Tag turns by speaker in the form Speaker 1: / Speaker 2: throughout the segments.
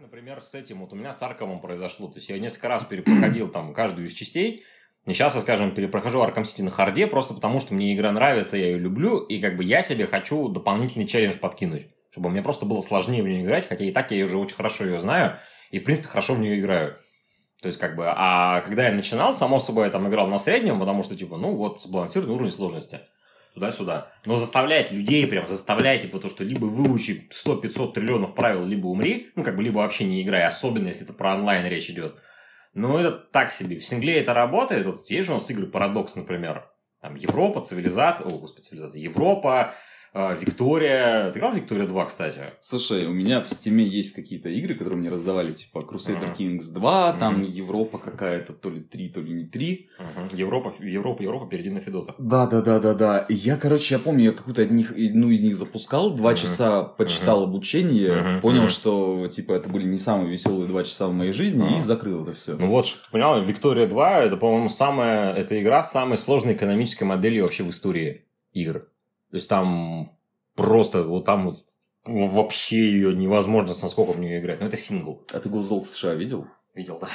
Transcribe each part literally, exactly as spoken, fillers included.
Speaker 1: например, с этим, вот у меня с Аркомом произошло. То есть я несколько раз перепроходил там каждую из частей. И сейчас я, скажем, перепрохожу Arkham City на харде, просто потому что мне игра нравится, я ее люблю, и как бы я себе хочу дополнительный челлендж подкинуть, чтобы мне просто было сложнее в нее играть, хотя и так я уже очень хорошо ее знаю, и, в принципе, хорошо в нее играю. То есть, как бы, а когда я начинал, само собой, я там играл на среднем, потому что, типа, ну, вот, сбалансированный уровень сложности. Туда-сюда. Но заставлять людей, прям заставлять, типа, то, что либо выучи сто-пятьсот триллионов правил, либо умри, ну, как бы, либо вообще не играй, особенно, если это про онлайн речь идет. Ну, это так себе. В сингле это работает. Вот есть же у нас игры Парадокс, например. Там Европа, цивилизация. О, господи, цивилизация. Европа, э, Виктория. Ты играл в Виктория два, кстати?
Speaker 2: Слушай, у меня в Стиме есть какие-то игры, которые мне раздавали, типа Crusader uh-huh. Kings два, uh-huh. там Европа какая-то, то ли три, то ли не три.
Speaker 1: Uh-huh. Европа, Европа, Европа, перейди на Федота.
Speaker 2: Да, да, да, да, да. Я, короче, я помню, я какую-то одних, одну из них запускал, два uh-huh. часа почитал uh-huh. обучение, uh-huh. понял, uh-huh. что, типа, это были не самые веселые два часа в моей жизни, uh-huh. и закрыл это все.
Speaker 1: Ну вот, что ты понял, Виктория два, это, по-моему, самая, эта игра с самой сложной экономической моделью вообще в истории игр. То есть там просто, вот там вот вообще ее невозможно насколько в нее играть. Но это сингл.
Speaker 2: А ты Госдолг США видел?
Speaker 1: Видел, да.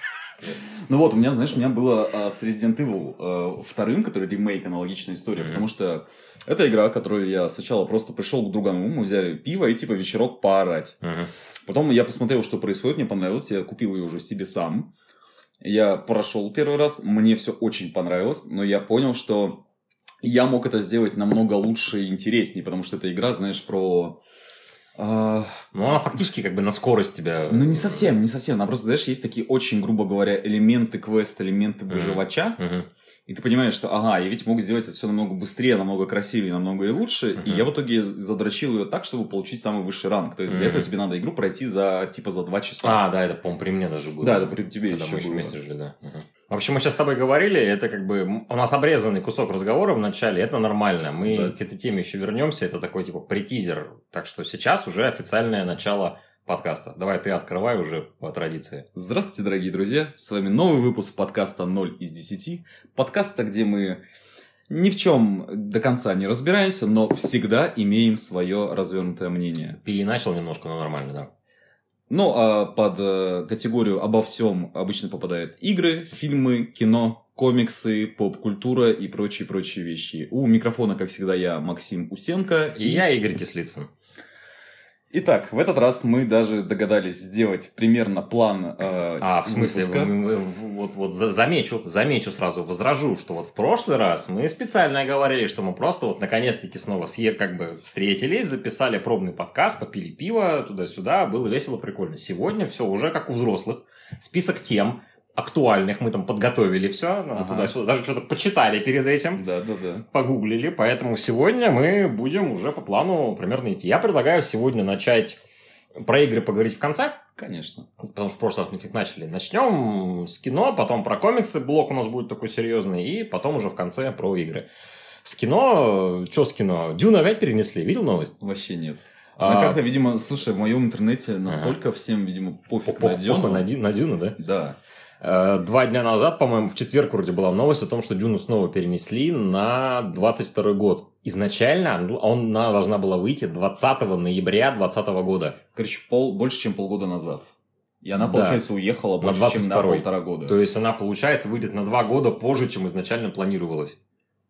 Speaker 2: Ну вот, у меня, знаешь, у меня было а, с Resident Evil а, вторым, который ремейк, аналогичная история, mm-hmm. потому что это игра, которую я сначала просто пришел к другану, мы взяли пиво и типа вечерок поорать. Mm-hmm. Потом я посмотрел, что происходит, мне понравилось, я купил ее уже себе сам. Я прошел первый раз, мне все очень понравилось, но я понял, что я мог это сделать намного лучше и интереснее, потому что эта игра, знаешь, про...
Speaker 1: Uh, ну, она фактически как бы на скорость тебя...
Speaker 2: Ну, не совсем, не совсем. Она просто, знаешь, есть такие очень, грубо говоря, элементы квеста, элементы выживача. Uh-huh. Uh-huh. И ты понимаешь, что, ага, я ведь мог сделать это все намного быстрее, намного красивее, намного и лучше. Uh-huh. И я в итоге задрочил ее так, чтобы получить самый высший ранг. То есть, uh-huh. для этого тебе надо игру пройти за, типа, за два часа.
Speaker 1: А, да, это, по-моему, при мне даже было.
Speaker 2: Да, это при тебе
Speaker 1: когда
Speaker 2: еще
Speaker 1: мы еще
Speaker 2: было.
Speaker 1: вместе жили, да. Uh-huh. В общем, мы сейчас с тобой говорили, это как бы... У нас обрезанный кусок разговора в начале, это нормально. Мы да. к этой теме еще вернемся, это такой, типа, притизер. Так что сейчас уже официальное начало подкаста. Давай ты открывай уже по традиции.
Speaker 2: Здравствуйте, дорогие друзья. С вами новый выпуск подкаста ноль из десяти. Подкаста, где мы ни в чем до конца не разбираемся, но всегда имеем свое развернутое мнение.
Speaker 1: Переначал немножко, но нормально, да.
Speaker 2: Ну, а под э, категорию обо всем обычно попадают игры, фильмы, кино, комиксы, поп-культура и прочие-прочие вещи. У микрофона, как всегда, я, Максим Усенко.
Speaker 1: И, и я, Игорь Кислицын.
Speaker 2: Итак, в этот раз мы даже догадались сделать примерно план э,
Speaker 1: А, в смысле,
Speaker 2: выпуска.
Speaker 1: вот, вот замечу, замечу сразу, возражу, что вот в прошлый раз мы специально говорили, что мы просто вот наконец-таки снова съе, как бы встретились, записали пробный подкаст, попили пиво, туда-сюда, было весело, прикольно. Сегодня все уже как у взрослых, список тем актуальных, мы там подготовили все, ага. туда-сюда, даже что-то почитали перед этим,
Speaker 2: да, да, да.
Speaker 1: погуглили, поэтому сегодня мы будем уже по плану примерно идти. Я предлагаю сегодня начать про игры поговорить в конце.
Speaker 2: Конечно.
Speaker 1: Потому что в прошлый раз мы с них начали. Начнем с кино, потом про комиксы, блок у нас будет такой серьезный, и потом уже в конце про игры. С кино, что с кино? Дюну опять перенесли, видел новость?
Speaker 2: Вообще нет. Она а... как-то, видимо, слушай, в моем интернете настолько ага. всем, видимо, пофиг на Дюну.
Speaker 1: На, на Дюну, да?
Speaker 2: Да.
Speaker 1: Два дня назад, по-моему, в четверг вроде была новость о том, что Дюну снова перенесли на двадцать второй год. Изначально она должна была выйти двадцатого ноября двадцатого года.
Speaker 2: Короче, пол, больше, чем полгода назад. И она, получается, да. уехала больше, на чем на полтора года.
Speaker 1: То есть, она, получается, выйдет на два года позже, чем изначально планировалось.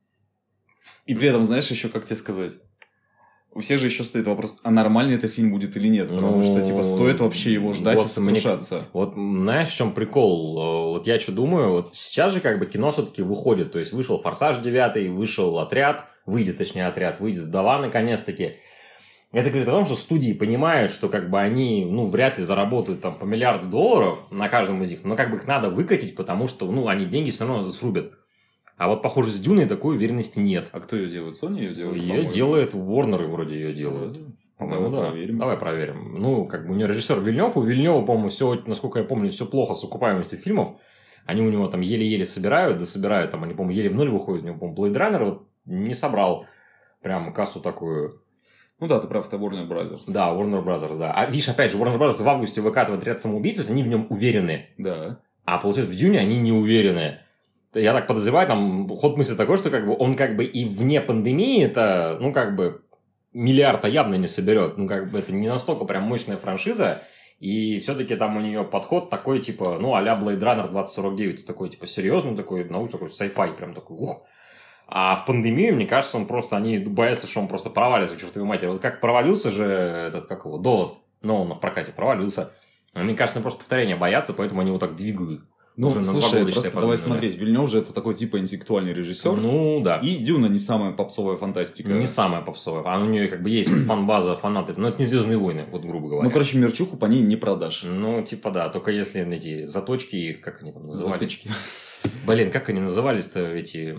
Speaker 2: И при этом, знаешь, еще как тебе сказать... У всех же еще стоит вопрос, а нормальный это фильм будет или нет? Потому ну, что, типа, стоит вообще его ждать вот и сокрушаться.
Speaker 1: Мне, вот, знаешь, в чем прикол? Вот я что думаю, вот сейчас же как бы кино все-таки выходит. То есть, вышел «Форсаж девять», вышел «Отряд», выйдет, точнее, «Отряд», выйдет «Вдова» наконец-таки. Это говорит о том, что студии понимают, что как бы они, ну, вряд ли заработают там по миллиарду долларов на каждом из них, но как бы их надо выкатить, потому что, ну, они деньги все равно срубят. А вот, похоже, с Дюной такой уверенности нет.
Speaker 2: А кто ее делает? Sony ее делает?
Speaker 1: Ее делает Warner, вроде ее делают.
Speaker 2: По-моему,
Speaker 1: да.
Speaker 2: проверим.
Speaker 1: Давай проверим. Ну, как бы у нее режиссер Вильнёв. У Вильнёва, по-моему, все, насколько я помню, все плохо с окупаемостью фильмов. Они у него там еле-еле собирают, дособирают. Там они, по-моему, еле в ноль выходят. У него, по-моему, Blade Runner вот не собрал прям кассу такую.
Speaker 2: Ну да, ты прав, это Warner Brothers.
Speaker 1: Да, Warner Brothers, да. А видишь, опять же, Warner Brothers в августе выкатывает «Отряд самоубийц», то есть они в нем уверены.
Speaker 2: Да.
Speaker 1: А получается, в Дюне они не уверены. Я так подозреваю, там ход мысли такой, что как бы он как бы и вне пандемии это, ну, как бы миллиарда явно не соберет. Ну, как бы это не настолько прям мощная франшиза. И все-таки там у нее подход такой, типа, ну, а-ля Blade Runner двадцать сорок девять, такой, типа, серьезный, такой, науч, такой, sci-fi, прям такой, ух. А в пандемию, мне кажется, он просто, они боятся, что он просто провалится, чертовой матери. Вот как провалился же этот, как его, Довод, но он в прокате провалился. Мне кажется, просто повторения боятся, поэтому они его так двигают.
Speaker 2: Ну,
Speaker 1: уже
Speaker 2: слушай,
Speaker 1: года,
Speaker 2: просто давай смотреть. Вильнёв же это такой типа интеллектуальный режиссер.
Speaker 1: Ну, да.
Speaker 2: И Дюна не самая попсовая фантастика.
Speaker 1: Не самая попсовая. А у нее как бы есть фан-база, фанаты. Но это не «Звездные войны», вот грубо говоря.
Speaker 2: Ну, короче, мерчуху по ней не продашь.
Speaker 1: Ну, типа да. Только если эти заточки, как они там назывались?
Speaker 2: Затычки.
Speaker 1: Блин, как они назывались-то эти...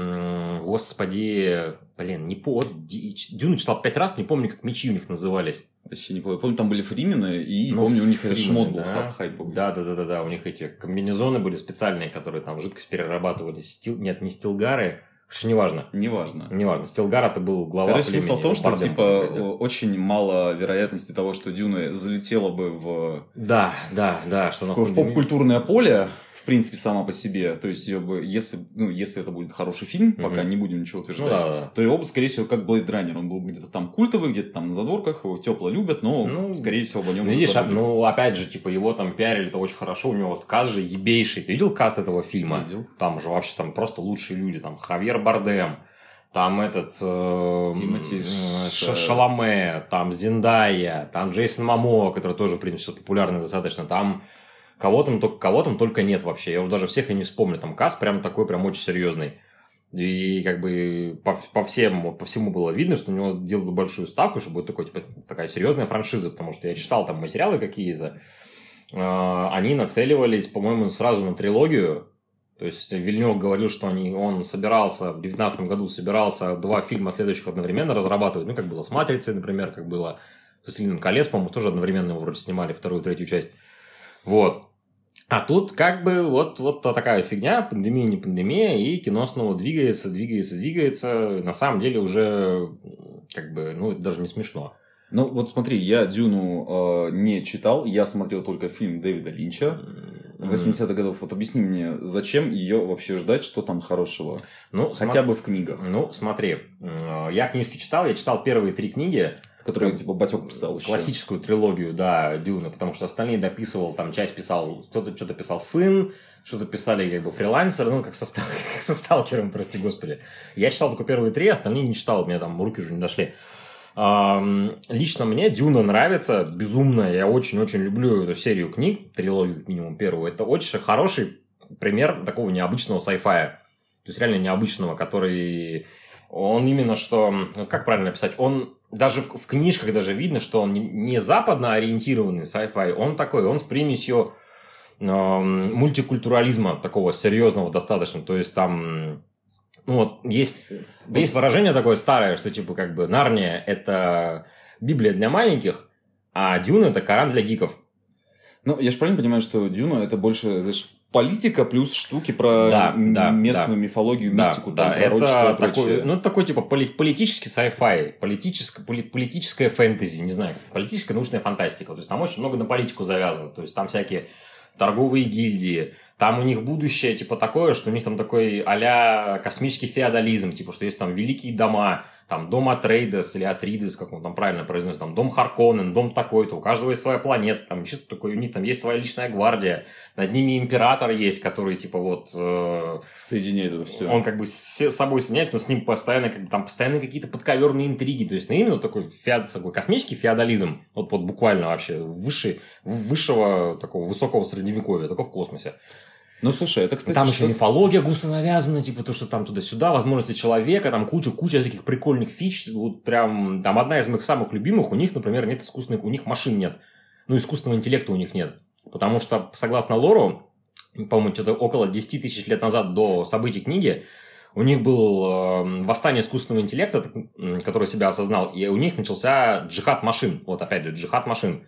Speaker 1: Господи... Блин, не по... Дюну читал пять раз, не помню, как мечи у них назывались.
Speaker 2: Вообще не помню. Помню, там были фримены, и
Speaker 1: Ну,
Speaker 2: помню, у них
Speaker 1: Фримены,
Speaker 2: шмот был
Speaker 1: да.
Speaker 2: хайповый.
Speaker 1: Да, да, да, да, да. У них эти комбинезоны были специальные, которые там жидкость перерабатывали. Стил... Нет, не стилгары. Короче, неважно.
Speaker 2: Неважно.
Speaker 1: Неважно. Стилгар это был глава
Speaker 2: Короче,
Speaker 1: племени.
Speaker 2: смысл в том, что
Speaker 1: Бардем
Speaker 2: типа
Speaker 1: какой-то.
Speaker 2: очень мало вероятности того, что Дюна залетела бы в,
Speaker 1: Да, да, да. Что
Speaker 2: такое,
Speaker 1: она
Speaker 2: в поп-культурное поле, в принципе, сама по себе. То есть, ее бы, если, ну, если это будет хороший фильм,
Speaker 1: Мгм.
Speaker 2: пока не будем ничего утверждать,
Speaker 1: Ну, да, да.
Speaker 2: то его бы, скорее всего, как Blade Runner. Он был бы где-то там культовый, где-то там на задворках, его тепло любят, но,
Speaker 1: Ну,
Speaker 2: скорее всего, об нем
Speaker 1: Ну,
Speaker 2: уже
Speaker 1: видишь, а-
Speaker 2: забыли.
Speaker 1: ну, опять же, типа, его там пиарили-то очень хорошо, у него вот каст же ебейший. Ты видел каст этого фильма?
Speaker 2: Видел.
Speaker 1: Там же вообще там просто лучшие люди. Там Хавьер Бардем, там этот... э,
Speaker 2: Тимоти
Speaker 1: э,
Speaker 2: Ш-
Speaker 1: Ш- Шаломе, там Зендая, там Джейсон Момоа, который тоже, в принципе, популярный достаточно. Там кого там, только, кого там только нет вообще. Я уже даже всех и не вспомню. Там каст прям такой, прям очень серьезный. И как бы по, по, всем, по всему было видно, что у него делают большую ставку, что будет такой, типа, такая серьезная франшиза, потому что я читал там материалы какие-то, э, они нацеливались, по-моему, сразу на трилогию. То есть Вильнёв говорил, что они, он собирался, в девятнадцатом году собирался два фильма следующих одновременно разрабатывать, ну, как было с «Матрицей», например, как было с «Властелином колец», по-моему, тоже одновременно его вроде снимали, вторую, третью часть. Вот. А тут как бы вот, вот такая фигня, пандемия, не пандемия, и кино снова двигается, двигается, двигается. На самом деле уже как бы, ну, это даже не смешно.
Speaker 2: Ну, вот смотри, я Дюну э, не читал, я смотрел только фильм Дэвида Линча восьмидесятых годов. Вот объясни мне, зачем ее вообще ждать, что там хорошего?
Speaker 1: Ну,
Speaker 2: Хотя
Speaker 1: смо-
Speaker 2: бы в книгах,
Speaker 1: Ну, смотри, э, я книжки читал, я читал первые три книги,
Speaker 2: которые типа Батек писал еще.
Speaker 1: классическую трилогию, да, Дюна, потому что остальные дописывал, там часть писал, кто-то что-то писал сын, что-то писали как бы фрилансеры, ну, как со, стал- как со сталкером, прости господи. Я читал только первые три, остальные не читал, у меня там руки уже не дошли. Ам, Лично мне Дюна нравится безумно, я очень-очень люблю эту серию книг, трилогию, как минимум первую. Это очень хороший пример такого необычного sci-fi. То есть реально необычного, который... Он именно что... ну, как правильно написать? Он даже в, в книжках даже видно, что он не, не западно ориентированный sci-fi, он такой, он с примесью э, мультикультурализма такого серьезного достаточно. То есть там... Ну вот, есть, есть выражение такое старое, что типа как бы Нарния – это Библия для маленьких, а Дюна – это Коран для гиков.
Speaker 2: Ну, я же правильно понимаю, что Дюна это больше, знаешь, политика плюс штуки про
Speaker 1: Да,
Speaker 2: м-
Speaker 1: да,
Speaker 2: местную
Speaker 1: да.
Speaker 2: мифологию,
Speaker 1: Да,
Speaker 2: мистику,
Speaker 1: да,
Speaker 2: там, пророчество
Speaker 1: это
Speaker 2: и прочее.
Speaker 1: такой, ну, такой типа поли- политический sci-fi, политическое, поли- политическая фэнтези, не знаю, политическая научная фантастика. То есть там очень много на политику завязано. То есть там всякие торговые гильдии, там у них будущее типа такое, что у них там такой а-ля космический феодализм, типа что есть там великие дома, там дом Атрейдес или Атридес, как он там правильно произносит, там дом Харконнен, дом такой-то, у каждого есть своя планета, там чисто такой, у них там есть своя личная гвардия, над ними император есть, который типа вот... э,
Speaker 2: Соединяет это все.
Speaker 1: Он как бы с собой соединяет, но с ним постоянно, как бы, там постоянно какие-то подковерные интриги. То есть, ну, именно такой, феод, такой космический феодализм. Вот, вот буквально вообще выше, высшего такого высокого средневековья, только в космосе.
Speaker 2: Ну, слушай, это, кстати,
Speaker 1: Там
Speaker 2: что...
Speaker 1: еще мифология густо навязана, типа то, что там туда-сюда, возможности человека, там куча-куча таких прикольных фич. Вот прям, там одна из моих самых любимых, у них, например, нет искусственных, у них машин нет. Ну, искусственного интеллекта у них нет. Потому что, согласно лору, по-моему, что-то около десять тысяч лет назад до событий книги, у них было э, восстание искусственного интеллекта, который себя осознал, и у них начался джихад машин. Вот опять же, джихад машин.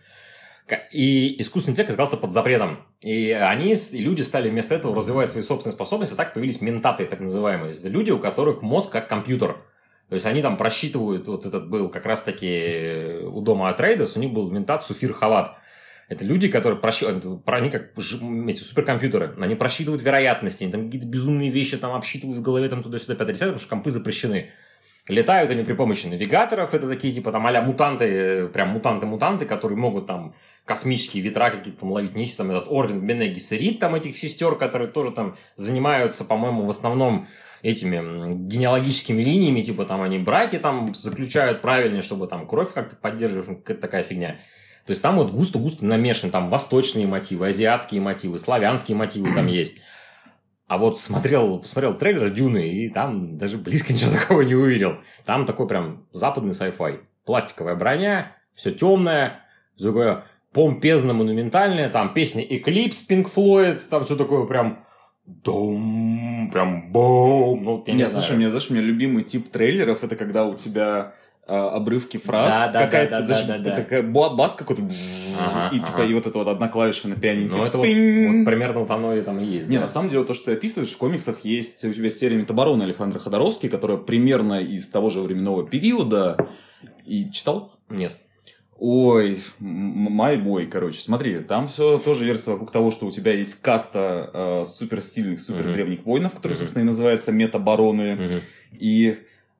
Speaker 1: И искусственный интеллект оказался под запретом. И они, и люди стали вместо этого развивать свои собственные способности. Так появились ментаты, так называемые. Это люди, у которых мозг как компьютер. То есть они там просчитывают, вот этот был как раз-таки у дома Атрейдес, у них был ментат Суфир Хават. Это люди, которые просчитывают, они как эти суперкомпьютеры, они просчитывают вероятности, они там какие-то безумные вещи там обсчитывают в голове, там туда-сюда, пятое-десятое, потому что компы запрещены. Летают они при помощи навигаторов, это такие типа там а-ля мутанты, прям мутанты-мутанты, которые могут там космические ветра какие-то там ловить, нести там этот орден Бене Гессерит, там этих сестер, которые тоже там занимаются, по-моему, в основном этими генеалогическими линиями, типа там они браки там заключают правильно, чтобы там кровь как-то поддерживать, какая-то такая фигня. То есть там вот густо-густо намешаны, там восточные мотивы, азиатские мотивы, славянские мотивы там есть. А вот смотрел, посмотрел трейлер Дюны, и там даже близко ничего такого не увидел. Там такой прям западный sci-fi. Пластиковая броня, все темное, такое помпезно-монументальное, там песня Eclipse, Pink Floyd, там все такое прям дом, прям бом. Ну, я не
Speaker 2: Нет,
Speaker 1: знаю.
Speaker 2: слушай, у меня, знаешь, у меня любимый тип трейлеров, это когда у тебя э, обрывки фраз,
Speaker 1: Да, да,
Speaker 2: какая-то,
Speaker 1: да, да,
Speaker 2: знаешь,
Speaker 1: да, да.
Speaker 2: какая- бас какой-то,
Speaker 1: Ага,
Speaker 2: и типа,
Speaker 1: ага.
Speaker 2: и вот это вот одна клавиша на пианине.
Speaker 1: Ну, это вот,
Speaker 2: пинь.
Speaker 1: вот примерно вот оно и там и есть.
Speaker 2: Не,
Speaker 1: да.
Speaker 2: на самом деле, то, что ты описываешь, в комиксах есть у тебя серия Метаборона Александра Ходоровский, которая примерно из того же временного периода. И читал?
Speaker 1: Нет.
Speaker 2: Ой, май бой, короче, смотри, там все тоже версия вокруг того, что у тебя есть каста э, суперсильных, супердревних воинов, которые,
Speaker 1: Мгм.
Speaker 2: собственно, и называются метабароны,
Speaker 1: Мгм.
Speaker 2: и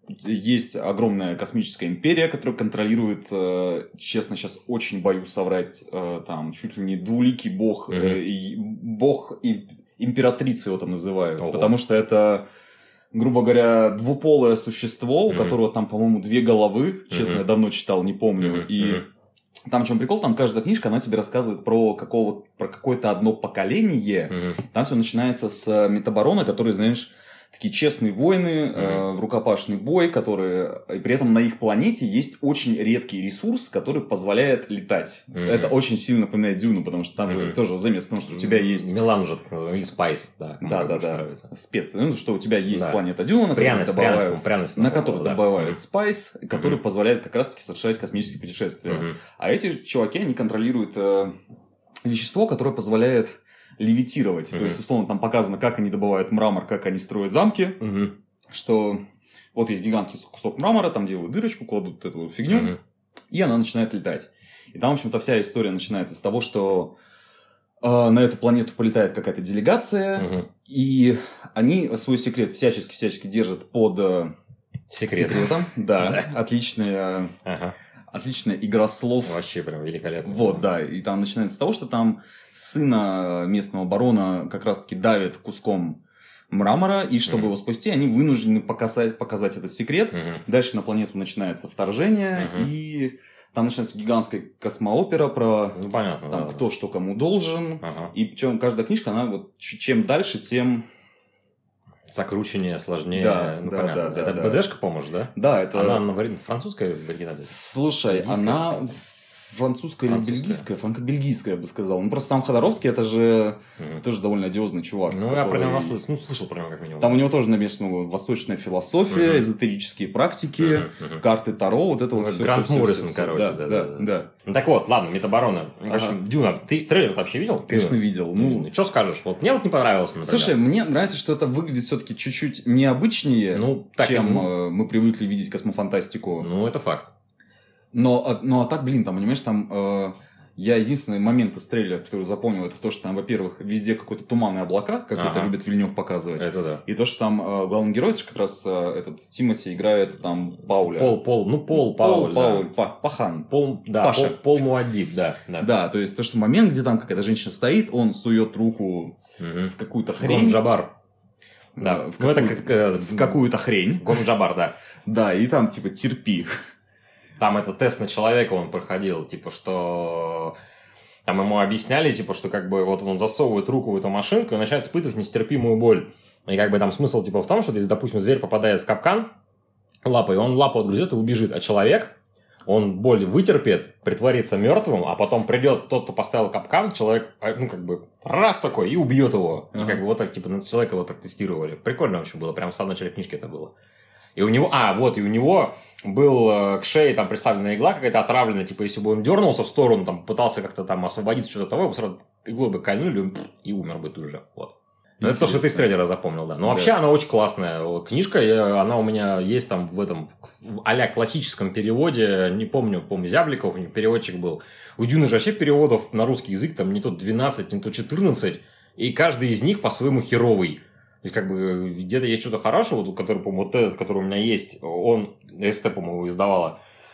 Speaker 2: есть огромная космическая империя, которая контролирует, э, честно, сейчас очень боюсь соврать, э, там, чуть ли не двуликий бог,
Speaker 1: Мгм.
Speaker 2: э, и бог и императрицы его там называют,
Speaker 1: Ого.
Speaker 2: потому что это, грубо говоря, двуполое существо, у
Speaker 1: Мгм.
Speaker 2: которого там, по-моему, две головы, честно,
Speaker 1: Мгм.
Speaker 2: я давно читал, не помню,
Speaker 1: Мгм.
Speaker 2: и
Speaker 1: Мгм.
Speaker 2: там в чем прикол, там каждая книжка, она тебе рассказывает про, какого, про какое-то одно поколение,
Speaker 1: Мгм.
Speaker 2: там все начинается с метаборона, которые, знаешь, такие честные воины, э, в рукопашный бой, которые... И при этом на их планете есть очень редкий ресурс, который позволяет летать.
Speaker 1: Мгм.
Speaker 2: Это очень сильно напоминает Дюну, потому что там же
Speaker 1: Мгм.
Speaker 2: тоже замес в том, что у тебя есть...
Speaker 1: Мелан же, так называемый, или спайс, да. кому
Speaker 2: Да,
Speaker 1: как
Speaker 2: да,
Speaker 1: больше
Speaker 2: да.
Speaker 1: нравится.
Speaker 2: Специи. Ну, что у тебя есть
Speaker 1: Да.
Speaker 2: планета Дюна, на которой
Speaker 1: Пряность,
Speaker 2: добывают...
Speaker 1: пряность, пряность.
Speaker 2: на
Speaker 1: такого
Speaker 2: которой
Speaker 1: было, да.
Speaker 2: добывают спайс, который
Speaker 1: Мгм.
Speaker 2: позволяет как раз-таки совершать космические путешествия.
Speaker 1: Мгм.
Speaker 2: А эти чуваки, они контролируют э, вещество, которое позволяет левитировать.
Speaker 1: Мгм.
Speaker 2: То есть, условно, там показано, как они добывают мрамор, как они строят замки,
Speaker 1: Мгм.
Speaker 2: что вот есть гигантский кусок мрамора, там делают дырочку, кладут эту фигню,
Speaker 1: Мгм.
Speaker 2: и она начинает летать. И там, в общем-то, вся история начинается с того, что э, на эту планету полетает какая-то делегация,
Speaker 1: Мгм.
Speaker 2: и они свой секрет всячески-всячески держат под э,
Speaker 1: Секрет.
Speaker 2: секретом. Да,
Speaker 1: Да.
Speaker 2: отличная,
Speaker 1: Ага.
Speaker 2: отличная игра слов.
Speaker 1: Вообще прям великолепно.
Speaker 2: Вот, да, и там начинается с того, что там сына местного барона как раз-таки давит куском мрамора, и чтобы
Speaker 1: Мгм.
Speaker 2: его спасти, они вынуждены показать, показать этот секрет.
Speaker 1: Мгм.
Speaker 2: Дальше на планету начинается вторжение,
Speaker 1: Мгм.
Speaker 2: и там начинается гигантская космоопера про
Speaker 1: Ну, понятно,
Speaker 2: там,
Speaker 1: да.
Speaker 2: кто что кому должен.
Speaker 1: Ага.
Speaker 2: И причем каждая книжка, она вот ч- чем дальше, тем...
Speaker 1: Закрученнее, сложнее.
Speaker 2: Да,
Speaker 1: ну,
Speaker 2: да,
Speaker 1: понятно.
Speaker 2: да,
Speaker 1: Это
Speaker 2: да, да.
Speaker 1: БДшка, по-моему, да?
Speaker 2: Да, это...
Speaker 1: Она на вари- французская в оригинале?
Speaker 2: Слушай,
Speaker 1: Бельгийская?
Speaker 2: она французская или
Speaker 1: Французская.
Speaker 2: бельгийская? Франко-бельгийская, я бы сказал. Ну, просто сам Ходоровский, это же
Speaker 1: Мгм.
Speaker 2: тоже довольно одиозный чувак.
Speaker 1: Ну, я про
Speaker 2: который-
Speaker 1: него наслышал, ну, слышал про него как минимум.
Speaker 2: Там у него тоже намешана восточная философия,
Speaker 1: Мгм.
Speaker 2: эзотерические практики,
Speaker 1: Мгм, мгм.
Speaker 2: карты Таро, вот это
Speaker 1: Ну,
Speaker 2: вот
Speaker 1: как
Speaker 2: все.
Speaker 1: Грант Моррисон, короче,
Speaker 2: Да,
Speaker 1: да,
Speaker 2: да,
Speaker 1: да,
Speaker 2: да.
Speaker 1: да.
Speaker 2: да.
Speaker 1: Ну, так вот, ладно, Метаборона. В общем,
Speaker 2: Ага.
Speaker 1: Дюна, ты трейлер вообще видел?
Speaker 2: Конечно,
Speaker 1: Дюна?
Speaker 2: видел. Ну,
Speaker 1: Что скажешь? Вот мне вот не понравился, например.
Speaker 2: слушай, мне нравится, что это выглядит все-таки чуть-чуть необычнее,
Speaker 1: Ну, так и-
Speaker 2: чем э, мы привыкли видеть космофантастику.
Speaker 1: Ну, это факт.
Speaker 2: Но, а- ну, а так, блин, там, понимаешь, там... э, я единственный момент из трейлера, который запомнил, это то, что там, во-первых, везде какой-то туман и облака, как
Speaker 1: Ага.
Speaker 2: это любит Вильнёв показывать.
Speaker 1: Это да.
Speaker 2: И то, что там э, главный герой, это же как раз э, этот Тимати играет там Пауля.
Speaker 1: Пол, Пол, ну, Пол,
Speaker 2: Пол,
Speaker 1: Пауль,
Speaker 2: Пауль,
Speaker 1: да.
Speaker 2: Па- Пахан.
Speaker 1: Пол, да,
Speaker 2: Паша.
Speaker 1: Пол, Пол Муаддиб, да. Да.
Speaker 2: Да, то есть то, что момент, где там какая-то женщина стоит, он сует руку
Speaker 1: Мгм.
Speaker 2: в какую-то
Speaker 1: Гом
Speaker 2: хрень.
Speaker 1: Джабар.
Speaker 2: Да,
Speaker 1: Да,
Speaker 2: в
Speaker 1: ну, это
Speaker 2: какую-то-
Speaker 1: как... э,
Speaker 2: в какую-то хрень.
Speaker 1: Гом Джабар, да.
Speaker 2: Да, и там типа терпи.
Speaker 1: Там это тест на человека он проходил, типа, что... Там ему объясняли, типа, что как бы вот он засовывает руку в эту машинку и начинает испытывать нестерпимую боль. И как бы там смысл типа в том, что если, допустим, зверь попадает в капкан лапой, он лапу отгрызет и убежит, а человек, он боль вытерпит, притворится мертвым, а потом придет тот, кто поставил капкан, человек, ну, как бы, раз такой, и убьет его.
Speaker 2: Ага.
Speaker 1: И как бы вот так, типа, на человека вот так тестировали. Прикольно вообще было, прям в самом начале книжки это было. И у него, а, вот, и у него был э, к шее там приставлена игла какая-то отравленная, типа, если бы он дернулся в сторону, там, пытался как-то там освободиться, что-то того, его сразу иглой бы кольнули, он, пф, и умер бы тут же, вот. Но это то, что ты из трейлера запомнил, да. Но
Speaker 2: Да.
Speaker 1: вообще она очень классная вот, книжка, я- она у меня есть там в этом в а-ля классическом переводе, не помню, помню, Зябликов, у него переводчик был. У Дюны же вообще переводов на русский язык там не то двенадцать, не то четырнадцать, и каждый из них по-своему херовый. То есть, как бы, где-то есть что-то хорошее, вот, который, по-моему, вот этот, который у меня есть, он, СТ, по-моему, издавала,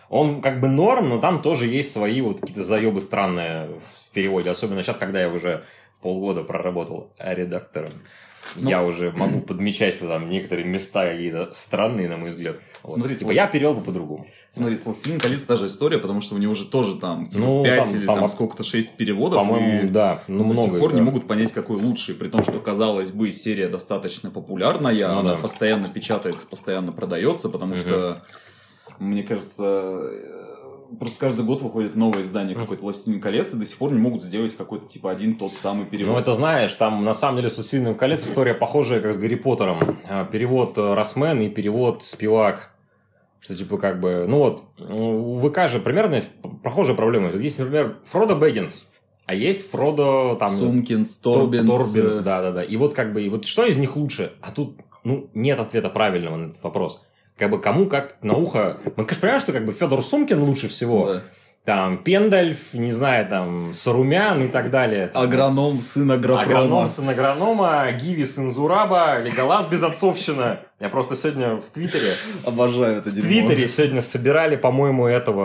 Speaker 1: Он как бы норм, но там тоже есть свои вот какие-то заебы странные в переводе. Особенно сейчас, когда я уже полгода проработал редактором. Ну, я уже могу подмечать, что там некоторые места какие-то странные, на мой взгляд.
Speaker 2: Смотри,
Speaker 1: вот. Типа, я перевел бы по-другому.
Speaker 2: Смотри, «Властелин колец» та же история, потому что у него же тоже там типа,
Speaker 1: ну,
Speaker 2: пять
Speaker 1: там,
Speaker 2: или
Speaker 1: там,
Speaker 2: там сколько-то шесть переводов.
Speaker 1: По-моему,
Speaker 2: и
Speaker 1: да. Ну,
Speaker 2: до
Speaker 1: много,
Speaker 2: сих пор
Speaker 1: да.
Speaker 2: не могут понять, какой лучший. При том, что, казалось бы, серия достаточно популярная, ну, она да. постоянно печатается, постоянно продается, потому угу. что, мне кажется... Просто каждый год выходит новое издание какой-то «Властелин колец», и до сих пор не могут сделать какой-то, типа, один тот самый перевод.
Speaker 1: Ну, это знаешь, там, на самом деле, с «Властелином колец» история похожая, как с «Гарри Поттером». Перевод «Росмен» и перевод «Спивак». Что, типа, как бы... Ну, вот, у ВК же примерно похожая проблема. Вот есть, например, Фродо Бэггинс, а есть Фродо, там...
Speaker 2: Сумкинс, Торбинс.
Speaker 1: Торбинс, да-да-да. И вот, как бы, и вот что из них лучше? А тут, ну, нет ответа правильного на этот вопрос. Как бы кому как на ухо... Мы, конечно, понимаем, что как бы Федор Сумкин лучше всего. Да. Там Пендальф, не знаю, там Сарумян и так далее. Там,
Speaker 2: агроном, сын агропрома.
Speaker 1: Агроном, сын агронома, Гиви, сын Зураба, Леголас безотцовщина. Я просто сегодня в Твиттере...
Speaker 2: Обожаю это
Speaker 1: В Твиттере сегодня собирали, по-моему,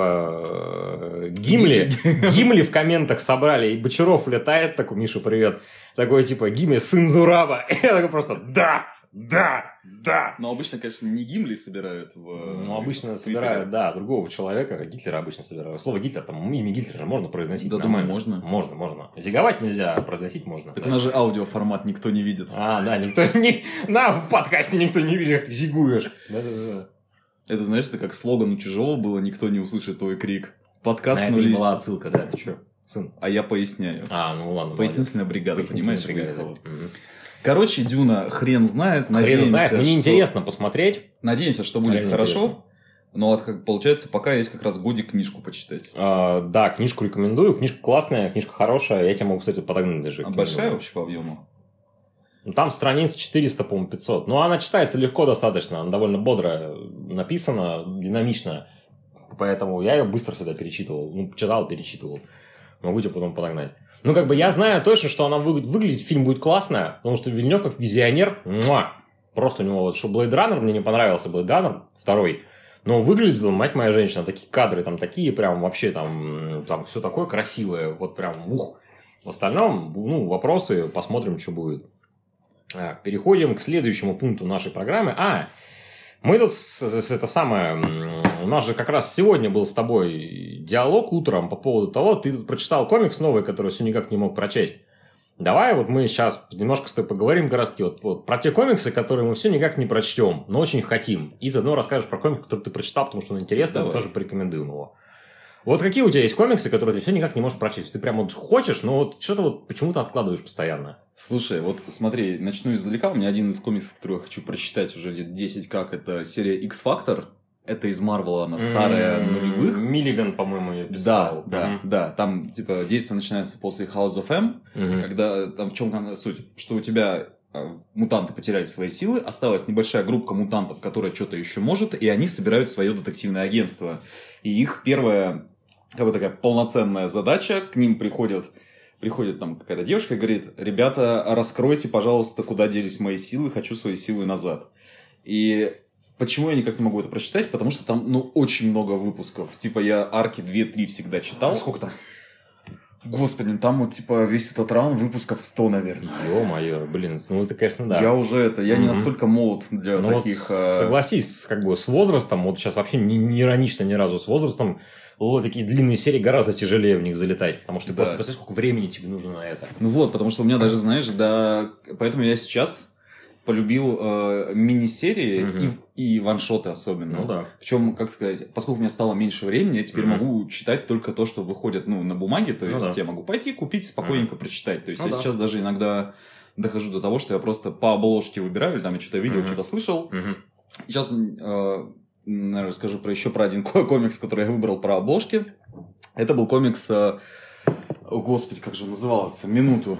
Speaker 1: этого... Гимли. Гимли в комментах собрали. И Бочаров летает такой, Миша, привет. Такой, типа, Гимли, сын Зураба. И я такой просто, да! Да, да.
Speaker 2: Но обычно, конечно, не Гимли собирают в...
Speaker 1: Ну, обычно в собирают, да, другого человека. Гитлера обычно собирают. Слово Гитлер, там, имя Гитлера же можно произносить.
Speaker 2: Да, думаю, можно.
Speaker 1: Можно, можно. Зиговать нельзя, а произносить можно.
Speaker 2: Так
Speaker 1: да.
Speaker 2: у нас же аудиоформат никто не видит.
Speaker 1: А, да, никто не... На, в подкасте никто не видит, как ты зигуешь. Да-да-да.
Speaker 2: Это, знаешь, это как слоган у Чужого было, никто не услышит твой крик. Подкаст
Speaker 1: нули. На это была отсылка, да, ты что, сын?
Speaker 2: А я поясняю.
Speaker 1: А, ну ладно.
Speaker 2: Пояснительная бригада,
Speaker 1: Пояснительная
Speaker 2: понимаешь,
Speaker 1: бригада,
Speaker 2: выехала.
Speaker 1: да. Угу.
Speaker 2: Короче, Дюна, хрен знает.
Speaker 1: Хрен
Speaker 2: надеемся,
Speaker 1: знает, мне
Speaker 2: что...
Speaker 1: интересно посмотреть.
Speaker 2: Надеемся, что будет
Speaker 1: Реально
Speaker 2: хорошо.
Speaker 1: интересно.
Speaker 2: Но вот, как получается, пока есть как раз годик книжку почитать.
Speaker 1: А, да, книжку рекомендую. Книжка классная, книжка хорошая. Я тебе могу, кстати, подогнать даже.
Speaker 2: А большая вообще по объему?
Speaker 1: Ну, там страниц четыреста, по-моему, пятьсот. Ну, она читается легко достаточно. Она довольно бодро написана, динамично. Поэтому я ее быстро всегда перечитывал. Ну, читал, перечитывал. Могу тебе потом подогнать. Ну, как бы я знаю точно, что она вы... выглядит, фильм будет классно, потому что Вильнёв как визионер, муа, просто у него вот, что Blade Runner, мне не понравился Blade Runner второй, но выглядит он, мать моя женщина, такие кадры там такие, прям вообще там, там все такое красивое, вот прям ух. В остальном, ну, вопросы, посмотрим, что будет. Переходим к следующему пункту нашей программы. А, мы тут, это самое, у нас же как раз сегодня был с тобой диалог утром по поводу того, ты тут прочитал комикс новый, который все никак не мог прочесть. Давай вот мы сейчас немножко с тобой поговорим как раз таки вот, вот про те комиксы, которые мы все никак не прочтем, но очень хотим. И заодно расскажешь про комикс, который ты прочитал, потому что он интересный, мы тоже порекомендуем его. Вот какие у тебя есть комиксы, которые ты все никак не можешь прочесть? Ты прям вот хочешь, но вот что-то вот почему-то откладываешь постоянно.
Speaker 2: Слушай, вот смотри, начну издалека. У меня один из комиксов, который я хочу прочитать уже лет десять, как это серия X-Factor. Это из Марвела, она старая, mm-hmm. нулевых.
Speaker 1: Миллиган, по-моему, ее писал.
Speaker 2: Да, да, mm-hmm. да. Там, типа, действие начинается после House of M, mm-hmm. когда там в чем суть? Что у тебя мутанты потеряли свои силы, осталась небольшая группа мутантов, которая что-то еще может, и они собирают свое детективное агентство. И их первая, как бы такая полноценная задача, к ним приходят, приходит там какая-то девушка и говорит: ребята, раскройте, пожалуйста, куда делись мои силы, хочу свои силы назад. И почему я никак не могу это прочитать? Потому что там, ну, очень много выпусков. Типа, я арки две-три всегда читал.
Speaker 1: А сколько там?
Speaker 2: Господи, там вот, типа, весь этот ран выпусков сто, наверное.
Speaker 1: Ё-моё, блин, ну это, конечно, да.
Speaker 2: Я уже это, я mm-hmm. не настолько молод для
Speaker 1: ну
Speaker 2: таких...
Speaker 1: Вот, согласись, как бы, с возрастом, вот сейчас вообще не, не иронично ни разу, с возрастом вот такие длинные серии гораздо тяжелее в них залетать, потому что ты да. просто представляешь, сколько времени тебе нужно на это.
Speaker 2: Ну вот, потому что у меня даже, знаешь, да, поэтому я сейчас полюбил э, мини-серии mm-hmm. и, и ваншоты особенно.
Speaker 1: Ну да.
Speaker 2: Причем, как сказать, поскольку у меня стало меньше времени, я теперь mm-hmm. могу читать только то, что выходит, ну, на бумаге, то есть ну, да. я могу пойти купить, спокойненько mm-hmm. прочитать. То есть ну, я да. сейчас даже иногда дохожу до того, что я просто по обложке выбираю, или там я что-то видел, mm-hmm. что-то слышал. Mm-hmm. Сейчас, э, наверное, расскажу про еще про один комикс, который я выбрал про обложки. Это был комикс, э, о, господи, как же он назывался? «Минуту».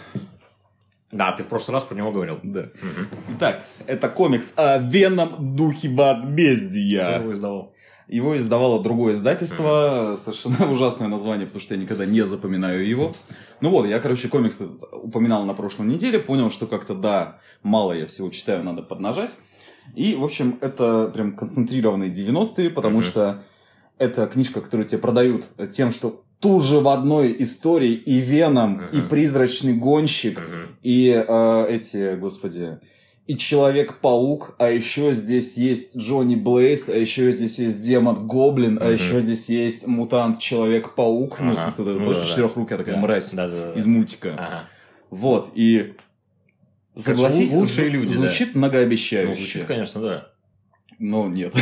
Speaker 1: Да, ты в прошлый раз про него говорил.
Speaker 2: Да. Угу. Итак, это комикс о Веном Духе Возмездия.
Speaker 1: Кто его издавал?
Speaker 2: Его издавало другое издательство. Угу. Совершенно ужасное название, потому что я никогда не запоминаю его. Ну вот, я, короче, комикс этот упоминал на прошлой неделе. Понял, что как-то, да, мало я всего читаю, надо поднажать. И, в общем, это прям концентрированные девяностые, потому угу. что это книжка, которую тебе продают тем, что тут же в одной истории и Веном, uh-huh. и Призрачный гонщик, uh-huh. и э, эти, господи, и Человек-паук, а еще здесь есть Джонни Блейз, а еще здесь есть Демон Гоблин, uh-huh. а еще здесь есть мутант Человек-паук, uh-huh. ну, в смысле, это ну, тоже да, четырехрукая такая yeah. мразь да, да, да, из мультика. Uh-huh. Вот, и согласись,
Speaker 1: лучшие люди,
Speaker 2: звучит
Speaker 1: да.
Speaker 2: многообещающе.
Speaker 1: Ну, звучит, конечно, да.
Speaker 2: Но нет.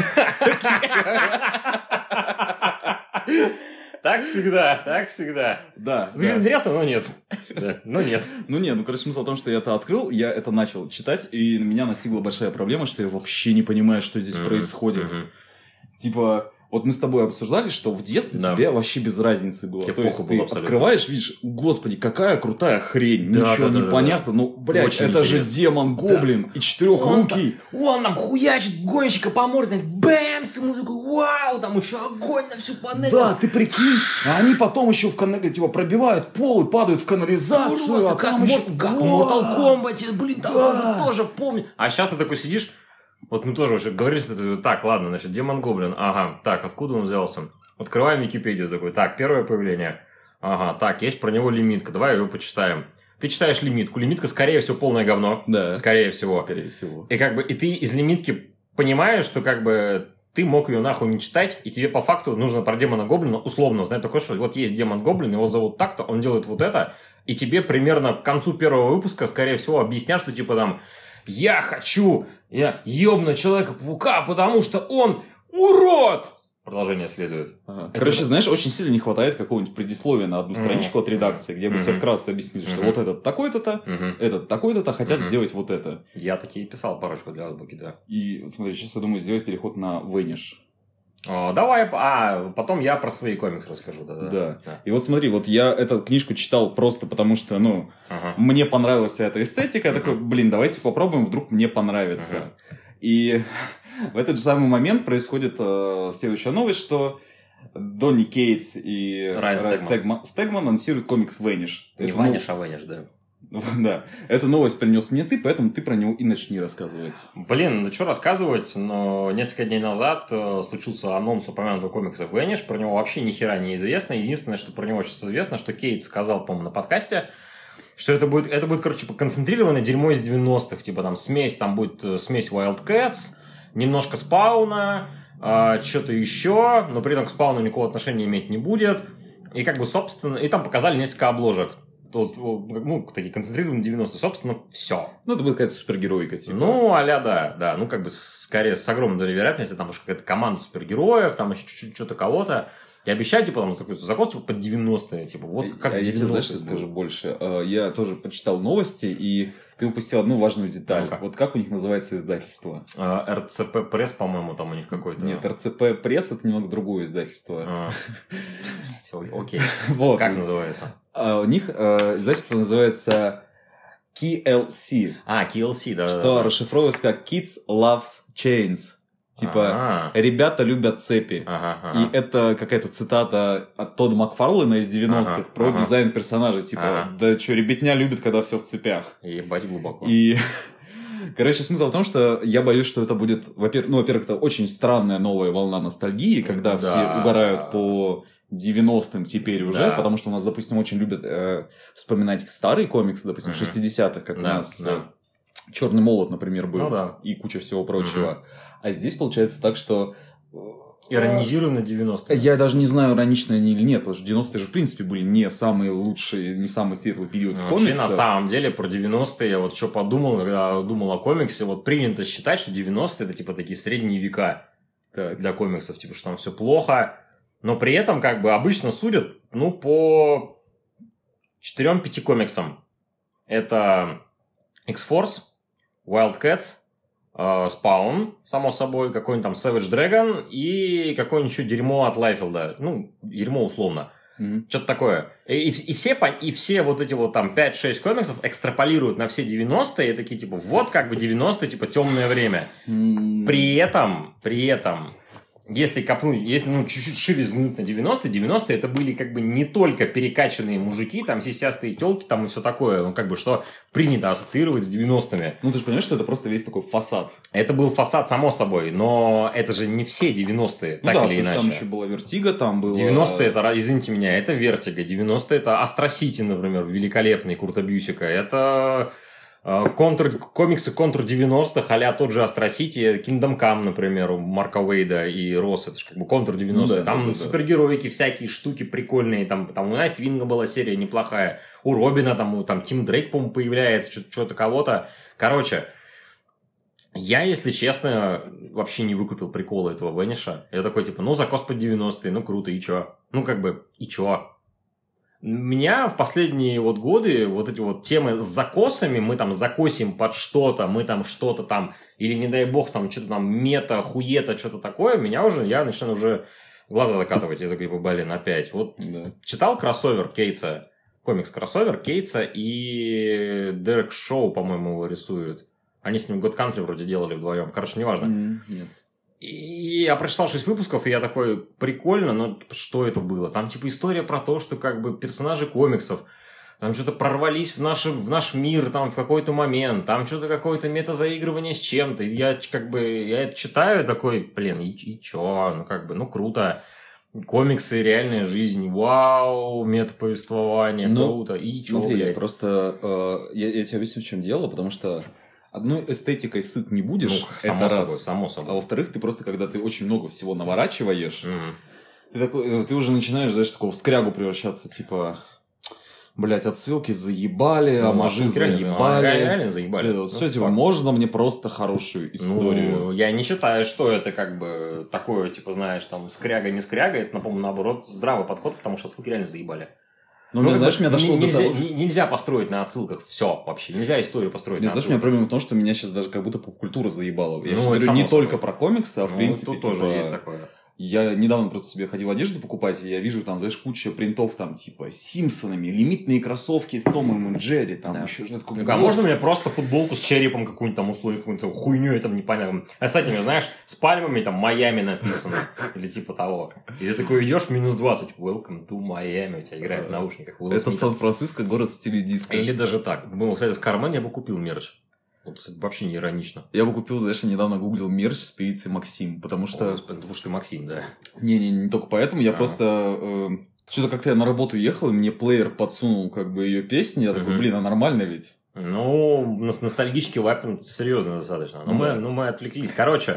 Speaker 1: Так всегда, так всегда.
Speaker 2: Да.
Speaker 1: Звучит интересно, но нет. Да, но нет.
Speaker 2: Ну нет, ну короче, смысл в том, что я это открыл, я это начал читать, и меня настигла большая проблема, что я вообще не понимаю, что здесь mm-hmm. происходит. Mm-hmm. Типа, вот мы с тобой обсуждали, что в детстве да. тебе вообще без разницы было. Тебе То есть ты абсолютно. Открываешь, видишь, господи, какая крутая хрень, да, ничего да, не да, понятно, да. ну, блядь, очень это интересно. Же Демон Гоблин да. и четырехрукий.
Speaker 1: Он, он нам хуячит гонщика по морде, бэмс, ему такой, вау, там еще огонь на всю панель.
Speaker 2: Да, ты прикинь, а они потом еще в канале, типа, пробивают пол и падают в канализацию. Просто,
Speaker 1: а как, еще... как в Mortal Kombat, блин, там да. тоже, тоже помню. А сейчас ты такой сидишь. Вот мы тоже уже говорили, что так, ладно, значит, Демон Гоблин, ага, так, откуда он взялся? Открываем Википедию такой, так, первое появление, ага, так, есть про него лимитка, давай его почитаем. Ты читаешь лимитку, лимитка, скорее всего, полное говно,
Speaker 2: да.
Speaker 1: скорее всего.
Speaker 2: Скорее всего.
Speaker 1: И как бы, и ты из лимитки понимаешь, что как бы ты мог ее нахуй не читать, и тебе по факту нужно про Демона Гоблина условно знать такое, что вот есть Демон Гоблин, его зовут так-то, он делает вот это, и тебе примерно к концу первого выпуска, скорее всего, объяснят, что типа там... Я хочу, я ёбну Человека-паука, потому что он урод! Продолжение следует.
Speaker 2: Ага. Короче, это... знаешь, очень сильно не хватает какого-нибудь предисловия на одну страничку mm-hmm. от редакции, где бы mm-hmm. себе вкратце объяснили, что mm-hmm. вот этот такой-то-то, mm-hmm. этот такой-то-то хотят mm-hmm. сделать вот это.
Speaker 1: Я такие писал парочку для азбуки, да.
Speaker 2: И, смотри, сейчас я думаю сделать переход на Vanish.
Speaker 1: О, давай, а потом я про свои комиксы расскажу. Да, да.
Speaker 2: да. да. И вот смотри, вот я эту книжку читал просто потому, что, ну, ага. мне понравилась эта эстетика. Я ага. такой, блин, давайте попробуем, вдруг мне понравится. Ага. И в этот же самый момент происходит э, следующая новость, что Донни Кейтс и
Speaker 1: Райан
Speaker 2: Райан
Speaker 1: Стегман.
Speaker 2: Стегман, Стегман анонсируют комикс Vanish.
Speaker 1: Не
Speaker 2: Это,
Speaker 1: Vanish,
Speaker 2: ну...
Speaker 1: а Vanish, да.
Speaker 2: Да, эту новость принес мне ты, поэтому ты про него и начни рассказывать.
Speaker 1: Блин, ну что рассказывать, но несколько дней назад э, случился анонс упомянутого комикса Vanish, про него вообще ни хера не известно. Единственное, что про него сейчас известно, что Кейт сказал, по-моему, на подкасте, что это будет, это будет, короче, концентрированное дерьмо из девяностых, типа там смесь, там будет смесь Wildcats, немножко Спауна, э, что-то еще, но при этом к Спауну никакого отношения иметь не будет. И как бы, собственно, и там показали несколько обложек. Вот, ну, такие концентрированные девяностые, собственно, все.
Speaker 2: Ну, это будет какая-то супергероика, типа.
Speaker 1: Ну, а-ля, да, да. Ну, как бы, скорее, с огромной долей вероятности, там, какая-то команда супергероев, там, еще чуть-чуть что-то кого-то. И обещать, типа, там, такую закоску под девяностые, типа, вот как
Speaker 2: а я тебе, знаешь, скажу больше. Я тоже почитал новости, и ты упустил одну важную деталь. Ну, вот как у них называется издательство?
Speaker 1: эр цэ пэ Пресс, по-моему, там у них какой-то.
Speaker 2: Нет, эр цэ пэ Пресс это немного другое издательство.
Speaker 1: Окей. Вот. Как называется?
Speaker 2: Uh, у них uh, издательство называется кей эл си.
Speaker 1: А, кей эл си, да.
Speaker 2: Что
Speaker 1: да, да.
Speaker 2: расшифровывается как Kids Loves Chains. Типа, А-а-а. ребята любят цепи.
Speaker 1: Ага, ага.
Speaker 2: И это какая-то цитата от Тодда Макфарлейна из девяностых ага, про ага. дизайн персонажей. Типа, ага. да что, ребятня любит, когда все в цепях.
Speaker 1: Ебать глубоко.
Speaker 2: И... Короче, смысл в том, что я боюсь, что это будет, во-первых, ну, во-первых, это очень странная новая волна ностальгии, когда да. все угорают по девяностым теперь уже, да. потому что у нас, допустим, очень любят э, вспоминать старые комиксы, допустим, uh-huh. шестидесятых, как да, у нас да. э, Черный молот, например, был,
Speaker 1: ну, да.
Speaker 2: и куча всего прочего. Uh-huh. А здесь получается так, что...
Speaker 1: Иронизируем на девяностые.
Speaker 2: Я даже не знаю, иронично они или нет, потому что девяностые же, в принципе, были не самые лучшие, не самый светлый период ну, в комиксах.
Speaker 1: Вообще, на самом деле, про девяностые я вот что подумал, когда думал о комиксе, вот принято считать, что девяностые это, типа, такие средние века так. для комиксов, типа, что там все плохо, но при этом, как бы, обычно судят, ну, по четырем-пяти комиксам. Это X-Force, Wildcats, Spawn, само собой, какой-нибудь там Savage Dragon и какое-нибудь еще дерьмо от Лайфилда. Ну, дерьмо условно. Mm-hmm. Что-то такое. И, и, и, все, и все вот эти вот там пять-шесть комиксов экстраполируют на все девяностые и такие, типа, вот как бы девяностые, типа, темное время. Mm-hmm. При этом, при этом если копнуть, если ну, чуть-чуть шире взглянуть на девяностые, девяностые это были как бы не только перекачанные мужики, там сисястые телки, там и все такое, ну как бы что принято ассоциировать с девяностыми.
Speaker 2: Ну ты же понимаешь, что это просто весь такой фасад.
Speaker 1: Это был фасад, само собой, но это же не все девяностые,
Speaker 2: ну,
Speaker 1: так
Speaker 2: да,
Speaker 1: или иначе.
Speaker 2: Там еще была Вертига, там было...
Speaker 1: девяностые, это, извините меня, это Вертига, девяностые это Астро Сити, например, великолепный Курта Бьюсика, это... Контр, комиксы контр девяностых, а-ля тот же Астро Сити, Kingdom Come, например, у Марка Уэйда и Росс, это же как бы контр девяностые. Ну, да, там да, супергероики, да. всякие штуки прикольные, там, там у Найтвинга была серия неплохая, у Робина там, там Тим Дрейк, по-моему, появляется, что-то кого-то. Короче, я, если честно, вообще не выкупил прикола этого Вэниша. Я такой, типа, ну, закос под девяностые, ну, круто, и чё? Ну, как бы, и чё? Меня в последние вот годы вот эти вот темы с закосами, мы там закосим под что-то, мы там что-то там, или не дай бог там что-то там мета, хуета, что-то такое, меня уже, я начинаю уже глаза закатывать, я такой, блин, опять. Вот да. Читал кроссовер Кейтса, комикс кроссовер Кейтса и Дерек Шоу, по-моему, его рисуют. Они с ним God Country вроде делали вдвоем, короче, неважно.
Speaker 2: Mm, нет.
Speaker 1: И я прочитал шесть выпусков, и я такой, прикольно, но что это было? Там типа история про то, что как бы персонажи комиксов там что-то прорвались в наш, в наш мир там в какой-то момент, там что-то какое-то метазаигрывание с чем-то. И я как бы, я это читаю, такой, блин, и, и чё? Ну как бы, ну круто. Комиксы, реальная жизнь, вау, метаповествование, ну, круто. И
Speaker 2: смотри,
Speaker 1: чё,
Speaker 2: просто э, я, я тебе объясню, в чем дело, потому что одной эстетикой сыт не будешь,
Speaker 1: ну, само
Speaker 2: это
Speaker 1: собой,
Speaker 2: раз.
Speaker 1: само собой.
Speaker 2: А во-вторых, ты просто, когда ты очень много всего наворачиваешь,
Speaker 1: mm.
Speaker 2: ты, такой, ты уже начинаешь, знаешь, такого в скрягу превращаться, типа, блять, отсылки заебали, ну, амажи заебали.
Speaker 1: Реально, реально заебали.
Speaker 2: Ну, все, типа, можно мне просто хорошую историю?
Speaker 1: Ну, я не считаю, что это как бы такое, типа, знаешь, там, скряга, не скряга, это, по-моему, наоборот, здравый подход, потому что отсылки реально заебали.
Speaker 2: Ну, ну, мне, знаешь, меня дошло
Speaker 1: нельзя,
Speaker 2: до того...
Speaker 1: Нельзя построить на отсылках все вообще. Нельзя историю построить
Speaker 2: мне,
Speaker 1: на
Speaker 2: знаешь,
Speaker 1: отсылках.
Speaker 2: Знаешь, у меня проблема в том, что меня сейчас даже как будто поп-культура заебала. Я
Speaker 1: ну,
Speaker 2: сейчас говорю не
Speaker 1: собой.
Speaker 2: только про комиксы, а в
Speaker 1: ну,
Speaker 2: принципе,
Speaker 1: тут
Speaker 2: типа...
Speaker 1: тоже есть такое.
Speaker 2: Я недавно просто себе ходил одежду покупать, и я вижу там, знаешь, куча принтов там, типа, с Симпсонами, лимитные кроссовки с Томом и Джерри, там, да. еще что-то такое.
Speaker 1: А можно мне просто футболку с черепом какую-нибудь там условию, какую-то хуйню там непонятно. А с этими, знаешь, с пальмами там Майами написано, или типа того. И ты такой идешь в минус двадцать, welcome to Miami, у тебя играет в наушниках.
Speaker 2: Это Сан-Франциско, город в стиле диска.
Speaker 1: Или даже так. Ну, кстати, с Кармен я бы купил мерч. Вот, кстати, вообще не иронично.
Speaker 2: Я бы купил, знаешь, я недавно гуглил мерч с певицей Максим, потому что...
Speaker 1: О, потому что ты Максим, да.
Speaker 2: Не-не, не только поэтому, я а. просто... Э, что-то как-то я на работу ехал, и мне плеер подсунул как бы ее песни, я такой, угу. блин, а нормально ведь?
Speaker 1: Ну, ностальгический вайп там серьезно достаточно. Но, ну, мы, да. ну, мы отвлеклись. Короче,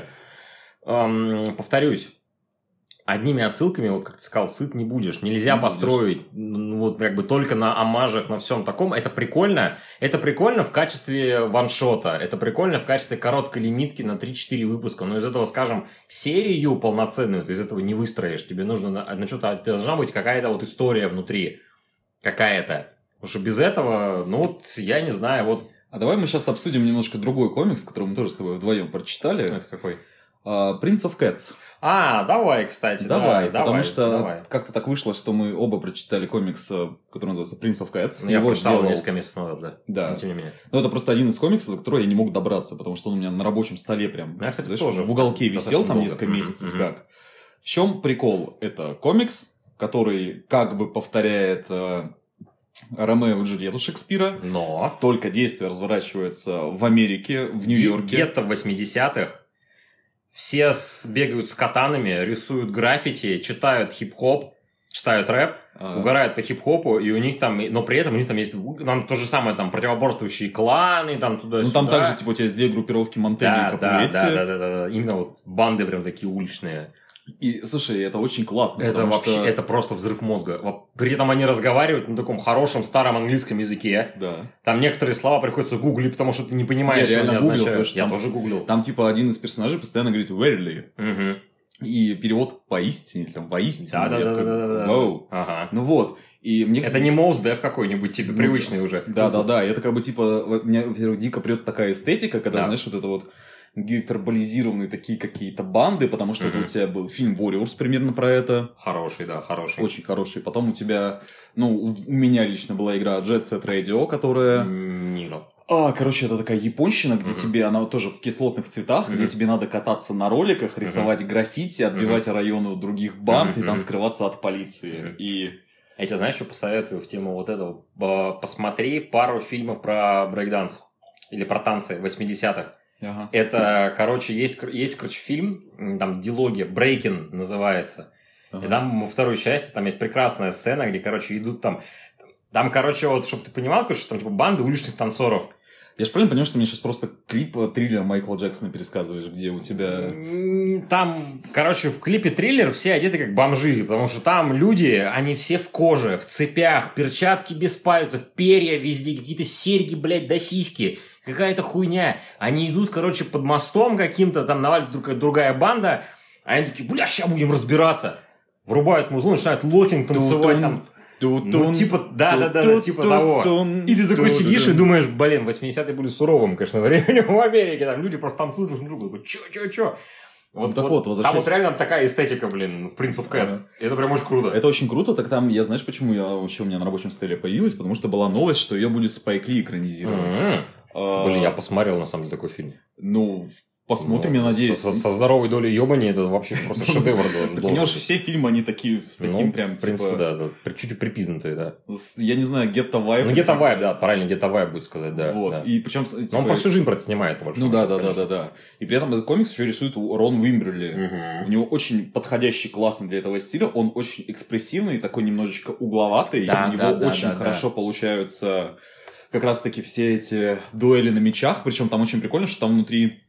Speaker 1: эм, повторюсь. Одними отсылками, вот как ты сказал, сыт не будешь. Нельзя не построить ну, вот как бы только на омажах, на всем таком. Это прикольно. Это прикольно в качестве ваншота. Это прикольно в качестве короткой лимитки на три-четыре выпуска. Но из этого, скажем, серию полноценную ты из этого не выстроишь. Тебе нужно на, на что-то, должна быть какая-то вот история внутри. Какая-то. Потому что без этого, ну вот, я не знаю, вот.
Speaker 2: А давай мы сейчас обсудим немножко другой комикс, который мы тоже с тобой вдвоем прочитали.
Speaker 1: Это какой?
Speaker 2: Uh, Prince of Cats.
Speaker 1: А, давай, кстати.
Speaker 2: Давай,
Speaker 1: да,
Speaker 2: потому
Speaker 1: давай,
Speaker 2: что
Speaker 1: давай.
Speaker 2: как-то так вышло, что мы оба прочитали комикс, который называется Prince of Cats.
Speaker 1: Я его прочитал сделал... несколько месяцев назад, да.
Speaker 2: Да.
Speaker 1: Но, тем не менее.
Speaker 2: Но это просто один из комиксов, до которого я не мог добраться, потому что он у меня на рабочем столе прям,
Speaker 1: я, кстати,
Speaker 2: знаешь,
Speaker 1: тоже
Speaker 2: в уголке висел там
Speaker 1: долго.
Speaker 2: несколько месяцев. Mm-hmm. Как. В чем прикол? Это комикс, который как бы повторяет... Э, Ромео и Джульетту Шекспира.
Speaker 1: Но.
Speaker 2: Только действие разворачивается в Америке, в Нью-Йорке.
Speaker 1: Где-то в восьмидесятых. Все с, бегают с катанами, рисуют граффити, читают хип-хоп, читают рэп, а. угорают по хип-хопу, и у них там, но при этом у них там есть там то же самое, там противоборствующие кланы, там туда-сюда.
Speaker 2: Ну там также типа у тебя есть две группировки Монтеги
Speaker 1: да,
Speaker 2: и Капулетти.
Speaker 1: Да, да, да, да, да, именно вот банды прям такие уличные.
Speaker 2: И, слушай, это очень классно.
Speaker 1: Это вообще,
Speaker 2: что...
Speaker 1: это просто взрыв мозга. При этом они разговаривают на таком хорошем старом английском языке.
Speaker 2: Да.
Speaker 1: Там некоторые слова приходится гуглить, потому что ты не понимаешь,
Speaker 2: я
Speaker 1: что они
Speaker 2: гуглил,
Speaker 1: означают. Я
Speaker 2: там,
Speaker 1: тоже гуглил.
Speaker 2: Там типа один из персонажей постоянно говорит «verily».
Speaker 1: Угу.
Speaker 2: И перевод «поистине» или там «воистине».
Speaker 1: Да, да, да, да, да, да.
Speaker 2: Вау.
Speaker 1: Ага.
Speaker 2: Ну вот. И мне,
Speaker 1: кстати, это не Mos Def какой-нибудь, типа, ну, привычный уже.
Speaker 2: Да, да, да. Это как бы типа, у меня, во-первых, дико прет такая эстетика, когда, да. знаешь, вот это вот гиперболизированные такие какие-то банды, потому что mm-hmm. это у тебя был фильм Warriors примерно про это.
Speaker 1: Хороший, да, хороший.
Speaker 2: Очень хороший. Потом у тебя, ну, у меня лично была игра Jet Set Radio, которая...
Speaker 1: Не играл.
Speaker 2: А, короче, это такая японщина, где
Speaker 1: Мгм.
Speaker 2: тебе, она вот тоже в кислотных цветах, где
Speaker 1: Мгм.
Speaker 2: тебе надо кататься на роликах, рисовать граффити, отбивать районы у других банд
Speaker 1: Мгм.
Speaker 2: и там
Speaker 1: Мгм.
Speaker 2: скрываться от полиции.
Speaker 1: Мгм.
Speaker 2: И...
Speaker 1: Я тебе, знаешь, что посоветую в тему вот этого? Э, Посмотри пару фильмов про брейкданс. Или про танцы восьмидесятых.
Speaker 2: Ага.
Speaker 1: Это, короче, есть, есть, короче, фильм, м, там, дилогия, Breaking называется. И
Speaker 2: Ага.
Speaker 1: там во второй части, там есть прекрасная сцена, где, короче, идут там... Там, короче, вот, чтобы ты понимал, короче, там, типа, банды уличных танцоров.
Speaker 2: Я же правильно понимаю, что ты мне сейчас просто клип э, триллер Майкла Джексона пересказываешь, где у тебя...
Speaker 1: М, Там, короче, в клипе триллер все одеты как бомжи, потому что там люди, они все в коже, в цепях, перчатки без пальцев, перья везде, какие-то серьги, блядь, до сиськи, какая-то хуйня. Они идут, короче, под мостом каким-то, там навалит друг- другая банда, а они такие, бля, сейчас будем разбираться. Врубают музло, начинают локинг танцевать там. Ну, типа, да-да-да, типа того. И ты такой сидишь и думаешь, блин, восьмидесятые были суровым, конечно, временем в Америке. Там люди просто танцуют друг с другом. Такой, чё, чё, чё? Вот,
Speaker 2: так
Speaker 1: вот,
Speaker 2: вот,
Speaker 1: там
Speaker 2: возвращаясь-
Speaker 1: вот реально такая эстетика, блин, в Prince of Cats.
Speaker 2: Ага.
Speaker 1: Это прям очень круто.
Speaker 2: Это очень круто, так там, я знаешь, почему я вообще у меня на рабочем столе появилась? Потому что была новость, что ее будет Спайк Ли экранизировать.
Speaker 1: М.
Speaker 2: А,
Speaker 1: Блин, я посмотрел, на самом деле, такой фильм.
Speaker 2: Ну, посмотрим,
Speaker 1: Ну,
Speaker 2: я надеюсь.
Speaker 1: Со, со здоровой долей ебани это вообще просто шедевр должен
Speaker 2: Так у него
Speaker 1: должен
Speaker 2: же
Speaker 1: быть.
Speaker 2: все фильмы, они такие, с таким
Speaker 1: Ну,
Speaker 2: прям,
Speaker 1: в принципе,
Speaker 2: типа...
Speaker 1: да, да, при- чуть-чуть припизнутые, да.
Speaker 2: с- Я не знаю, Get-to Vibe.
Speaker 1: Ну, где-то вайб, да, правильно, где-то вайб будет сказать, да.
Speaker 2: Вот,
Speaker 1: да.
Speaker 2: и причем...
Speaker 1: Но он про всю жизнь про это снимает, по
Speaker 2: Ну
Speaker 1: большому
Speaker 2: да,
Speaker 1: счету,
Speaker 2: да, да,
Speaker 1: конечно.
Speaker 2: да, да. И при этом этот комикс еще рисует Рон Уимберли.
Speaker 1: Мгм.
Speaker 2: У него очень подходящий, классный для этого стиля. Он очень экспрессивный, такой немножечко угловатый.
Speaker 1: Да,
Speaker 2: У него
Speaker 1: да, да,
Speaker 2: очень
Speaker 1: да,
Speaker 2: хорошо получаются как раз-таки все эти дуэли на мечах. Причем там очень прикольно, что там внутри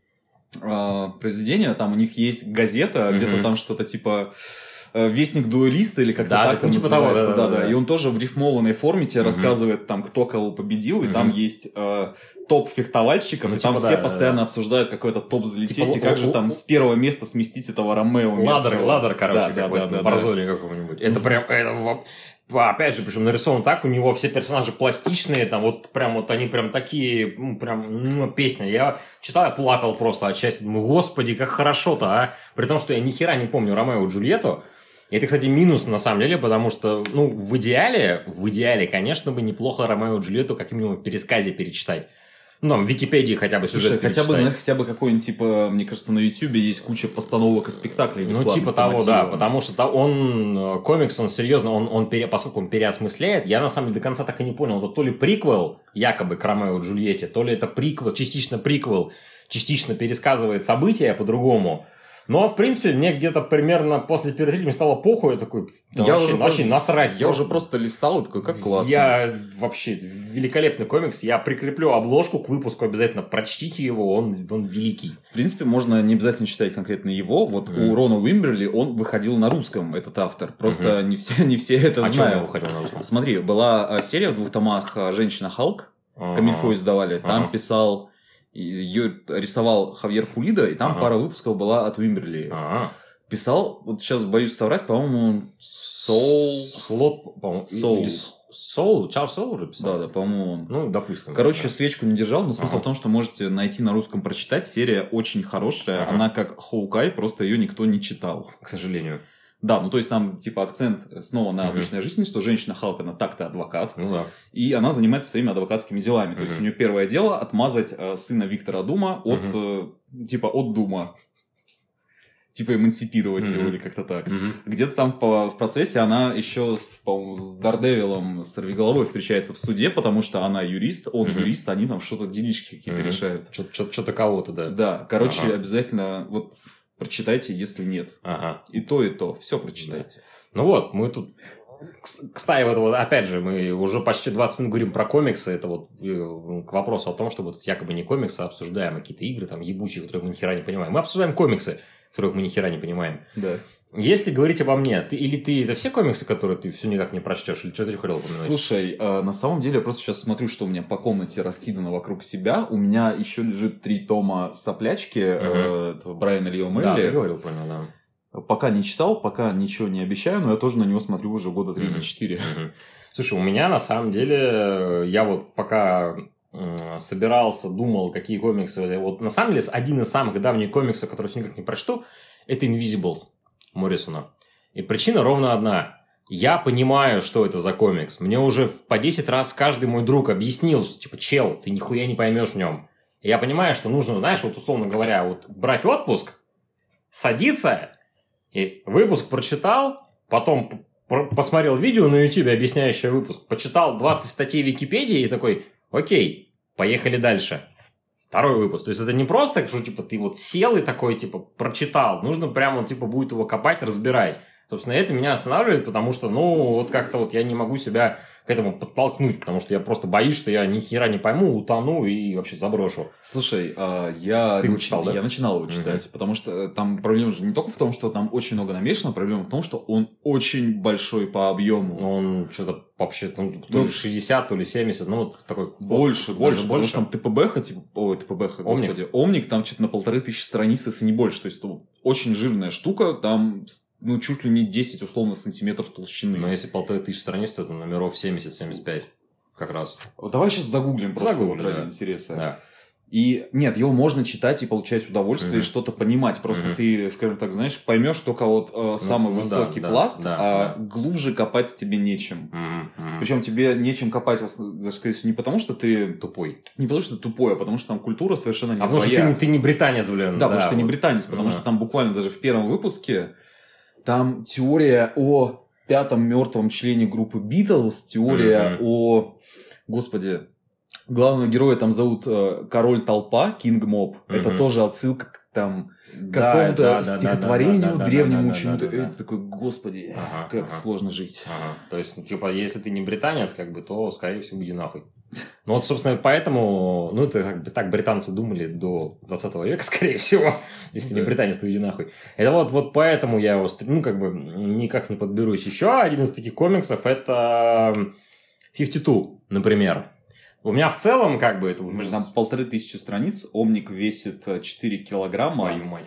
Speaker 2: э, произведения, там у них есть газета,
Speaker 1: Мгм.
Speaker 2: где-то там что-то типа э, Вестник дуэлиста или как-то
Speaker 1: Да,
Speaker 2: так
Speaker 1: да,
Speaker 2: там
Speaker 1: ну, типа того,
Speaker 2: называется.
Speaker 1: да, да,
Speaker 2: Да, да.
Speaker 1: да.
Speaker 2: И он тоже в рифмованной форме тебе
Speaker 1: Мгм.
Speaker 2: рассказывает, там, кто кого победил, и
Speaker 1: Мгм.
Speaker 2: там есть э, топ фехтовальщиков,
Speaker 1: Ну,
Speaker 2: и там
Speaker 1: типа,
Speaker 2: все
Speaker 1: да,
Speaker 2: постоянно
Speaker 1: да.
Speaker 2: обсуждают какой-то топ залететь,
Speaker 1: Типа,
Speaker 2: и как
Speaker 1: л-
Speaker 2: же
Speaker 1: л-
Speaker 2: там
Speaker 1: л-
Speaker 2: с первого места сместить этого Ромео
Speaker 1: Ладер,
Speaker 2: мерзкого.
Speaker 1: ладер, короче,
Speaker 2: Да, да,
Speaker 1: какой-то,
Speaker 2: да,
Speaker 1: на
Speaker 2: да,
Speaker 1: Варзоле какого-нибудь. Это прям, это, во- опять же, причем нарисован так, у него все персонажи пластичные, там вот прям вот они прям такие, ну, прям, ну, песня. Я читал, я плакал просто от счастья, думаю, господи, как хорошо-то, а? При том, что я ни хера не помню Ромео и Джульетту. И это, кстати, минус на самом деле, потому что, ну, в идеале, в идеале, конечно, бы неплохо Ромео и Джульетту как минимум в пересказе перечитать. Ну, там, в Википедии хотя бы
Speaker 2: Слушай,
Speaker 1: сюжет
Speaker 2: хотя бы,
Speaker 1: перечитать.
Speaker 2: знаешь, хотя бы какой-нибудь, типа, мне кажется, на Ютубе есть куча постановок и спектаклей
Speaker 1: Ну,
Speaker 2: бесплатных
Speaker 1: типа
Speaker 2: по
Speaker 1: того, да,
Speaker 2: мотивам.
Speaker 1: потому что та- он, э, комикс, он серьезно, он, он пере- поскольку он переосмысляет, я на самом деле до конца так и не понял, это то ли приквел, якобы к Ромео и Джульетте, то ли это приквел, частично приквел, частично пересказывает события по-другому. Но, в принципе, мне где-то примерно после перезрения стало похуй, я такой, да
Speaker 2: Я
Speaker 1: вообще,
Speaker 2: уже
Speaker 1: вообще
Speaker 2: просто-
Speaker 1: насрать.
Speaker 2: Я уже просто листал и такой, как классно.
Speaker 1: Я вообще, великолепный комикс, я прикреплю обложку к выпуску, обязательно прочтите его, он, он великий.
Speaker 2: В принципе, можно не обязательно читать конкретно его. Вот
Speaker 1: Мгм.
Speaker 2: у Рона Уимберли он выходил на русском, этот автор. Просто не, все, не все это
Speaker 1: А что он
Speaker 2: знают.
Speaker 1: выходил на русском?
Speaker 2: Смотри, была а, серия в двух томах а, «Женщина Халк». Камильфо издавали. Там
Speaker 1: Ага.
Speaker 2: писал, ее рисовал Хавьер Хулида, и там
Speaker 1: Ага.
Speaker 2: пара выпусков была от Уимберли.
Speaker 1: А,
Speaker 2: Писал, вот сейчас боюсь соврать, по-моему, Соул.
Speaker 1: Слот, по-моему.
Speaker 2: Soul.
Speaker 1: или С- Soul? Чарльз Соул уже писал?
Speaker 2: Да, да, по-моему, он.
Speaker 1: Ну, допустим.
Speaker 2: Короче,
Speaker 1: да.
Speaker 2: свечку не держал, но смысл
Speaker 1: Ага.
Speaker 2: в том, что можете найти на русском прочитать. Серия очень хорошая.
Speaker 1: Ага.
Speaker 2: Она как Хоукай, просто ее никто не читал.
Speaker 1: К сожалению.
Speaker 2: Да, ну то есть там типа акцент снова на
Speaker 1: Мгм.
Speaker 2: обычной жизни, что женщина Халк, она так-то адвокат.
Speaker 1: Ну да.
Speaker 2: И она занимается своими адвокатскими делами. То есть
Speaker 1: Мгм.
Speaker 2: у нее первое дело отмазать э, сына Виктора Дума от, э, типа, от Дума. Типа эмансипировать
Speaker 1: Мгм.
Speaker 2: его или как-то так.
Speaker 1: Мгм.
Speaker 2: Где-то там по, в процессе она еще, с, по-моему, с Дардевилом, с Сорвиголовой встречается в суде, потому что она юрист, он
Speaker 1: Мгм.
Speaker 2: юрист, они там что-то делишки какие-то
Speaker 1: Мгм.
Speaker 2: решают.
Speaker 1: Что- Что-то кого-то, да.
Speaker 2: Да, короче,
Speaker 1: Ага.
Speaker 2: обязательно вот прочитайте, если нет.
Speaker 1: Ага.
Speaker 2: И то, и то. Все прочитайте.
Speaker 1: Ну вот, мы тут... К- Кстати, вот, вот опять же, мы уже почти двадцать минут говорим про комиксы. Это вот э, к вопросу о том, что мы тут якобы не комиксы, а обсуждаем какие-то игры там ебучие, которые мы ни хера не понимаем. Мы обсуждаем комиксы, которых мы ни хера не понимаем.
Speaker 2: Да.
Speaker 1: Если говорить обо мне, ты, или ты это все комиксы, которые ты все никак не прочтешь, или что ты еще хотел упомянуть?
Speaker 2: Слушай, э, на самом деле я просто сейчас смотрю, что у меня по комнате раскидано вокруг себя. У меня еще лежит три тома соплячки э, этого Брайана Ли
Speaker 1: Да, ты
Speaker 2: О'Мелли.
Speaker 1: говорил про него, да.
Speaker 2: Пока не читал, пока ничего не обещаю, но я тоже на него смотрю уже года три или
Speaker 1: Мгм.
Speaker 2: четыре.
Speaker 1: Мгм. Слушай, у меня на самом деле, я вот пока м, собирался, думал, какие комиксы... Вот на самом деле, один из самых давних комиксов, который я никак не прочту, это Invisibles Моррисона. И причина ровно одна. я понимаю, что это за комикс. Мне уже по десять раз каждый мой друг объяснил, что, типа, чел, ты нихуя не поймешь в нем. И я понимаю, что нужно, знаешь, вот условно говоря, вот брать отпуск, садиться, и выпуск прочитал, потом посмотрел видео на YouTube, объясняющее выпуск, почитал двадцать статей в Википедии и такой, окей, поехали дальше. Второй выпуск. То есть это не просто, что типа ты вот сел и такой, типа, прочитал. Нужно прямо, типа, будет его копать, разбирать. Собственно, это меня останавливает, потому что, ну, вот как-то вот я не могу себя к этому подтолкнуть, потому что я просто боюсь, что я ни хера не пойму, утону и вообще заброшу.
Speaker 2: Слушай, я,
Speaker 1: Ты его
Speaker 2: нач...
Speaker 1: читал, да?
Speaker 2: я начинал его читать, mm-hmm. потому что там проблема же не только в том, что там очень много намешано, проблема в том, что он очень большой по объему.
Speaker 1: Он что-то вообще, ну, то ли шестьдесят, то ли семьдесят, ну, вот такой...
Speaker 2: Больше,
Speaker 1: вот,
Speaker 2: больше,
Speaker 1: больше.
Speaker 2: Потому что там ТПБХ, типа, ой, ТПБХ, господи, Омник, там что-то на полторы тысячи страниц, если не больше, то есть ну, очень жирная штука, там... ну, чуть ли не десять, условно, сантиметров толщины.
Speaker 1: Но если полторы тысячи страниц, то это номеров семьдесят-семьдесят пять. Как раз.
Speaker 2: Вот давай сейчас загуглим просто
Speaker 1: Загуглим,
Speaker 2: вот ради
Speaker 1: да.
Speaker 2: интереса.
Speaker 1: Да.
Speaker 2: И нет, его можно читать и получать удовольствие, mm-hmm. и что-то понимать. Просто mm-hmm. ты, скажем так, знаешь, поймешь только вот э, самый ну, высокий да, пласт, да, а да. глубже копать тебе нечем. Mm-hmm. Причем тебе нечем копать, даже сказать, не потому, что ты
Speaker 1: тупой.
Speaker 2: Не потому, что ты тупой, а потому что там культура совершенно не
Speaker 1: а твоя. А потому что ты, ты не британец, блин.
Speaker 2: Да, да потому что вот. ты не британец, потому mm-hmm. что там буквально даже в первом выпуске там теория о пятом мертвом члене группы Битлз, теория mm-hmm. о... Господи, главного героя там зовут э, Король Толпа, Кинг Моб. Mm-hmm. Это тоже отсылка к там,
Speaker 1: да,
Speaker 2: какому-то
Speaker 1: да,
Speaker 2: стихотворению
Speaker 1: да, да, да,
Speaker 2: древнему,
Speaker 1: да, да,
Speaker 2: чему-то.
Speaker 1: да, да, да.
Speaker 2: Это такой, господи,
Speaker 1: ага,
Speaker 2: как
Speaker 1: ага.
Speaker 2: сложно жить.
Speaker 1: Ага. То есть, ну, типа, если ты не британец, как бы, то, скорее всего, иди нахуй. Ну, вот, собственно, поэтому, ну, это как бы так британцы думали до двадцатого века, скорее всего. Если да. не британец, то иди нахуй. Это вот, вот поэтому я его, ну, как бы, никак не подберусь. Еще один из таких комиксов, это пятьдесят два, например. У меня в целом, как бы, это...
Speaker 2: Там полторы тысячи страниц, Омник весит четыре килограмма.
Speaker 1: Твою мать.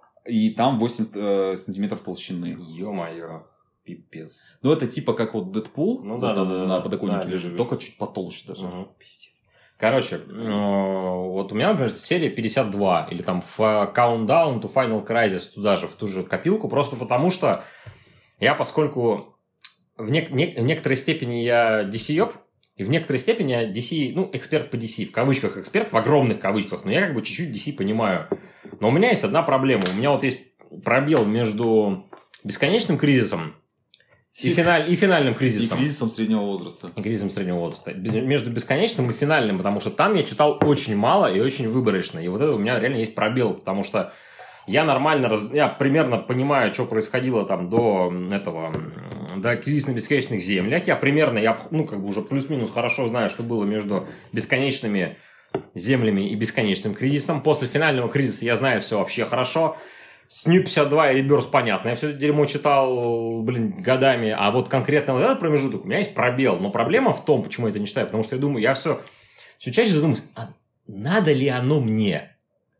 Speaker 2: И там восемь э, сантиметров толщины.
Speaker 1: Ё-моё. Пипец.
Speaker 2: Ну, это типа как вот Дэдпул.
Speaker 1: Ну,
Speaker 2: вот
Speaker 1: да, да,
Speaker 2: да,
Speaker 1: да.
Speaker 2: На подоконнике
Speaker 1: да,
Speaker 2: лежит. Только чуть потолще даже.
Speaker 1: Угу. Пиздец. Короче, вот у меня, например, серия пятьдесят два. Или там в Countdown to Final Crisis туда же, в ту же копилку. Просто потому что я, поскольку в, не- не- в некоторой степени я ди си-ёб, и в некоторой степени я ди си, ну, эксперт по ди си, в кавычках эксперт, в огромных кавычках, но я как бы чуть-чуть ди си понимаю. Но у меня есть одна проблема. У меня вот есть пробел между бесконечным кризисом и, финаль... и финальным кризисом.
Speaker 2: И кризисом среднего возраста.
Speaker 1: И кризисом среднего возраста. Между бесконечным и финальным, потому что там я читал очень мало и очень выборочно. И вот это у меня реально есть пробел, потому что я нормально, раз... я примерно понимаю, что происходило там до этого, до кризиса на бесконечных землях. Я примерно, я, ну, как бы уже плюс-минус хорошо знаю, что было между бесконечными землями и бесконечным кризисом. После финального кризиса я знаю все вообще хорошо. С Нью пятьдесят два и Реберс понятно. Я все это дерьмо читал, блин, годами. А вот конкретно вот этот промежуток у меня есть пробел. Но проблема в том, почему я это не читаю. Потому что я думаю, я все, все чаще задумываюсь, а надо ли оно мне?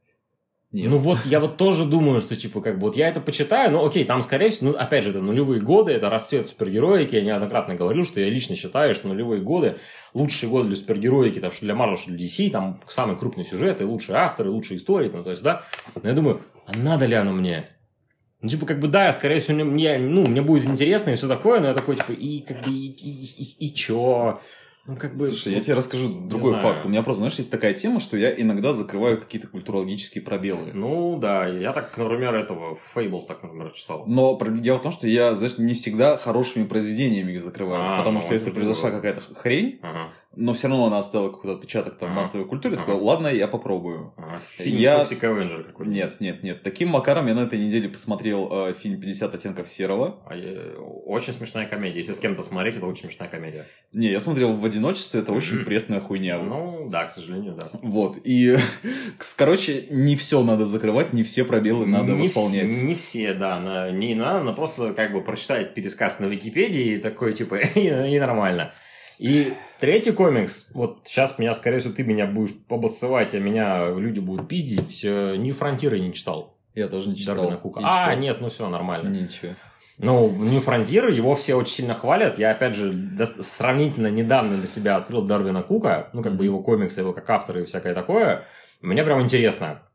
Speaker 1: Нет. Ну вот, я вот тоже думаю, что, типа, как бы, вот я это почитаю, ну, окей, там, скорее всего, ну, опять же, это нулевые годы, это расцвет супергероики, я неоднократно говорил, что я лично считаю, что нулевые годы, лучшие годы для супергероики, там, что для Marvel, что для ди си, там, самый крупный сюжет, и лучшие авторы, лучшие истории, там, то есть, да, но я думаю, а надо ли оно мне? Ну, типа, как бы, да, скорее всего, мне, ну, мне будет интересно и все такое, но я такой, типа, и, как бы, и, и, и, и чё? Ну, как бы...
Speaker 2: Слушай, я тебе расскажу другой
Speaker 1: знаю.
Speaker 2: факт. У меня просто, знаешь, есть такая тема, что я иногда закрываю какие-то культурологические пробелы.
Speaker 1: Ну, да, я так, например, этого, Fables так, например, читал.
Speaker 2: Но дело в том, что я, знаешь, не всегда хорошими произведениями их закрываю.
Speaker 1: А,
Speaker 2: потому
Speaker 1: ну,
Speaker 2: что если произошла какая-то хрень,
Speaker 1: ага.
Speaker 2: но все равно она оставила какой-то отпечаток там,
Speaker 1: ага.
Speaker 2: массовой культуре,
Speaker 1: ага.
Speaker 2: такой, ладно, я попробую.
Speaker 1: Ага. Фильм
Speaker 2: я...
Speaker 1: Toxic Avenger какой-то.
Speaker 2: Нет, нет, нет. Таким макаром я на этой неделе посмотрел э, фильм «пятьдесят оттенков серого».
Speaker 1: А я... Очень смешная комедия. Если с кем-то смотреть, это очень смешная комедия.
Speaker 2: Не, я смотрел в одиночестве, это очень пресная хуйня.
Speaker 1: Ну, да, к сожалению, да.
Speaker 2: Вот, и, короче, не все надо закрывать, не все пробелы надо
Speaker 1: не
Speaker 2: восполнять.
Speaker 1: Вс- не все, да, не надо, но просто как бы прочитать пересказ на Википедии и такой, типа, и, и нормально. И третий комикс, вот сейчас меня, скорее всего, ты меня будешь обоссывать, а меня люди будут пиздить, New Frontier я не читал.
Speaker 2: Я тоже не читал.
Speaker 1: Дарвина Кука. А, нет, ну все, нормально.
Speaker 2: Ничего.
Speaker 1: Ну, New Frontier, его все очень сильно хвалят. Я, опять же, до- сравнительно недавно для себя открыл Дарвина Кука, ну, как mm-hmm. бы его комиксы, его как автор и всякое такое. Мне прям интересно.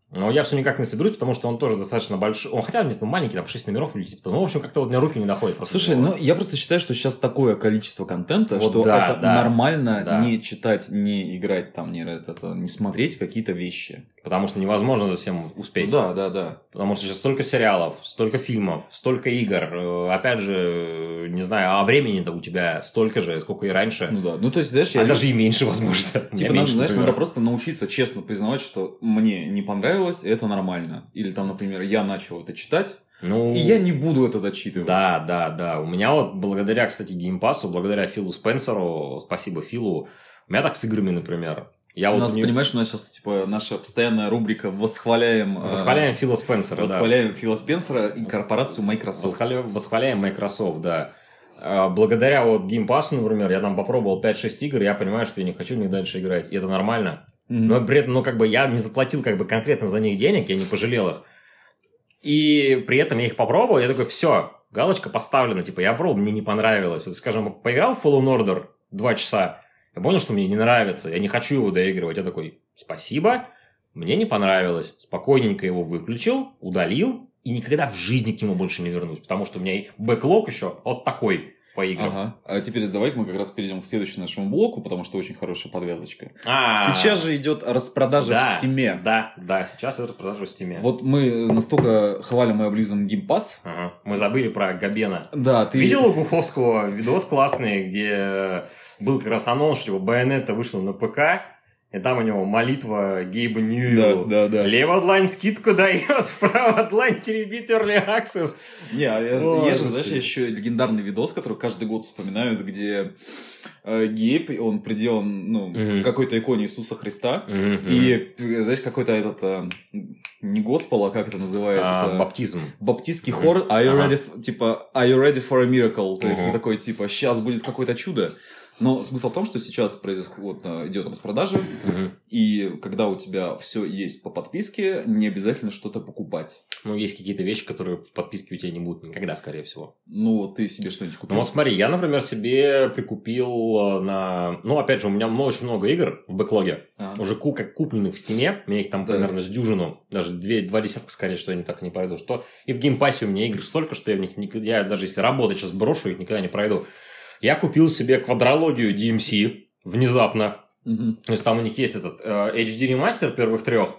Speaker 1: Но я все никак не соберусь, потому что он тоже достаточно большой. Он хотя бы маленький, там шесть номеров или типа. Ну, в общем, как-то вот у меня руки не доходят.
Speaker 2: Слушай, ну я просто считаю, что сейчас такое количество контента, вот что да, это да, нормально да. не читать, не играть, там, не, это, не смотреть какие-то вещи.
Speaker 1: Потому что невозможно за всем успеть.
Speaker 2: Да, да, да.
Speaker 1: Потому что сейчас столько сериалов, столько фильмов, столько игр. Опять же, не знаю, а времени-то у тебя столько же, сколько и раньше.
Speaker 2: Ну да, ну то есть, знаешь,
Speaker 1: а
Speaker 2: я...
Speaker 1: даже и меньше, возможно.
Speaker 2: Типа, надо, знаешь, надо просто научиться честно признавать, что мне не понравилось, и это нормально. Или там, например, я начал это читать, ну, и я не буду это дочитывать.
Speaker 1: Да, да, да. У меня вот благодаря, кстати, геймпассу, благодаря Филу Спенсеру, спасибо Филу, у меня так с играми, например. Я
Speaker 2: у
Speaker 1: вот
Speaker 2: нас,
Speaker 1: не...
Speaker 2: понимаешь, у нас сейчас, типа, наша постоянная рубрика «Восхваляем...»
Speaker 1: Восхваляем э... Фила Спенсера,
Speaker 2: Восхваляем
Speaker 1: да.
Speaker 2: Фила Спенсера и корпорацию Microsoft.
Speaker 1: Восхваляем, восхваляем Microsoft, да. Благодаря вот геймпассу, например, я там попробовал пять-шесть игр, я понимаю, что я не хочу в них дальше играть, и это нормально. Mm-hmm. Но при этом, ну, как бы, я не заплатил, как бы, конкретно за них денег, я не пожалел их. И при этом я их попробовал, я такой, все, галочка поставлена, типа, я пробовал, мне не понравилось. Вот, скажем, поиграл в Fallen Order два часа, я понял, что мне не нравится, я не хочу его доигрывать. Я такой, спасибо, мне не понравилось. Спокойненько его выключил, удалил, и никогда в жизни к нему больше не вернусь, потому что у меня бэклог еще вот такой по играм.
Speaker 2: Ага. А теперь давай мы как раз перейдем к следующему нашему блоку, потому что очень хорошая подвязочка.
Speaker 1: А-а-а.
Speaker 2: Сейчас же идет распродажа
Speaker 1: да,
Speaker 2: в Стиме.
Speaker 1: Да, да, сейчас идет распродажа в Стиме.
Speaker 2: Вот мы настолько хвалим и облизываем геймпасс.
Speaker 1: Ага. Мы забыли про Габена.
Speaker 2: Да, ты...
Speaker 1: Видел у Гуфовского видос классный, где был как раз анонс, что Байонетта вышла на ПК, и там у него молитва Гейба Ньюэлла.
Speaker 2: Да, да, да.
Speaker 1: Левая длань скидку дает, правая длань теребит Early Access.
Speaker 2: Не, а О, есть же, знаешь, еще легендарный видос, который каждый год вспоминают, где э, Гейб, он приделан, ну, mm-hmm. к какой-то иконе Иисуса Христа, mm-hmm. и, знаешь, какой-то этот, э, не госпел, а как это называется?
Speaker 1: А, баптизм.
Speaker 2: Баптистский mm-hmm. хор, are you ага. ready, типа, are you ready for a miracle? То mm-hmm. есть, такой, типа, сейчас будет какое-то чудо. Но смысл в том, что сейчас происходит, идет распродажа, угу. и когда у тебя все есть по подписке, не обязательно что-то покупать.
Speaker 1: Ну, есть какие-то вещи, которые в подписке у тебя не будут никогда, скорее всего.
Speaker 2: Ну, ты себе что-нибудь купил?
Speaker 1: Ну, вот смотри, я, например, себе прикупил на... Ну, опять же, у меня очень много игр в бэклоге, а. уже ку- как купленных в Стиме, у меня их там да. примерно с дюжину, даже две, два десятка, скорее, что я не так и не пройду. Что... И в геймпассе у меня игр столько, что я в них никогда... Я даже если работать сейчас брошу, их никогда не пройду. Я купил себе квадрологию ди эм си внезапно. Mm-hmm. То есть там у них есть этот э, эйч ди ремастер первых трех.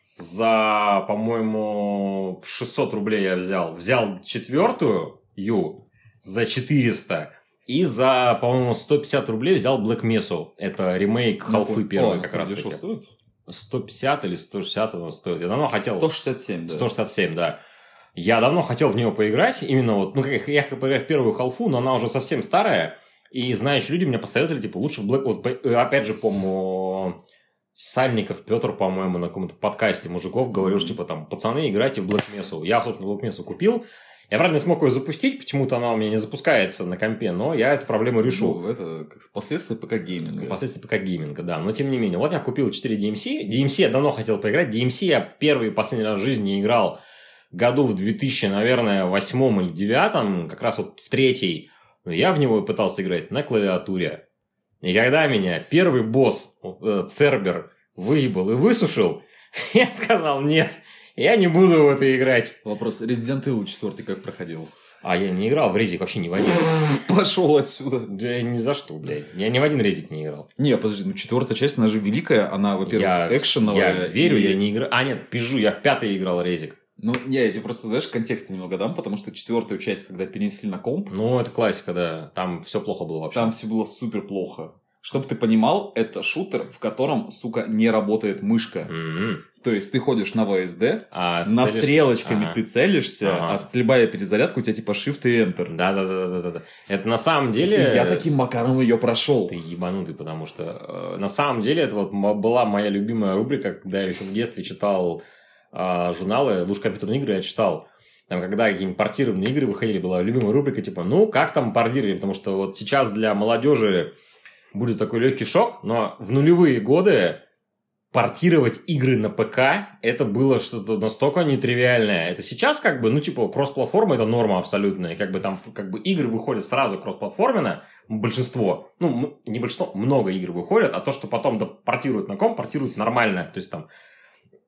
Speaker 1: За, по-моему, шестьсот рублей я взял. Взял четвертую Ю за четыреста. И за, по-моему, сто пятьдесят рублей взял Black Mesa. Это ремейк халфы ну, первой, как раз таки.
Speaker 2: Стоит?
Speaker 1: сто пятьдесят или сто шестьдесят он стоит. Я давно хотел...
Speaker 2: сто шестьдесят семь, да.
Speaker 1: сто шестьдесят семь, да. Я давно хотел в нее поиграть, именно вот, ну, как я хотел поиграть в первую халфу, но она уже совсем старая, и знающие люди мне посоветовали, типа, лучше в Black... Вот, опять же, помню, Сальников Петр, по-моему, на каком-то подкасте мужиков говорил, что, типа, там, пацаны, играйте в Black Mesa. Я, собственно, Black Mesa купил. Я, правда, не смог ее запустить, почему-то она у меня не запускается на компе, но я эту проблему решу.
Speaker 2: Ну, это как последствия ПК-гейминга.
Speaker 1: Последствия ПК-гейминга, да. Но, тем не менее, вот я купил четыре ди эм си. ди эм си я давно хотел поиграть. ди эм си я первый и последний раз в жизни не играл году в две тысячи, наверное, восьмом или девятом, как раз вот в третий, я в него пытался играть на клавиатуре. И когда меня первый босс, Цербер, выебал и высушил, я сказал, нет, я не буду в это играть.
Speaker 2: Вопрос, Resident Evil четыре как проходил?
Speaker 1: А я не играл в резик вообще ни в один.
Speaker 2: Пошел отсюда.
Speaker 1: Да ни за что, блядь. Я ни в один резик не играл.
Speaker 2: Не, подожди, ну четвертая часть, она же великая, она, во-первых, я, экшеновая.
Speaker 1: Я верю, и... я не играл. А, нет, пижу, я в пятой играл резик.
Speaker 2: Ну, не, я тебе просто, знаешь, контекста немного дам, потому что четвертую часть, когда перенесли на комп...
Speaker 1: Ну, это классика, да. Там все плохо было вообще.
Speaker 2: Там все было супер плохо. Чтобы ты понимал, это шутер, в котором, сука, не работает мышка. Mm-hmm. То есть, ты ходишь на вэ эс дэ, а, на целишь... стрелочками ага. ты целишься, ага. а стрельба и перезарядка у тебя типа Shift и Enter.
Speaker 1: Да-да-да. Это на самом деле...
Speaker 2: И я таким макаром ее прошел.
Speaker 1: Ты ебанутый, потому что э, на самом деле это вот была моя любимая рубрика, когда я еще в детстве читал э, журналы «Лучшие компьютерные игры», я читал. Там, когда какие-нибудь портированные игры выходили, была любимая рубрика, типа, ну, как там портировали? Потому что вот сейчас для молодежи будет такой легкий шок, но в нулевые годы портировать игры на ПК, это было что-то настолько нетривиальное. Это сейчас как бы, ну, типа, кросс-платформа это норма абсолютная. Как бы там, как бы игры выходят сразу кросс-платформенно, большинство, ну, не большинство, много игр выходят, а то, что потом портируют на ком, портируют нормально. То есть там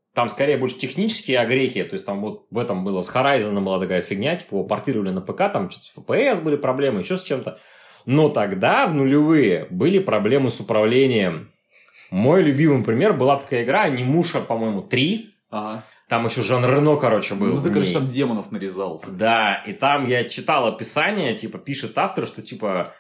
Speaker 1: там скорее больше технические огрехи, то есть там вот в этом было с Horizon была такая фигня, типа его портировали на ПК, там что-то с эф пи эс были проблемы, еще с чем-то. Но тогда, в нулевые, были проблемы с управлением. Мой любимый пример была такая игра, Анимуша, по-моему, три.
Speaker 2: Ага.
Speaker 1: Там еще Жан Рено, короче, был.
Speaker 2: Ну, ты, короче, там демонов нарезал.
Speaker 1: Да, и там я читал описание, типа, пишет автор, что, типа,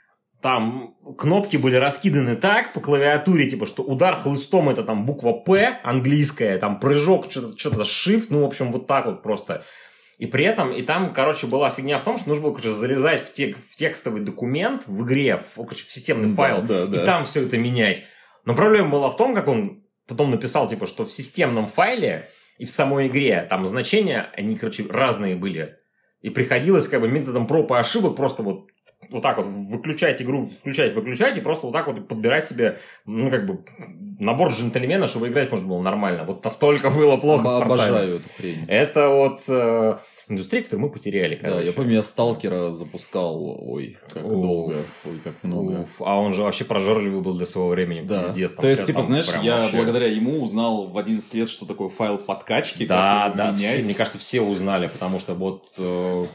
Speaker 1: там кнопки были раскиданы так по клавиатуре, типа, что удар хлыстом это там буква П английская, там прыжок, что-то, что-то Shift, ну, в общем, вот так вот просто. И при этом, и там, короче, была фигня в том, что нужно было, короче, залезать в, тек, в текстовый документ в игре, в, короче, в системный
Speaker 2: да,
Speaker 1: файл,
Speaker 2: да, да.
Speaker 1: и там все это менять. Но проблема была в том, как он потом написал, типа, что в системном файле и в самой игре там значения, они, короче, разные были. И приходилось, как бы, методом проб и ошибок просто вот вот так вот выключать игру, включать, выключать, и просто вот так вот подбирать себе, ну, как бы, набор джентльмена, чтобы играть можно было нормально. Вот настолько было плохо с портами.
Speaker 2: Обожаю эту хрень.
Speaker 1: Это вот э, индустрия, которую мы потеряли, короче.
Speaker 2: Да, я помню, я Сталкера запускал, ой, как Уф. долго, ой, как много.
Speaker 1: Уф. А он же вообще прожорливый был для своего времени,
Speaker 2: да.
Speaker 1: пиздец. Там,
Speaker 2: то есть, типа,
Speaker 1: там
Speaker 2: знаешь, я
Speaker 1: вообще...
Speaker 2: благодаря ему узнал в одиннадцать лет, что такое файл подкачки,
Speaker 1: да,
Speaker 2: как
Speaker 1: да,
Speaker 2: его менять.
Speaker 1: Все, мне кажется, все узнали, потому что вот... Э,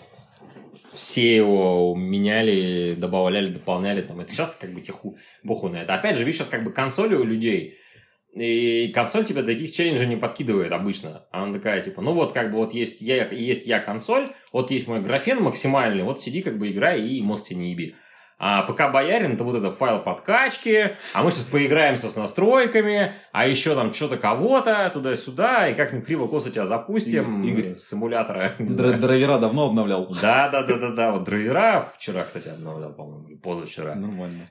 Speaker 1: все его меняли, добавляли, дополняли. Там. Это сейчас как бы теху, похуй на это. Опять же, видишь, сейчас как бы консоли у людей. И консоль тебе таких челленджей не подкидывает обычно. Она такая, типа, ну вот как бы вот есть я, есть я консоль, вот есть мой графен максимальный, вот сиди как бы играй и мозг тебе не еби. А ПК Боярин это вот это файл подкачки, а мы сейчас поиграемся с настройками, а еще там что-то кого-то туда-сюда, и как-нибудь криво-косо тебя запустим.
Speaker 2: И, Игорь,
Speaker 1: с эмулятора.
Speaker 2: Др- драйвера давно обновлял.
Speaker 1: Да, да, да, да, да. Вот драйвера вчера, кстати, обновлял, по-моему, или позавчера.
Speaker 2: Нормально.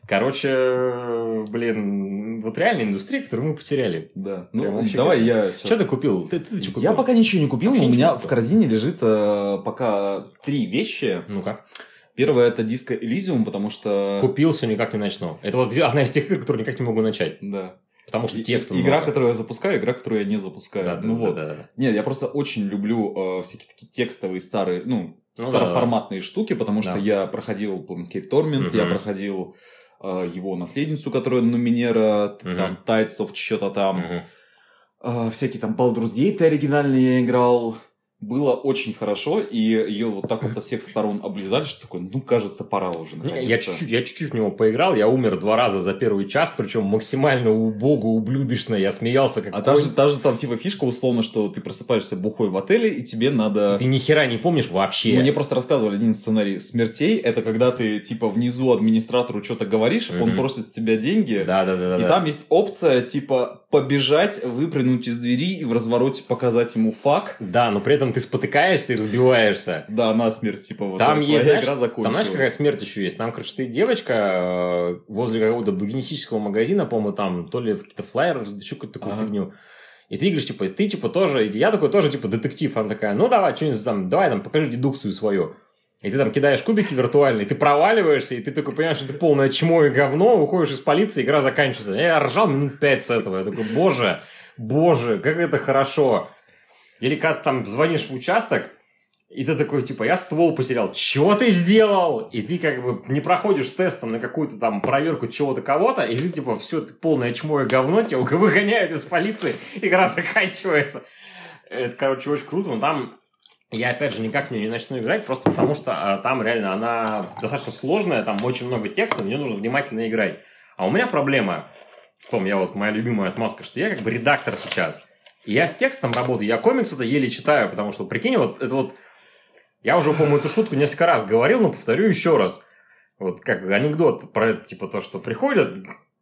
Speaker 1: Короче, блин, вот реально индустрия, которую мы потеряли.
Speaker 2: Да. Ну, давай
Speaker 1: как...
Speaker 2: я
Speaker 1: сейчас... Что ты купил? Ты, ты что купил?
Speaker 2: Я пока ничего не купил,
Speaker 1: Вообще
Speaker 2: но у меня
Speaker 1: в
Speaker 2: корзине лежит э, пока три вещи.
Speaker 1: Ну-ка.
Speaker 2: Первое это Disco Elysium, потому что...
Speaker 1: Купил, все никак не начну. Это вот одна из тех игр, которые никак не могу начать.
Speaker 2: Да.
Speaker 1: Потому что текст
Speaker 2: Игра, много. Которую я запускаю, игра, которую я не запускаю.
Speaker 1: Да,
Speaker 2: ну
Speaker 1: да,
Speaker 2: вот.
Speaker 1: Да, да, да.
Speaker 2: Нет, я просто очень люблю э, всякие такие текстовые старые, ну,
Speaker 1: ну
Speaker 2: староформатные
Speaker 1: да, да.
Speaker 2: штуки, потому
Speaker 1: да.
Speaker 2: что я проходил Planescape Torment, угу. я проходил э, его наследницу, которая Numenera, угу. там Tides of что-то там, угу. э, всякие там Baldur's Gate оригинальные я играл. Было очень хорошо, и ее вот так вот со всех сторон облизали, что такое, ну, кажется, пора уже.
Speaker 1: Я чуть-чуть, я чуть-чуть в него поиграл, я умер два раза за первый час, причем максимально убого, ублюдочно, я смеялся как...
Speaker 2: А та же, та же там типа фишка условно, что ты просыпаешься бухой в отеле, и тебе надо...
Speaker 1: И ты ни хера не помнишь вообще.
Speaker 2: Мне просто рассказывали один сценарий смертей, это когда ты типа внизу администратору что-то говоришь, mm-hmm. он просит с тебя деньги,
Speaker 1: да-да-да,
Speaker 2: и там есть опция типа побежать, выпрыгнуть из двери и в развороте показать ему фак.
Speaker 1: Да, но при этом ты спотыкаешься и разбиваешься.
Speaker 2: Да, насмерть, типа, вот
Speaker 1: там есть, знаешь,
Speaker 2: игра закончилась.
Speaker 1: Там знаешь, какая смерть еще есть? Там, короче, стоит девочка возле какого-то букинистического магазина, по-моему, там то ли какие-то флайеры, еще какую-то такую ага. фигню. И ты говоришь, типа, ты, типа, тоже, и я такой тоже, типа, детектив. Она такая, ну, давай, что-нибудь там, давай, там, покажи дедукцию свою. И ты там кидаешь кубики виртуальные, ты проваливаешься, и ты такой понимаешь, что ты полное чмо и говно, уходишь из полиции, игра заканчивается. Я ржал минут пять с этого. Я такой, боже, боже, как это хорошо. Или когда ты там звонишь в участок, и ты такой, типа, я ствол потерял. Чего ты сделал? И ты как бы не проходишь тестом на какую-то там проверку чего-то кого-то, и ты, типа, все полное чмо и говно, тебя выгоняют из полиции, игра заканчивается. Это, короче, очень круто, но там я, опять же, никак в нее не начну играть, просто потому что а, там реально она достаточно сложная, там очень много текста, в нее нужно внимательно играть. А у меня проблема в том, я вот, моя любимая отмазка, что я как бы редактор сейчас. И я с текстом работаю, я комиксы-то еле читаю, потому что, прикинь, вот это вот... Я уже, по-моему, эту шутку несколько раз говорил, но повторю еще раз. Вот как анекдот про это, типа то, что приходит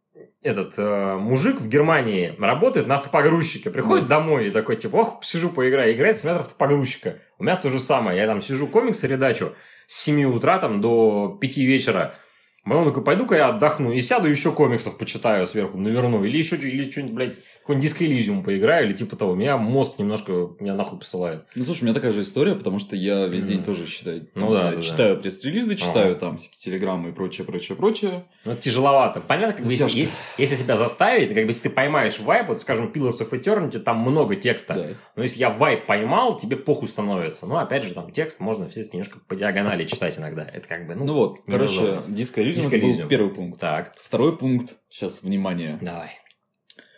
Speaker 1: этот э, мужик в Германии, работает на автопогрузчике, приходит да. домой и такой, типа, ох, сижу поиграю, играет симулятор автопогрузчика. У меня то же самое, я там сижу комиксы редачу с семи утра там до пяти вечера. Он такой, пойду-ка я отдохну и сяду еще комиксов почитаю сверху, наверну. Или еще или что-нибудь, блядь, какой-нибудь Disco Elysium поиграю, или типа того. Меня мозг немножко, меня нахуй посылает.
Speaker 2: Ну, слушай, у меня такая же история, потому что я весь день mm. тоже считаю.
Speaker 1: Ну, да, да,
Speaker 2: читаю
Speaker 1: да.
Speaker 2: пресс-релизы, читаю ага. там всякие телеграммы и прочее, прочее, прочее.
Speaker 1: Ну, это тяжеловато. Понятно, как бы, если, если, если себя заставить, как бы, если ты поймаешь вайп, вот, скажем, Pillars of Eternity, там много текста. Да. Но если я вайп поймал, тебе похуй становится. Ну, опять же, там текст можно все немножко по диагонали читать иногда. Это как бы, ну...
Speaker 2: Ну вот, короче, Disco Elysium был первый пункт.
Speaker 1: Так.
Speaker 2: Второй пункт, сейчас, внимание.
Speaker 1: Давай.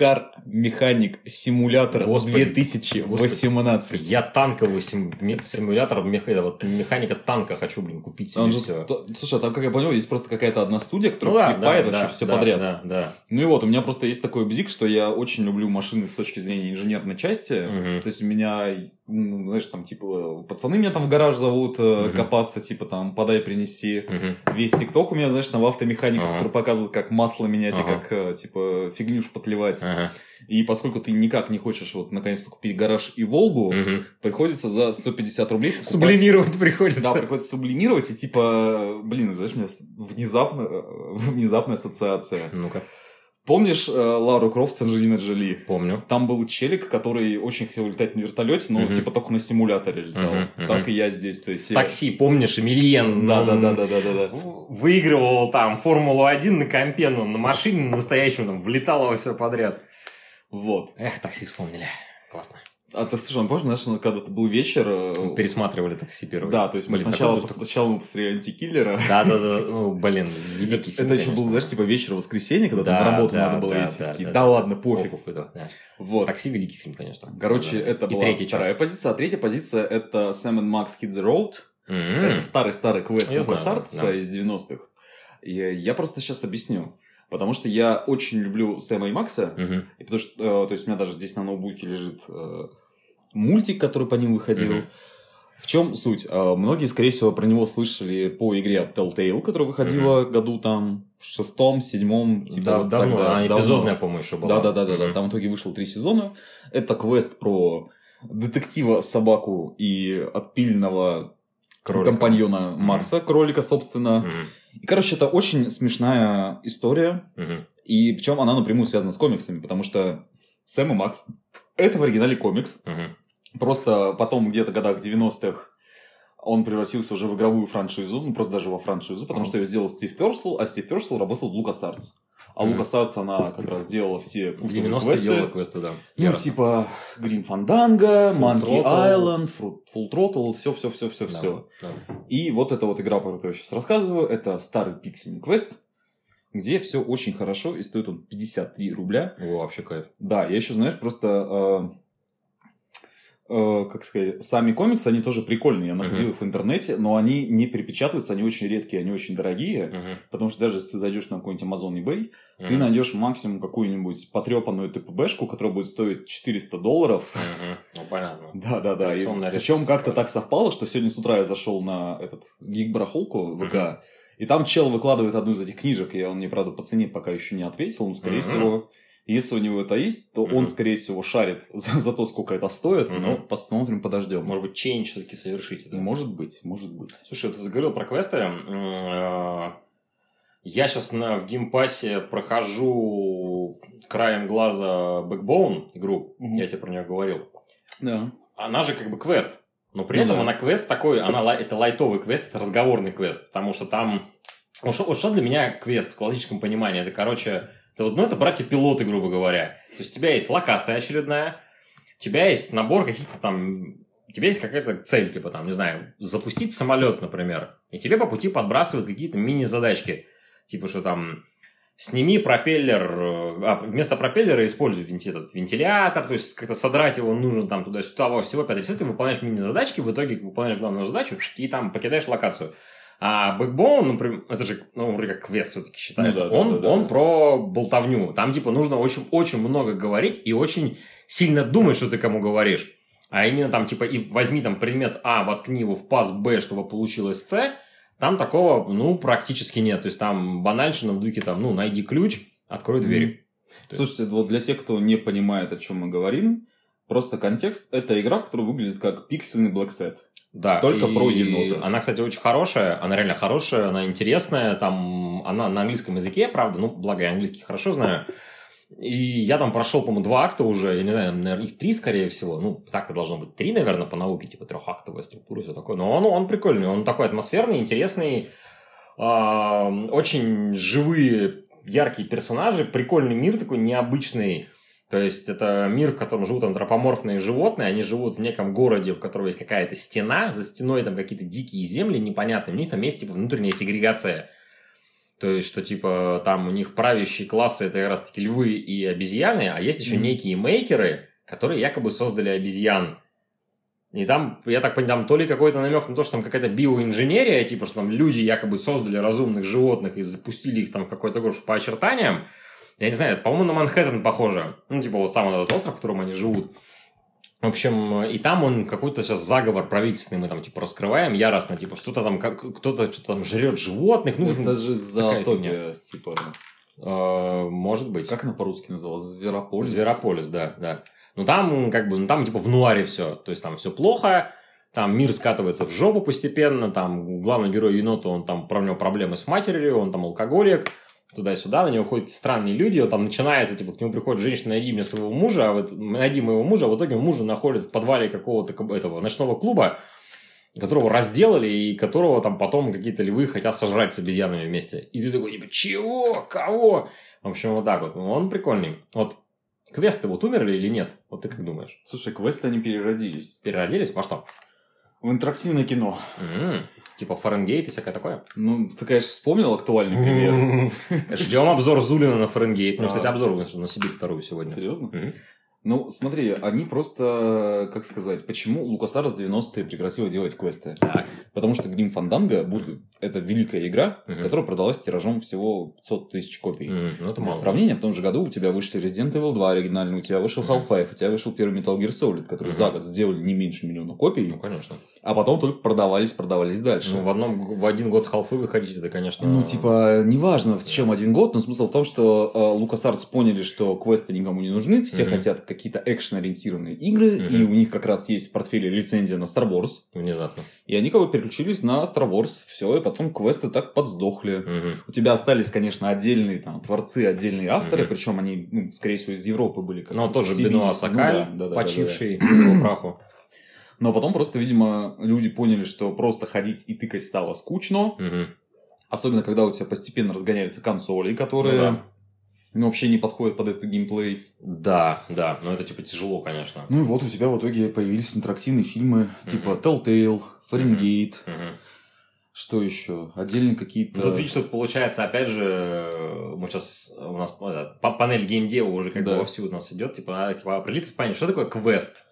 Speaker 2: Car Mechanic Simulator
Speaker 1: Господи,
Speaker 2: две тысячи восемнадцать.
Speaker 1: Господи, я танковый сим... симулятор, мех... вот, механика танка хочу, блин, купить себе.
Speaker 2: Он же...
Speaker 1: Все.
Speaker 2: Слушай, а там, как я понял, есть просто какая-то одна студия, которая
Speaker 1: Ну да,
Speaker 2: клепает
Speaker 1: да,
Speaker 2: вообще
Speaker 1: да,
Speaker 2: все
Speaker 1: да,
Speaker 2: подряд.
Speaker 1: Да, да.
Speaker 2: Ну и вот, у меня просто есть такой бзик, что я очень люблю машины с точки зрения инженерной части.
Speaker 1: Мгм.
Speaker 2: То есть у меня, ну, знаешь, там, типа, пацаны меня там в гараж зовут э,
Speaker 1: Мгм.
Speaker 2: копаться, типа, там, подай, принеси.
Speaker 1: Мгм.
Speaker 2: Весь ТикТок у меня, знаешь, там в автомеханике,
Speaker 1: Ага.
Speaker 2: который показывает, как масло менять и
Speaker 1: Ага.
Speaker 2: как, э, типа, фигню шпатлевать.
Speaker 1: Ага.
Speaker 2: И поскольку ты никак не хочешь, вот, наконец-то купить гараж и Волгу,
Speaker 1: Мгм.
Speaker 2: приходится за сто пятьдесят рублей покупать...
Speaker 1: Сублимировать приходится.
Speaker 2: Да, приходится сублимировать, и типа, блин, знаешь, у меня внезапно, э, внезапная ассоциация.
Speaker 1: Ну-ка,
Speaker 2: Помнишь э, Лару Крофт с Анджелиной Джоли?
Speaker 1: помню.
Speaker 2: Там был челик, который очень хотел летать на вертолете, но
Speaker 1: Мгм.
Speaker 2: типа только на симуляторе летал.
Speaker 1: Мгм, мгм.
Speaker 2: Так и я здесь. То есть
Speaker 1: В
Speaker 2: я-
Speaker 1: такси, помнишь, Эмильен?
Speaker 2: Да, да,
Speaker 1: он
Speaker 2: да, да, да, да, да.
Speaker 1: Выигрывал там Формулу один на компе, но на машине настоящем там влетало во все подряд.
Speaker 2: Вот.
Speaker 1: Эх, такси вспомнили. Классно.
Speaker 2: А ты слушай, ну, помнишь, знаешь, ну, когда-то был вечер. э,
Speaker 1: Пересматривали такси первый.
Speaker 2: Да, то есть мы
Speaker 1: Блин,
Speaker 2: сначала,
Speaker 1: такой выпуск.
Speaker 2: сначала мы посмотрели антикиллера.
Speaker 1: Да, да, да. Ну, блин, великий фильм.
Speaker 2: Это еще был,
Speaker 1: конечно.
Speaker 2: знаешь, типа вечер воскресенья, когда
Speaker 1: Да,
Speaker 2: там на работу
Speaker 1: да,
Speaker 2: надо было
Speaker 1: да,
Speaker 2: идти.
Speaker 1: да,
Speaker 2: Такие,
Speaker 1: да,
Speaker 2: да
Speaker 1: да.
Speaker 2: ладно, пофиг.
Speaker 1: Похуй, да, да.
Speaker 2: Вот.
Speaker 1: Такси великий фильм, конечно.
Speaker 2: Короче,
Speaker 1: Да, да.
Speaker 2: это
Speaker 1: И
Speaker 2: была
Speaker 1: третий чё?
Speaker 2: вторая позиция. А третья позиция это Сэм и Макс Hit the Road.
Speaker 1: М-м.
Speaker 2: Это старый-старый квест
Speaker 1: Я знаю,
Speaker 2: LucasArts
Speaker 1: да.
Speaker 2: из девяностых. И я просто сейчас объясню. Потому что я очень люблю Сэма и Макса.
Speaker 1: Мгм.
Speaker 2: И потому что, э, то есть, у меня даже здесь на ноутбуке лежит э, мультик, который по ним выходил.
Speaker 1: Мгм.
Speaker 2: В чем суть? Э, многие, скорее всего, про него слышали по игре от Telltale, которая выходила году там в шестом, седьмом. Типа
Speaker 1: Да,
Speaker 2: вот
Speaker 1: давно.
Speaker 2: тогда.
Speaker 1: А,
Speaker 2: Давно.
Speaker 1: эпизодная, по-моему, еще была.
Speaker 2: Да-да-да-да.
Speaker 1: Мгм.
Speaker 2: Там в итоге вышло три сезона. Это квест про детектива, собаку и отпильного
Speaker 1: Кролика.
Speaker 2: компаньона
Speaker 1: Мгм.
Speaker 2: Макса, кролика, собственно.
Speaker 1: Мгм.
Speaker 2: И, короче, это очень смешная история.
Speaker 1: Мгм.
Speaker 2: И причем она напрямую связана с комиксами, потому что Сэм и Макс — это в оригинале комикс.
Speaker 1: Мгм.
Speaker 2: Просто потом где-то в годах девяностых он превратился уже в игровую франшизу, ну просто даже во франшизу, потому
Speaker 1: Мгм.
Speaker 2: что ее сделал Стив Персел, а Стив Персел работал в LucasArts. А
Speaker 1: Мгм.
Speaker 2: LucasArts, она как раз делала все
Speaker 1: В
Speaker 2: культовые
Speaker 1: девяностые
Speaker 2: квесты.
Speaker 1: делала квесты, да.
Speaker 2: Ну,
Speaker 1: Я-
Speaker 2: типа Grim Fandango,
Speaker 1: Full
Speaker 2: Monkey
Speaker 1: Throttle.
Speaker 2: Island, Fruit- Full Throttle, все-все-все-все-все.
Speaker 1: Да, да.
Speaker 2: И вот эта вот игра, про которую я сейчас рассказываю, это старый пиксельный квест, где все очень хорошо, и стоит он пятьдесят три рубля.
Speaker 1: О, вообще кайф. Да.
Speaker 2: Да, я еще, знаешь, просто, э, э, как сказать, сами комиксы, они тоже прикольные, я находил
Speaker 1: Мгм.
Speaker 2: их в интернете, но они не перепечатываются, они очень редкие, они очень дорогие,
Speaker 1: Мгм.
Speaker 2: потому что даже если ты зайдешь на какой-нибудь Amazon eBay, ты
Speaker 1: Мгм.
Speaker 2: найдешь максимум какую-нибудь потрепанную ТПБшку, которая будет стоить четыреста долларов.
Speaker 1: Мгм. Ну, понятно.
Speaker 2: Да, да, да.
Speaker 1: Коллекционная
Speaker 2: Причем
Speaker 1: редкость.
Speaker 2: как-то так совпало, что сегодня с утра я зашел на этот гиг-барахолку ВК, и там чел выкладывает одну из этих книжек, и он мне, правда, по цене пока еще не ответил, но, скорее
Speaker 1: Мгм.
Speaker 2: всего, если у него это есть, то
Speaker 1: Мгм.
Speaker 2: он, скорее всего, шарит за, за то, сколько это стоит,
Speaker 1: Мгм.
Speaker 2: но посмотрим, подождем.
Speaker 1: Может быть, чейндж все-таки совершите. Да?
Speaker 2: Может быть, может быть.
Speaker 1: Слушай, ты заговорил про квесты. М, э, Я сейчас на, в геймпассе прохожу краем глаза Backbone игру.
Speaker 2: Мгм.
Speaker 1: Я тебе про нее говорил.
Speaker 2: Да.
Speaker 1: Она же как бы квест. Но при
Speaker 2: Ну
Speaker 1: этом
Speaker 2: да.
Speaker 1: она квест такой, она, лай- это лайтовый квест, это разговорный квест. Потому что там... Вот что, вот что для меня квест в классическом понимании? Это, короче, это, вот, ну, это братья-пилоты, грубо говоря. То есть у тебя есть локация очередная, у тебя есть набор каких-то там... У тебя есть какая-то цель, типа там, не знаю, запустить самолет, например. И тебе по пути подбрасывают какие-то мини-задачки. Типа, что там... Сними пропеллер, э, а вместо пропеллера используй венти- этот вентилятор, то есть как-то содрать его нужно там туда-сюда, всего пятьдесят десятых, ты выполняешь мини-задачки, в итоге выполняешь главную задачу и там покидаешь локацию. А Backbone, например, это же, ну, вроде как квест все-таки считается,
Speaker 2: Ну да, да,
Speaker 1: он,
Speaker 2: да, да,
Speaker 1: он
Speaker 2: да.
Speaker 1: про болтовню. Там, типа, нужно очень, очень много говорить и очень сильно думать, что ты кому говоришь. А именно там, типа, и возьми там предмет А, воткни его в паз Б, чтобы получилось С. Там такого, ну, практически нет. То есть, там банальщина в духе, там, ну, найди ключ, открой двери. То есть-
Speaker 2: Слушайте, вот для тех, кто не понимает, о чем мы говорим, просто контекст — это игра, которая выглядит как пиксельный Black Set.
Speaker 1: Да,
Speaker 2: Только
Speaker 1: и
Speaker 2: про енота.
Speaker 1: Она, кстати, очень хорошая, она реально хорошая, она интересная, там, она на английском языке, правда, ну, благо я английский хорошо знаю. И я там прошел, по-моему, два акта уже, я не знаю, наверное, их три, скорее всего. Ну, так-то должно быть три, наверное, по науке, типа трехактовая структура и все такое. Но он, он прикольный, он такой атмосферный, интересный, а, очень живые, яркие персонажи, прикольный мир такой необычный. То есть, это мир, в котором живут антропоморфные животные, они живут в неком городе, в котором есть какая-то стена, за стеной там какие-то дикие земли непонятные, у них там есть типа внутренняя сегрегация. То есть, что, типа, там у них правящие классы это как раз-таки львы и обезьяны, а есть еще mm-hmm. некие мейкеры, которые якобы создали обезьян. И там, я так понимаю, там то ли какой-то намек на то, что там какая-то биоинженерия, типа, что там люди якобы создали разумных животных и запустили их там в какой-то город по очертаниям. Я не знаю, по-моему, на Манхэттен похоже. Ну, типа, вот сам этот остров, в котором они живут. В общем, и там он какой-то сейчас заговор правительственный мы там, типа, раскрываем яростно, типа, что-то там, как, кто-то что-то там жрет животных. Ну,
Speaker 2: это же зоотопия, типа.
Speaker 1: Э, может быть.
Speaker 2: Как она по-русски называлась? Зверополис?
Speaker 1: Зверополис, да, да. Ну, там, как бы, ну, там, типа, в нуаре все. То есть, там все плохо, там мир скатывается в жопу постепенно, там главный герой енота, он там, про него проблемы с матерью, он там алкоголик. Туда-сюда, на него ходят странные люди, вот там начинается, типа, к нему приходит женщина, найди мне своего мужа, а вот найди моего мужа, а в итоге мужа находят в подвале какого-то этого ночного клуба, которого разделали, и которого там потом какие-то львы хотят сожрать с обезьянами вместе. И ты такой, типа, чего? Кого? В общем, вот так вот. Он прикольный. Вот квесты вот умерли или нет? Вот ты как думаешь?
Speaker 2: Слушай, квесты, они переродились.
Speaker 1: Переродились? Во что?
Speaker 2: В интерактивное кино.
Speaker 1: Mm-hmm. Типа Фаренгейт и всякое такое?
Speaker 2: Ну, ты, конечно, вспомнил актуальный пример.
Speaker 1: Ждем обзор Зулина на Фаренгейт. Ну, кстати, обзор вынесу на Сибирь вторую сегодня.
Speaker 2: Серьезно? Ну, смотри, они просто, как сказать, почему LucasArts в девяностые прекратила делать квесты?
Speaker 1: Так.
Speaker 2: Потому что Grim Fandango будет, это великая игра, угу. которая продалась тиражом всего пятьсот тысяч копий.
Speaker 1: Mm, ну, это
Speaker 2: Для сравнения, в том же году у тебя вышли Resident Evil два оригинальный, у тебя вышел Half-Life, у тебя вышел первый Metal Gear Solid, который угу. за год сделали не меньше миллиона копий.
Speaker 1: Ну, конечно.
Speaker 2: А потом только продавались, продавались дальше.
Speaker 1: Ну, в, одном, в один год с Half-Life выходить, это, конечно...
Speaker 2: Ну, типа, неважно, с чем один год, но смысл в том, что э, LucasArts поняли, что квесты никому не нужны, все угу. хотят какие-то экшен-ориентированные игры, угу. и у них как раз есть в портфеле лицензия на Star Wars.
Speaker 1: Внезапно.
Speaker 2: И они как бы переключились на Star Wars, все, и потом квесты так подсдохли.
Speaker 1: Угу. У
Speaker 2: тебя остались, конечно, отдельные там творцы, отдельные авторы, угу. причем они, ну, скорее всего, из Европы были.
Speaker 1: Ну, тоже Бенуа Сакаль, ну, да, да, да, почивший да, да, да. по праху.
Speaker 2: Но потом просто, видимо, люди поняли, что просто ходить и тыкать стало скучно.
Speaker 1: Угу.
Speaker 2: Особенно, когда у тебя постепенно разгоняются консоли, которые ну, да. ну, вообще не подходят под этот геймплей.
Speaker 1: Да, да, но это типа тяжело, конечно.
Speaker 2: Ну и вот у тебя в итоге появились интерактивные фильмы угу. типа Telltale, Fahrenheit.
Speaker 1: Угу. Угу.
Speaker 2: Что еще? Отдельные какие-то...
Speaker 1: Ну, тут видишь, тут получается, опять же, мы сейчас, у нас панель геймдева уже как да. бы вовсю у нас идет, типа, надо типа, определиться, понять, что такое квест?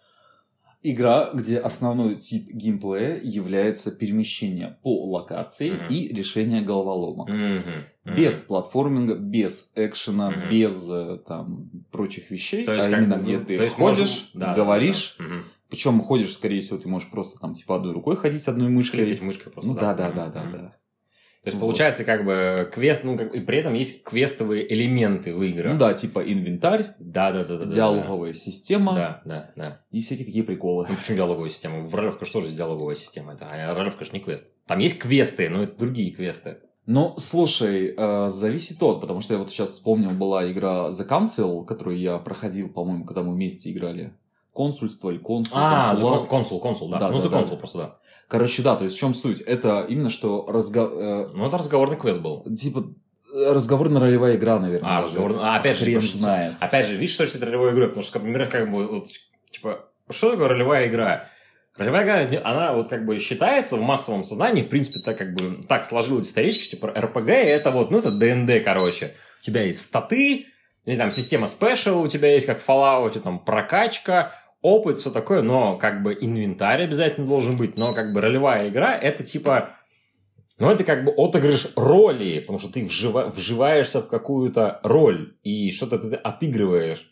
Speaker 2: Игра, где основной тип геймплея является перемещение по локации uh-huh. и решение головоломок.
Speaker 1: Uh-huh. Uh-huh.
Speaker 2: Без платформинга, без экшена, uh-huh. без там, прочих вещей. То есть, а именно где ты ходишь, можешь... да, говоришь. Да, да, да. Uh-huh. Причем ходишь, скорее всего, ты можешь просто там типа одной рукой ходить, одной мышкой.
Speaker 1: Кликать мышкой просто.
Speaker 2: Ну да, да, да, да,
Speaker 1: uh-huh.
Speaker 2: да. да.
Speaker 1: То есть, вот. Получается, как бы, квест, ну, как, и при этом есть квестовые элементы в играх.
Speaker 2: Ну да, типа инвентарь,
Speaker 1: да, да, да, да,
Speaker 2: диалоговая
Speaker 1: да, да.
Speaker 2: система.
Speaker 1: Да, да, да.
Speaker 2: И всякие такие приколы.
Speaker 1: Ну, почему диалоговая система? В ролевка что же диалоговая система? Это, а ролевка же не квест. Там есть квесты, но это другие квесты.
Speaker 2: Ну, слушай, э, зависит от, потому что я вот сейчас вспомнил, была игра The Council, которую я проходил, по-моему, когда мы вместе играли. Консульство или консул.
Speaker 1: А, консул, консул, консул, да.
Speaker 2: да
Speaker 1: ну,
Speaker 2: да,
Speaker 1: за консул
Speaker 2: да.
Speaker 1: просто, да.
Speaker 2: Короче, да, то есть в чем суть? Это именно что разговор... Э...
Speaker 1: Ну, это разговорный квест был.
Speaker 2: Типа разговорно-ролевая игра, наверное.
Speaker 1: А, разговор... а опять же,
Speaker 2: хрен знает.
Speaker 1: Опять же, видишь, что это ролевая игра? Потому что, например, как бы, вот, типа, что такое ролевая игра? Ролевая игра, она вот как бы считается в массовом сознании, в принципе, так как бы, так сложилось исторически, что типа, эр пи джи это вот, ну, это ди энд ди, короче. У тебя есть статы, или там система спешл у тебя есть, как в Fallout, там прокачка, опыт, все такое, но как бы инвентарь обязательно должен быть, но как бы ролевая игра, это типа, ну, это как бы отыгрыш роли, потому что ты вжива- вживаешься в какую-то роль, и что-то ты отыгрываешь.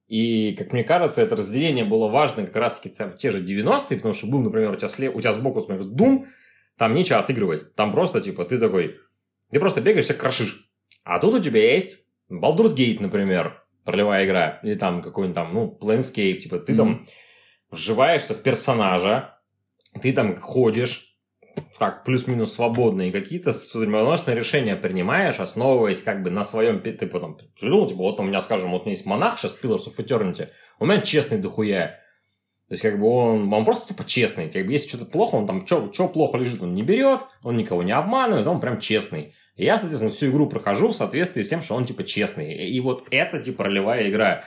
Speaker 1: И, как мне кажется, это разделение было важно как раз-таки в те же девяностые, потому что был, например, у тебя, слева, у тебя сбоку, смотрю, Doom, там нечего отыгрывать, там просто, типа, ты такой, ты просто бегаешь, всех крошишь. А тут у тебя есть Baldur's Gate, например, ролевая игра, или там какой-нибудь там, ну, Planescape, типа, ты mm-hmm. там вживаешься в персонажа, ты там ходишь, так, плюс-минус свободно, и какие-то судьбоносные решения принимаешь, основываясь как бы на своем, ты потом, ну, типа, вот у меня, скажем, вот у меня есть монах сейчас, Pillars of Eternity, у меня честный дохуя. То есть, как бы он, он просто типа честный, как бы если что-то плохо, он там, что плохо лежит, он не берет, он никого не обманывает, он прям честный. И я, соответственно, всю игру прохожу в соответствии с тем, что он, типа, честный. И вот это, типа, ролевая игра.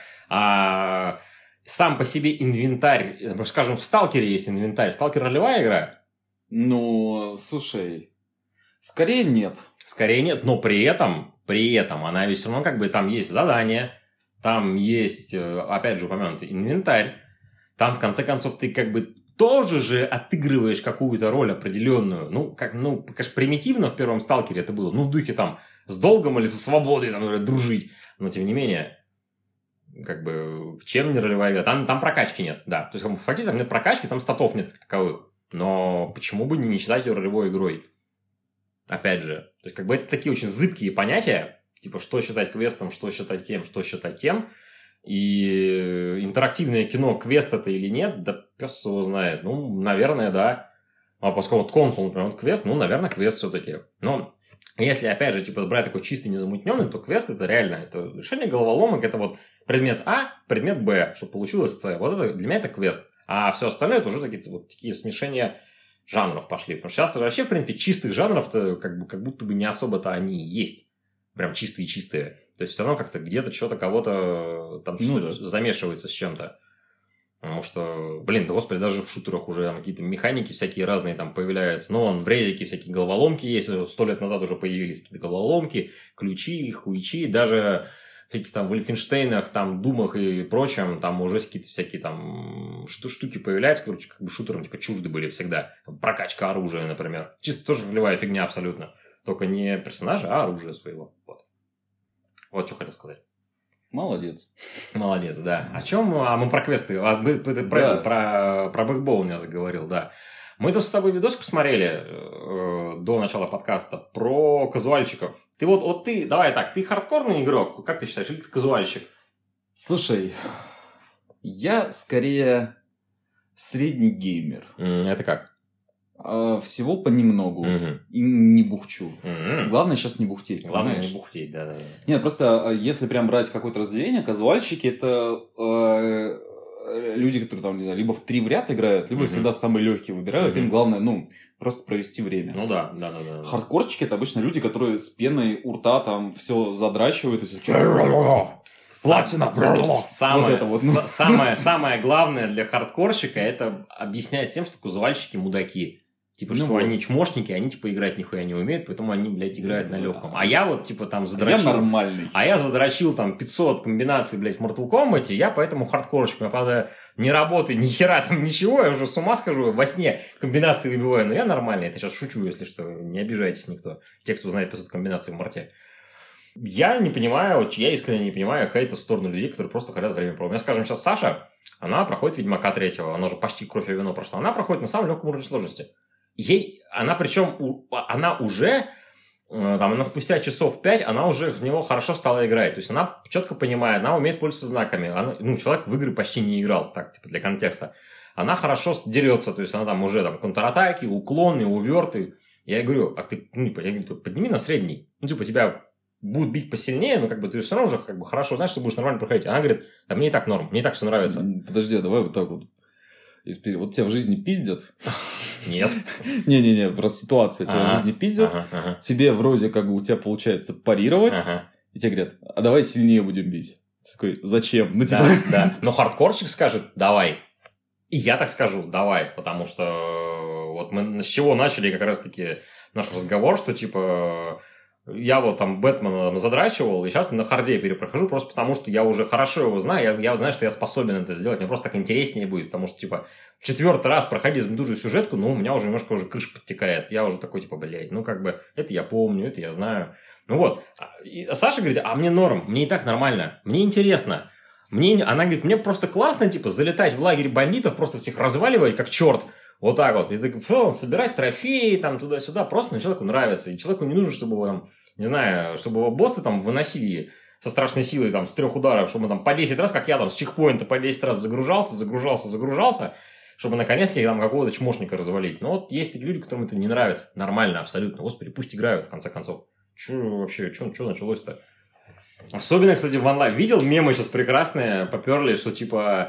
Speaker 1: А сам по себе инвентарь, скажем, в Сталкере есть инвентарь. Сталкер ролевая игра?
Speaker 2: Ну, слушай, скорее нет.
Speaker 1: Скорее нет, но при этом, при этом она ведь все равно как бы там есть задание, там есть, опять же, упомянутый инвентарь, там в конце концов ты как бы тоже же отыгрываешь какую-то роль определенную. Ну, как, ну, конечно, примитивно в первом сталкере это было, ну, в духе там с долгом или со свободой там, дружить, но тем не менее, как бы, чем не ролевая игра? Там, там прокачки нет, да. То есть, фактически там нет прокачки, там статов нет как таковых. Но почему бы не считать ее ролевой игрой? Опять же, то есть, как бы это такие очень зыбкие понятия, типа, что считать квестом, что считать тем, что считать тем. И интерактивное кино, квест это или нет, да пес его знает. Ну, наверное, да. А поскольку вот консул, например, вот квест, ну, наверное, квест все-таки. Но если, опять же, типа, брать такой чистый, незамутненный, то квест это реально, это решение головоломок, это вот предмет А, предмет Б, чтобы получилось С. Вот это для меня это квест. А все остальное это уже такие, вот, такие смешения жанров пошли. Потому что сейчас вообще, в принципе, чистых жанров-то как, бы, как будто бы не особо-то они есть. Прям чистые-чистые. То есть, все равно как-то где-то что-то кого-то там ну, что-то да. замешивается с чем-то. Потому что, блин, да господи, даже в шутерах уже там какие-то механики всякие разные там появляются. Ну, он в резике всякие головоломки есть. Сто лет назад уже появились какие-то головоломки, ключи, хуичи. Даже всяких там в Вольфенштейнах, там, Думах и прочем, там уже какие-то всякие там штуки появляются. Короче, как бы шутерам типа чужды были всегда. Прокачка оружия, например. Чисто тоже ролевая фигня абсолютно. Только не персонажа, а оружие своего. Вот. Вот что хотел сказать.
Speaker 2: Молодец.
Speaker 1: Молодец, да. О чем? А мы про квесты. А, мы, про, да. про, про бэкбоун я заговорил, да. Мы тут с тобой видосик посмотрели э, до начала подкаста про казуальщиков. Ты вот, вот ты, давай так, ты хардкорный игрок, как ты считаешь, или ты казуальщик?
Speaker 2: Слушай, я скорее средний геймер.
Speaker 1: Mm, это как?
Speaker 2: Всего понемногу. Mm-hmm. И не бухчу. Mm-hmm. Главное сейчас не бухтеть.
Speaker 1: Главное
Speaker 2: понимаешь?
Speaker 1: не бухтеть, да, да.
Speaker 2: Нет, просто если прям брать какое-то разделение, казуальщики это э, люди, которые там, не знаю, либо в три в ряд играют, либо mm-hmm. всегда самые легкие выбирают. Mm-hmm. Им главное, ну, просто провести время.
Speaker 1: Ну да, да, да, да.
Speaker 2: Хардкорщики это обычно люди, которые с пеной у рта там все задрачивают и все.
Speaker 1: Платина! Самое, вот это вот. самое, самое главное для хардкорщика это объяснять всем, что казуальщики мудаки. Типа, ну что вот. Они чмошники, они, типа, играть нихуя не умеют, поэтому они, блядь, играют на легком. А я вот, типа, там задрочил...
Speaker 2: Я нормальный.
Speaker 1: А я задрочил, там, пятьсот комбинаций, блядь, в Mortal Kombat, я поэтому хардкорщик. Я, правда, не работаю, ни хера там, ничего, я уже с ума схожу, во сне комбинации выбиваю, но я нормальный. Это сейчас шучу, если что, не обижайтесь никто. Те, кто знает пятьсот комбинаций в Марте. Я не понимаю, я искренне не понимаю хейта в сторону людей, которые просто хотят время проводить. У меня, скажем, сейчас Саша, она проходит Ведьмака третьего, она уже почти кровь и вино прошла, она проходит на самом легком уровне сложности. Ей, она причем, она уже, там, она спустя часов пять, она уже в него хорошо стала играть. То есть, она четко понимает, она умеет пользоваться знаками. Она, ну, человек в игры почти не играл, так, типа, для контекста. Она хорошо дерется, то есть, она там уже там контратаки, уклоны, уверты. Я ей говорю, а ты, ну, я говорю, подними на средний. Ну, типа, тебя будут бить посильнее, но как бы ты все равно уже как бы хорошо знаешь, что будешь нормально проходить. Она говорит, да мне и так норм, мне и так все нравится.
Speaker 2: Подожди, а давай вот так вот. Вот тебя в жизни пиздят.
Speaker 1: Нет.
Speaker 2: Не-не-не, просто ситуация. Тебя ага, в жизни пиздят. Ага, ага. Тебе вроде как бы у тебя получается парировать. Ага. И тебе говорят, а давай сильнее будем бить. Ты такой, зачем? Ну, типа...
Speaker 1: Да, да. Но хардкорщик скажет, давай. И я так скажу, давай. Потому что вот мы с чего начали как раз-таки наш разговор, что типа... Я вот там Бэтмена задрачивал, и сейчас на харде перепрохожу, просто потому что я уже хорошо его знаю, я, я знаю, что я способен это сделать, мне просто так интереснее будет, потому что, типа, в четвертый раз проходить эту же сюжетку, ну, у меня уже немножко уже крыша подтекает, я уже такой, типа, блядь, ну, как бы, это я помню, это я знаю. Ну вот, и Саша говорит, а мне норм, мне и так нормально, мне интересно. Мне, она говорит, мне просто классно, типа, залетать в лагерь бандитов, просто всех разваливать, как черт. Вот так вот. И ты собирать трофеи там туда-сюда. Просто ну, человеку нравится. И человеку не нужно, чтобы его там, не знаю, чтобы его боссы там выносили со страшной силой там с трех ударов, чтобы он там по десять раз, как я там с чекпоинта по десять раз загружался, загружался, загружался, чтобы наконец-таки там какого-то чмошника развалить. Но вот есть такие люди, которым это не нравится. Нормально, абсолютно. Господи, пусть играют, в конце концов. Че вообще, что началось-то? Особенно, кстати, в онлайн. Видел мемы сейчас прекрасные, поперли, что типа...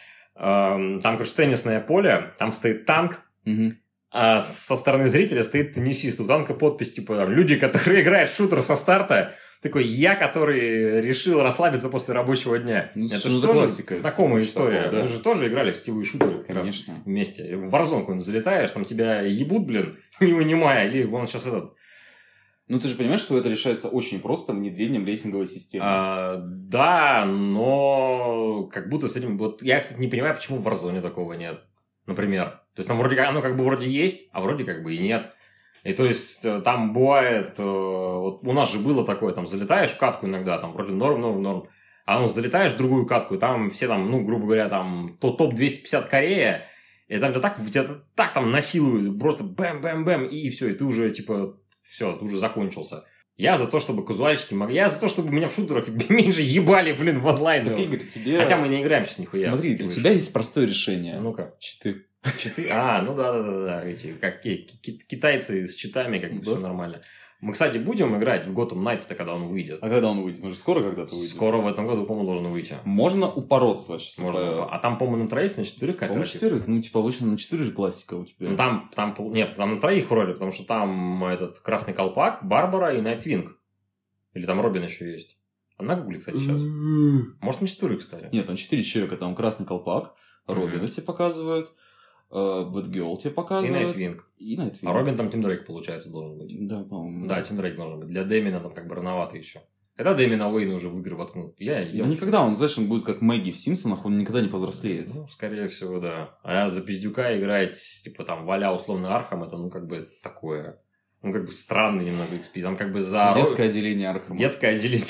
Speaker 1: Там, короче, теннисное поле, там стоит танк, угу. а со стороны зрителя стоит теннисист. У танка подпись, типа, там, люди, которые играют в шутер со старта, такой, я, который решил расслабиться после рабочего дня. Ну, это же тоже классика, знакомая история. Такого, да. Мы же тоже играли в сетевые шутеры. Конечно. Вместе. В Warzone залетаешь, там тебя ебут, блин, не вынимая, или вон сейчас этот...
Speaker 2: Ну, ты же понимаешь, что это решается очень просто внедрением рейсинговой системы.
Speaker 1: А, да, но как будто с этим... Вот я, кстати, не понимаю, почему в Warzone такого нет, например. То есть, там вроде как, оно как бы вроде есть, а вроде как бы и нет. И то есть, там бывает... Вот у нас же было такое, там, залетаешь в катку иногда, там, вроде норм, норм, норм. А ну, залетаешь в другую катку, и там все там, ну, грубо говоря, там, топ двести пятьдесят Корея, и там тебя так, тебя так там насилуют, просто бэм-бэм-бэм, и все, и ты уже, типа, все, ты уже закончился. Я за то, чтобы казуальщики могли... Я за то, чтобы меня в шутерах меньше ебали, блин, в онлайн.
Speaker 2: Так, Игорь, тебе...
Speaker 1: Хотя мы не играем сейчас нихуя.
Speaker 2: Смотри, у тебя есть простое решение.
Speaker 1: Ну-ка.
Speaker 2: Читы.
Speaker 1: Читы? А, ну да-да-да. Эти, как китайцы с читами, как бы
Speaker 2: да?
Speaker 1: все нормально. Мы, кстати, будем играть в Gotham Knights-то, когда он выйдет.
Speaker 2: А когда он выйдет? Он же скоро когда-то выйдет.
Speaker 1: Скоро в этом году, по-моему, должен выйти.
Speaker 2: Можно упороться сейчас.
Speaker 1: Можно. Это... А там, по-моему, на троих, на четверых кооператив.
Speaker 2: На четверых? Ну, типа, обычно на четыре же классика у тебя.
Speaker 1: Ну, там, там, нет, там на троих вроде, потому что там этот Красный Колпак, Барбара и Найтвинг. Или там Робин еще есть. А на гугле, кстати, сейчас. Может, на четверых, кстати.
Speaker 2: Нет, там четыре человека. Там Красный Колпак, Робина тебе показывают, Бэтгерл тебе показывают.
Speaker 1: И Найтвинг.
Speaker 2: И Найтвинг.
Speaker 1: А Робин там Тим Дрейк, получается, должен быть.
Speaker 2: Да, по-моему.
Speaker 1: Да, Тим Дрейк должен быть. Для Дэмина там как бы рановато еще. Когда Дэмина Уэйна уже в игры воткнут? Я, я
Speaker 2: да никогда, он, знаешь, он будет как Мэгги в Симпсонах, он никогда не повзрослеет.
Speaker 1: Ну, скорее всего, да. А за пиздюка играть, типа, там, Валя, условно, Архам, это, ну, как бы, такое... Ну, как бы, странный немного икс пи. Там, как бы, за...
Speaker 2: Детское отделение Архама.
Speaker 1: Детское отделение.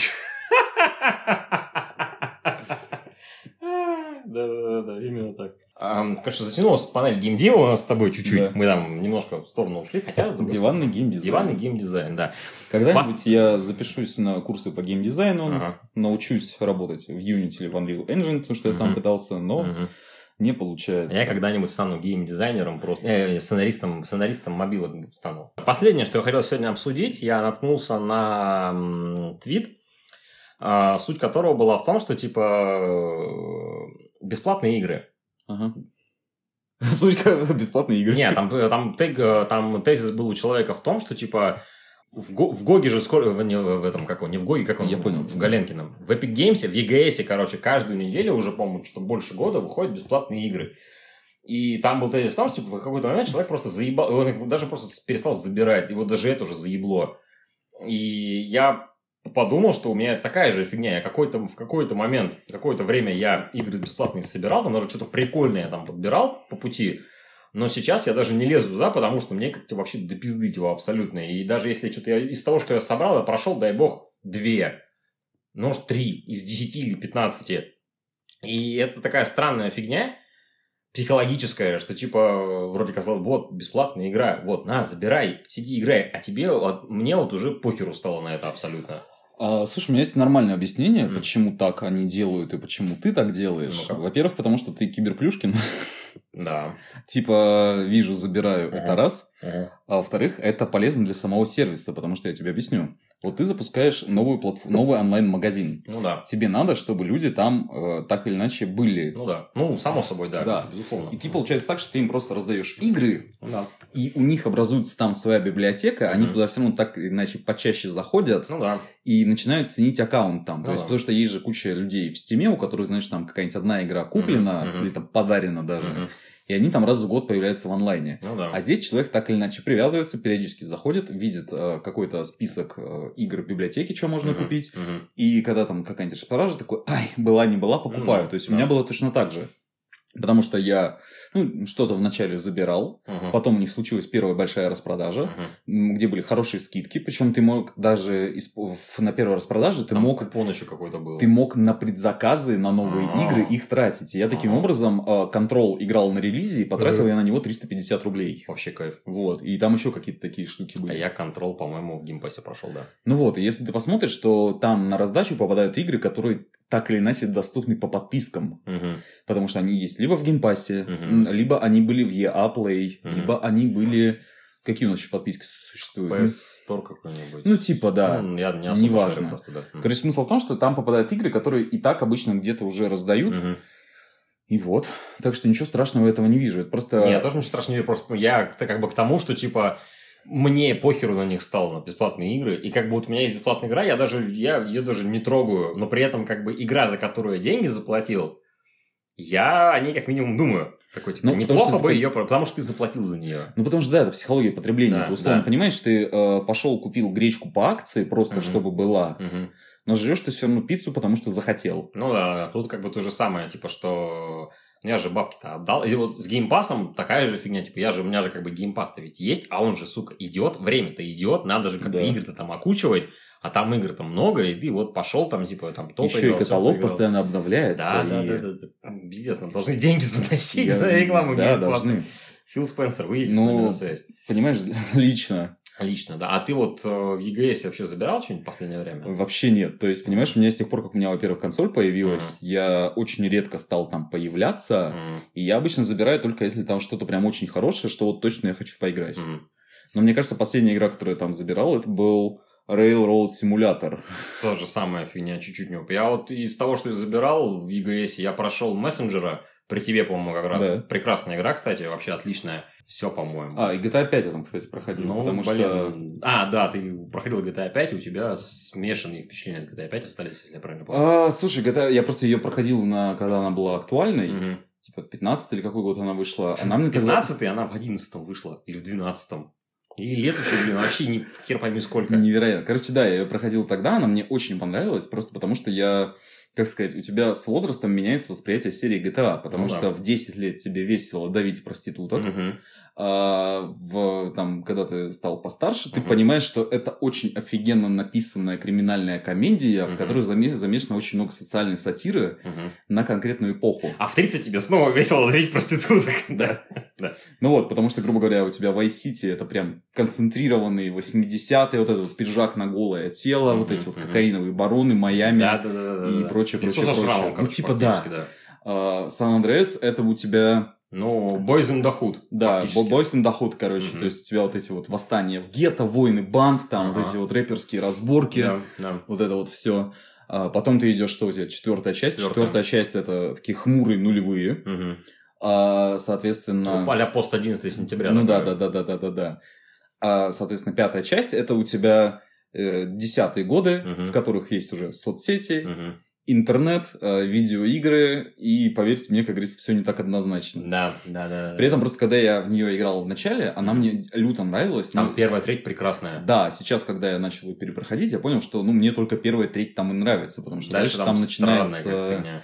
Speaker 1: Да-да-да, именно так. Конечно, затянулась панель геймдева у нас с тобой чуть-чуть. Да. Мы там немножко в сторону ушли, хотя...
Speaker 2: Диванный геймдизайн.
Speaker 1: Диванный геймдизайн, да.
Speaker 2: Когда-нибудь Пас... я запишусь на курсы по геймдизайну, ага. научусь работать в Unity или в Unreal Engine, потому что я uh-huh. сам пытался, но uh-huh. не получается.
Speaker 1: Я когда-нибудь стану геймдизайнером, просто э, сценаристом, сценаристом мобилок стану. Последнее, что я хотел сегодня обсудить, я наткнулся на м, твит, э, суть которого была в том, что, типа, бесплатные игры.
Speaker 2: Ага. Суть как бесплатные игры.
Speaker 1: Нет, там, там, тег, там тезис был у человека в том, что, типа, в, Го, в Гоге же скоро, в, не, в этом, как он, не в Гоге, как он,
Speaker 2: я понял,
Speaker 1: в Галенкином. В Epic Games, в и джи эс, короче, каждую неделю уже, по-моему, что больше года выходят бесплатные игры. И там был тезис в том, что, типа, в какой-то момент человек просто заебал, он даже просто перестал забирать, его даже это уже заебло. И я подумал, что у меня такая же фигня. Я какой-то, в какой-то момент, какое-то время я игры бесплатные собирал, там даже что-то прикольное я там подбирал по пути. Но сейчас я даже не лезу туда, потому что мне как-то вообще до пизды его абсолютно. И даже если что-то я, из того, что я собрал, я прошел, дай бог, две. Ну, может, три из десяти или пятнадцати. И это такая странная фигня психологическая, что типа вроде казалось, вот, бесплатная игра, вот, на, забирай, сиди, играй. А тебе, вот, мне вот уже похеру стало на это абсолютно.
Speaker 2: А, слушай, у меня есть нормальное объяснение, mm. почему так они делают и почему ты так делаешь. Ну, во-первых, потому что ты киберплюшкин.
Speaker 1: Да.
Speaker 2: Типа, вижу, забираю, uh-huh. это раз.
Speaker 1: Uh-huh.
Speaker 2: А во-вторых, это полезно для самого сервиса, потому что я тебе объясню. Вот ты запускаешь новую платформу, новый онлайн-магазин.
Speaker 1: Ну да.
Speaker 2: Тебе надо, чтобы люди там э, так или иначе были.
Speaker 1: Ну да. Ну, само собой, да.
Speaker 2: Да.
Speaker 1: Безусловно.
Speaker 2: И ты получается так, что ты им просто раздаешь игры,
Speaker 1: да.
Speaker 2: и у них образуется там своя библиотека, они mm-hmm. туда все равно так или иначе почаще заходят.
Speaker 1: Ну да.
Speaker 2: И начинают ценить аккаунт там.
Speaker 1: Ну,
Speaker 2: То есть,
Speaker 1: да.
Speaker 2: потому что есть же куча людей в Стиме, у которых, знаешь, там какая-нибудь одна игра куплена
Speaker 1: mm-hmm.
Speaker 2: или там подарена даже.
Speaker 1: Mm-hmm.
Speaker 2: И они там раз в год появляются в онлайне.
Speaker 1: Ну, да.
Speaker 2: А здесь человек так или иначе привязывается, периодически заходит, видит э, какой-то список э, игр в библиотеке, что можно
Speaker 1: uh-huh,
Speaker 2: купить.
Speaker 1: uh-huh.
Speaker 2: И когда там какая-нибудь распродажа, такой, ай, была не была, покупаю.
Speaker 1: Uh-huh.
Speaker 2: То есть,
Speaker 1: uh-huh.
Speaker 2: у меня было точно так же. Потому что я ну, что-то вначале забирал,
Speaker 1: uh-huh.
Speaker 2: потом у них случилась первая большая распродажа, uh-huh. где были хорошие скидки, причем ты мог даже исп... на первой распродаже ты
Speaker 1: там
Speaker 2: мог
Speaker 1: купон еще какой-то был.
Speaker 2: Ты мог на предзаказы на новые uh-huh. игры их тратить. И я таким uh-huh. образом Control играл на релизе и потратил uh-huh. я на него триста пятьдесят рублей.
Speaker 1: Вообще кайф.
Speaker 2: Вот. И там еще какие-то такие штуки были.
Speaker 1: А я Control, по-моему, в геймпассе прошел, да.
Speaker 2: Ну вот, и если ты посмотришь, то там на раздачу попадают игры, которые так или иначе доступны по подпискам.
Speaker 1: Uh-huh.
Speaker 2: Потому что они есть либо в геймпассе,
Speaker 1: uh-huh.
Speaker 2: либо они были в и эй Play,
Speaker 1: uh-huh.
Speaker 2: либо они были... Какие у нас еще подписки существуют?
Speaker 1: пи эс Store какой-нибудь.
Speaker 2: Ну, типа, да.
Speaker 1: Ну, я не особо
Speaker 2: неважно.
Speaker 1: Просто, да.
Speaker 2: Короче, смысл в том, что там попадают игры, которые и так обычно где-то уже раздают.
Speaker 1: Uh-huh.
Speaker 2: И вот. Так что ничего страшного этого не вижу. Это просто...
Speaker 1: Не, я тоже ничего страшного не вижу. Просто я как бы к тому, что, типа... Мне похеру на них стало, на бесплатные игры. И как бы вот у меня есть бесплатная игра, я даже я ее даже не трогаю. Но при этом как бы игра, за которую я деньги заплатил, я о ней как минимум думаю. Такой, типа,
Speaker 2: Ну,
Speaker 1: неплохо
Speaker 2: потому что
Speaker 1: бы
Speaker 2: ты-
Speaker 1: ее... Потому что ты заплатил за нее.
Speaker 2: Ну, потому что, да, это психология потребления.
Speaker 1: Да,
Speaker 2: Ты, условно,
Speaker 1: да.
Speaker 2: понимаешь, ты э, пошел, купил гречку по акции, просто
Speaker 1: Мгм.
Speaker 2: чтобы была.
Speaker 1: Мгм.
Speaker 2: Но жрешь ты все равно пиццу, потому что захотел.
Speaker 1: Ну да, тут как бы то же самое, типа, что я же бабки-то отдал. И вот с геймпасом такая же фигня, типа, я же, у меня же как бы геймпас-то ведь есть, а он же, сука, идет, время-то идет, надо же как-то
Speaker 2: Да.
Speaker 1: игры-то там окучивать, а там игр там много, и ты вот пошел там, типа, там то
Speaker 2: Еще
Speaker 1: поиграл,
Speaker 2: и
Speaker 1: сё
Speaker 2: каталог
Speaker 1: поиграл.
Speaker 2: постоянно обновляется.
Speaker 1: Да, да,
Speaker 2: и-
Speaker 1: да, да, да. Пиздец, нам должны деньги заносить
Speaker 2: Я-
Speaker 1: за рекламу
Speaker 2: Да,
Speaker 1: геймпаса.
Speaker 2: должны.
Speaker 1: Фил Спенсер, выйдите
Speaker 2: Ну,
Speaker 1: с нами на связь.
Speaker 2: Понимаешь, лично.
Speaker 1: Лично, да. А ты вот э, в и джи эс вообще забирал что-нибудь в последнее время?
Speaker 2: Вообще нет. То есть, понимаешь, у меня с тех пор, как у меня, во-первых, консоль появилась, я очень редко стал там появляться.
Speaker 1: Мгм.
Speaker 2: И я обычно забираю только если там что-то прям очень хорошее, что вот точно я хочу поиграть.
Speaker 1: Мгм.
Speaker 2: Но мне кажется, последняя игра, которую я там забирал, это был Railroad Simulator.
Speaker 1: То же самая фигня, чуть-чуть не. Я вот из того, что я забирал в и джи эс, я прошел мессенджера. При тебе, по-моему, как раз.
Speaker 2: Да.
Speaker 1: Прекрасная игра, кстати, вообще отличная. Все, по-моему.
Speaker 2: А, и джи ти эй пять я там, кстати, проходил.
Speaker 1: Ну,
Speaker 2: потому
Speaker 1: блин.
Speaker 2: что...
Speaker 1: А, да, ты проходил джи ти эй пять, и у тебя смешанные впечатления от джи ти эй пять остались, если я правильно помню.
Speaker 2: А, слушай, джи ти эй, я просто ее проходил, на, когда она была актуальной.
Speaker 1: Мгм.
Speaker 2: Типа пятнадцатый или какой год она вышла. Она мне тогда...
Speaker 1: пятнадцатый, она в одиннадцатом вышла. Или в двенадцатом. И лет еще, блин, вообще не хер пойми сколько.
Speaker 2: Невероятно. Короче, да, я ее проходил тогда, она мне очень понравилась, просто потому что я, как сказать, у тебя с возрастом меняется восприятие серии джи ти эй, потому
Speaker 1: Ну
Speaker 2: что
Speaker 1: да.
Speaker 2: в десять лет тебе весело давить проституток,
Speaker 1: Мгм.
Speaker 2: а в, там, когда ты стал постарше, ты
Speaker 1: Мгм.
Speaker 2: понимаешь, что это очень офигенно написанная криминальная комедия, в
Speaker 1: Мгм.
Speaker 2: которой заме- замешано очень много социальной сатиры
Speaker 1: Мгм.
Speaker 2: на конкретную эпоху.
Speaker 1: А в тридцать тебе снова весело давить проституток. Да.
Speaker 2: Ну вот, потому что, грубо говоря, у тебя в Vice City это прям концентрированные восьмидесятые, вот этот вот пиджак на голое тело, вот
Speaker 1: Мгм,
Speaker 2: эти вот
Speaker 1: мгм.
Speaker 2: кокаиновые бароны, Майами.
Speaker 1: Да, да, да, да,
Speaker 2: и
Speaker 1: да.
Speaker 2: прочее,
Speaker 1: Лицо
Speaker 2: прочее,
Speaker 1: со шрамом,
Speaker 2: прочее.
Speaker 1: короче,
Speaker 2: Ну, типа, да.
Speaker 1: практически, да.
Speaker 2: А, Сан-Андреас это у тебя,
Speaker 1: Ну, Boys in the Hood.
Speaker 2: да,
Speaker 1: фактически.
Speaker 2: Boys in the Hood, короче.
Speaker 1: Мгм.
Speaker 2: То есть у тебя вот эти вот восстания в гетто, войны банд, там вот
Speaker 1: Ага.
Speaker 2: эти вот рэперские разборки,
Speaker 1: Да, да.
Speaker 2: вот это вот все. Потом ты идешь, что у тебя, четвертая часть.
Speaker 1: Четвёртая.
Speaker 2: Четвертая часть это такие хмурые нулевые.
Speaker 1: Мгм.
Speaker 2: А, соответственно...
Speaker 1: Ну, а-ля пост одиннадцатого сентября.
Speaker 2: Ну да,
Speaker 1: такое.
Speaker 2: да, да, да, да, да, да. А, соответственно, пятая часть это у тебя э, десятые годы,
Speaker 1: Мгм.
Speaker 2: в которых есть уже соцсети,
Speaker 1: Мгм.
Speaker 2: интернет, э, видеоигры, и, поверьте мне, как говорится, все не так однозначно.
Speaker 1: Да, да, да.
Speaker 2: При этом, просто когда я в нее играл в начале, она
Speaker 1: Мгм.
Speaker 2: мне люто нравилась.
Speaker 1: Там
Speaker 2: но-
Speaker 1: первая треть прекрасная.
Speaker 2: Да, сейчас, когда я начал ее перепроходить, я понял, что ну, мне только первая треть там и нравится, потому что
Speaker 1: Дальше
Speaker 2: дальше,
Speaker 1: там,
Speaker 2: там
Speaker 1: странная
Speaker 2: начинается...
Speaker 1: как фигня.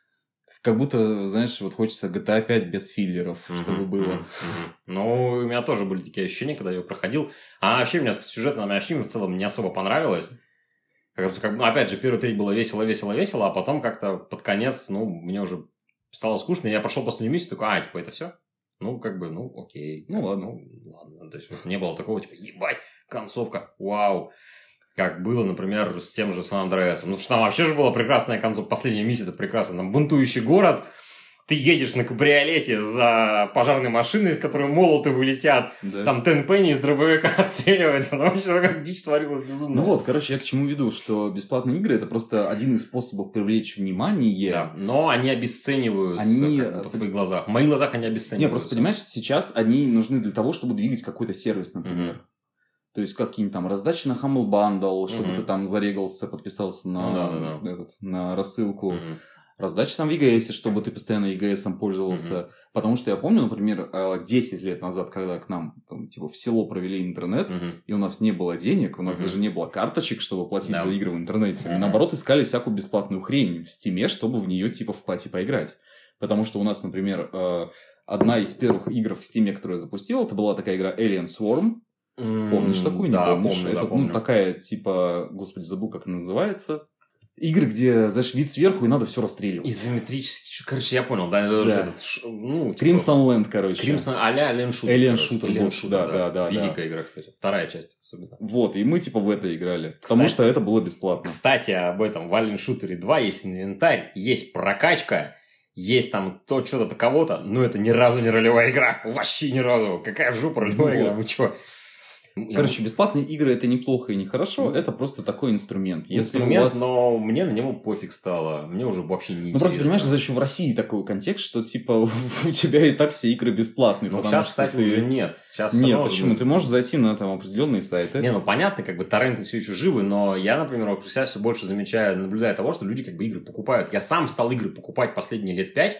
Speaker 2: Как будто, знаешь, вот хочется джи ти эй пять без филлеров,
Speaker 1: Мгм,
Speaker 2: чтобы было.
Speaker 1: мгм, мгм. Ну, у меня тоже были такие ощущения, когда я его проходил. А вообще, мне сюжет на вообще в целом не особо понравилось. Как, раз, как, ну, опять же, первая треть было весело, весело, весело, а потом как-то под конец, ну, мне уже стало скучно, и я пошел последнюю миссию, такой, а, типа, это все? Ну, как бы, ну, окей.
Speaker 2: Ну, ладно.
Speaker 1: Ну, ладно. То есть, вот не было такого, типа, ебать, концовка, вау. Как было, например, с тем же Сан-Андреасом. Ну, потому что там вообще же была прекрасная концовка. Последняя миссия, это прекрасно. Там бунтующий город, ты едешь на кабриолете за пожарной машиной, из которой молоты вылетят.
Speaker 2: Да.
Speaker 1: Там Тенпенни из дробовика отстреливается. Ну, вообще, как дичь творилась безумно.
Speaker 2: Ну вот, короче, я к чему веду, что бесплатные игры это просто один из способов привлечь внимание.
Speaker 1: Да, но они обесцениваются
Speaker 2: Они,
Speaker 1: как будто в
Speaker 2: э,
Speaker 1: твоих глазах. В моих глазах они обесцениваются.
Speaker 2: Не, просто понимаешь, сейчас они нужны для того, чтобы двигать какой-то сервис, например.
Speaker 1: Мгм.
Speaker 2: То есть какие-нибудь там раздачи на Humble Bundle, чтобы
Speaker 1: Мгм.
Speaker 2: ты там зарегался, подписался на,
Speaker 1: Ну да, да, да.
Speaker 2: этот, на рассылку.
Speaker 1: Мгм.
Speaker 2: Раздачи там в и джи эс, чтобы ты постоянно и джи эсом пользовался. Потому что я помню, например, э, десять лет назад, когда к нам там, типа, в село провели интернет,
Speaker 1: Мгм.
Speaker 2: и у нас не было денег, у нас
Speaker 1: Мгм.
Speaker 2: даже не было карточек, чтобы платить
Speaker 1: Да.
Speaker 2: за игры в интернете. Мы,
Speaker 1: Мгм.
Speaker 2: наоборот, искали всякую бесплатную хрень в Стиме, чтобы в нее типа в пати поиграть. Потому что у нас, например, э, одна из первых игр в Стиме, которую я запустил, это была такая игра Alien Swarm. Помнишь такую? Не
Speaker 1: Да,
Speaker 2: помнишь?
Speaker 1: помню,
Speaker 2: это
Speaker 1: да, помню.
Speaker 2: ну, такая, типа, господи, забыл, как она называется. Игры, где, знаешь, вид сверху, и надо все расстреливать.
Speaker 1: Изометрический, короче, я понял, да, это
Speaker 2: Да.
Speaker 1: же этот, ш- ну, типа,
Speaker 2: Crimson Land, короче.
Speaker 1: Crimson, а-ля Alien Shooter.
Speaker 2: Alien
Speaker 1: короче.
Speaker 2: Shooter,
Speaker 1: Alien
Speaker 2: вот,
Speaker 1: Shooter,
Speaker 2: да, да, да,
Speaker 1: Великая игра, кстати. Вторая часть особенно.
Speaker 2: Вот, и мы, типа, в это играли. Потому что это было бесплатно.
Speaker 1: Кстати, об этом. В Alien Shooter два есть инвентарь, есть прокачка, есть там то, что-то кого-то, но это ни разу не ролевая игра. Вообще ни разу. Какая в жопу ролевая
Speaker 2: Вот.
Speaker 1: игра, вы чё?
Speaker 2: Короче, бесплатные игры это неплохо и нехорошо,
Speaker 1: Ну,
Speaker 2: это просто такой инструмент. Если
Speaker 1: инструмент,
Speaker 2: у вас...
Speaker 1: но мне на него пофиг стало. Мне уже вообще не
Speaker 2: Ну, просто,
Speaker 1: интересно.
Speaker 2: понимаешь, это еще в России такой контекст, что, типа, у тебя и так все игры бесплатные.
Speaker 1: Ну,
Speaker 2: потому
Speaker 1: сейчас,
Speaker 2: что
Speaker 1: кстати,
Speaker 2: ты-
Speaker 1: уже нет. Сейчас всё
Speaker 2: Нет,
Speaker 1: равно
Speaker 2: почему?
Speaker 1: уже-
Speaker 2: Ты можешь зайти на там определенные сайты.
Speaker 1: Не, ну понятно, как бы торренты все еще живы, но я, например, вокруг себя все больше замечаю, наблюдаю того, что люди как бы игры покупают. Я сам стал игры покупать последние лет пять,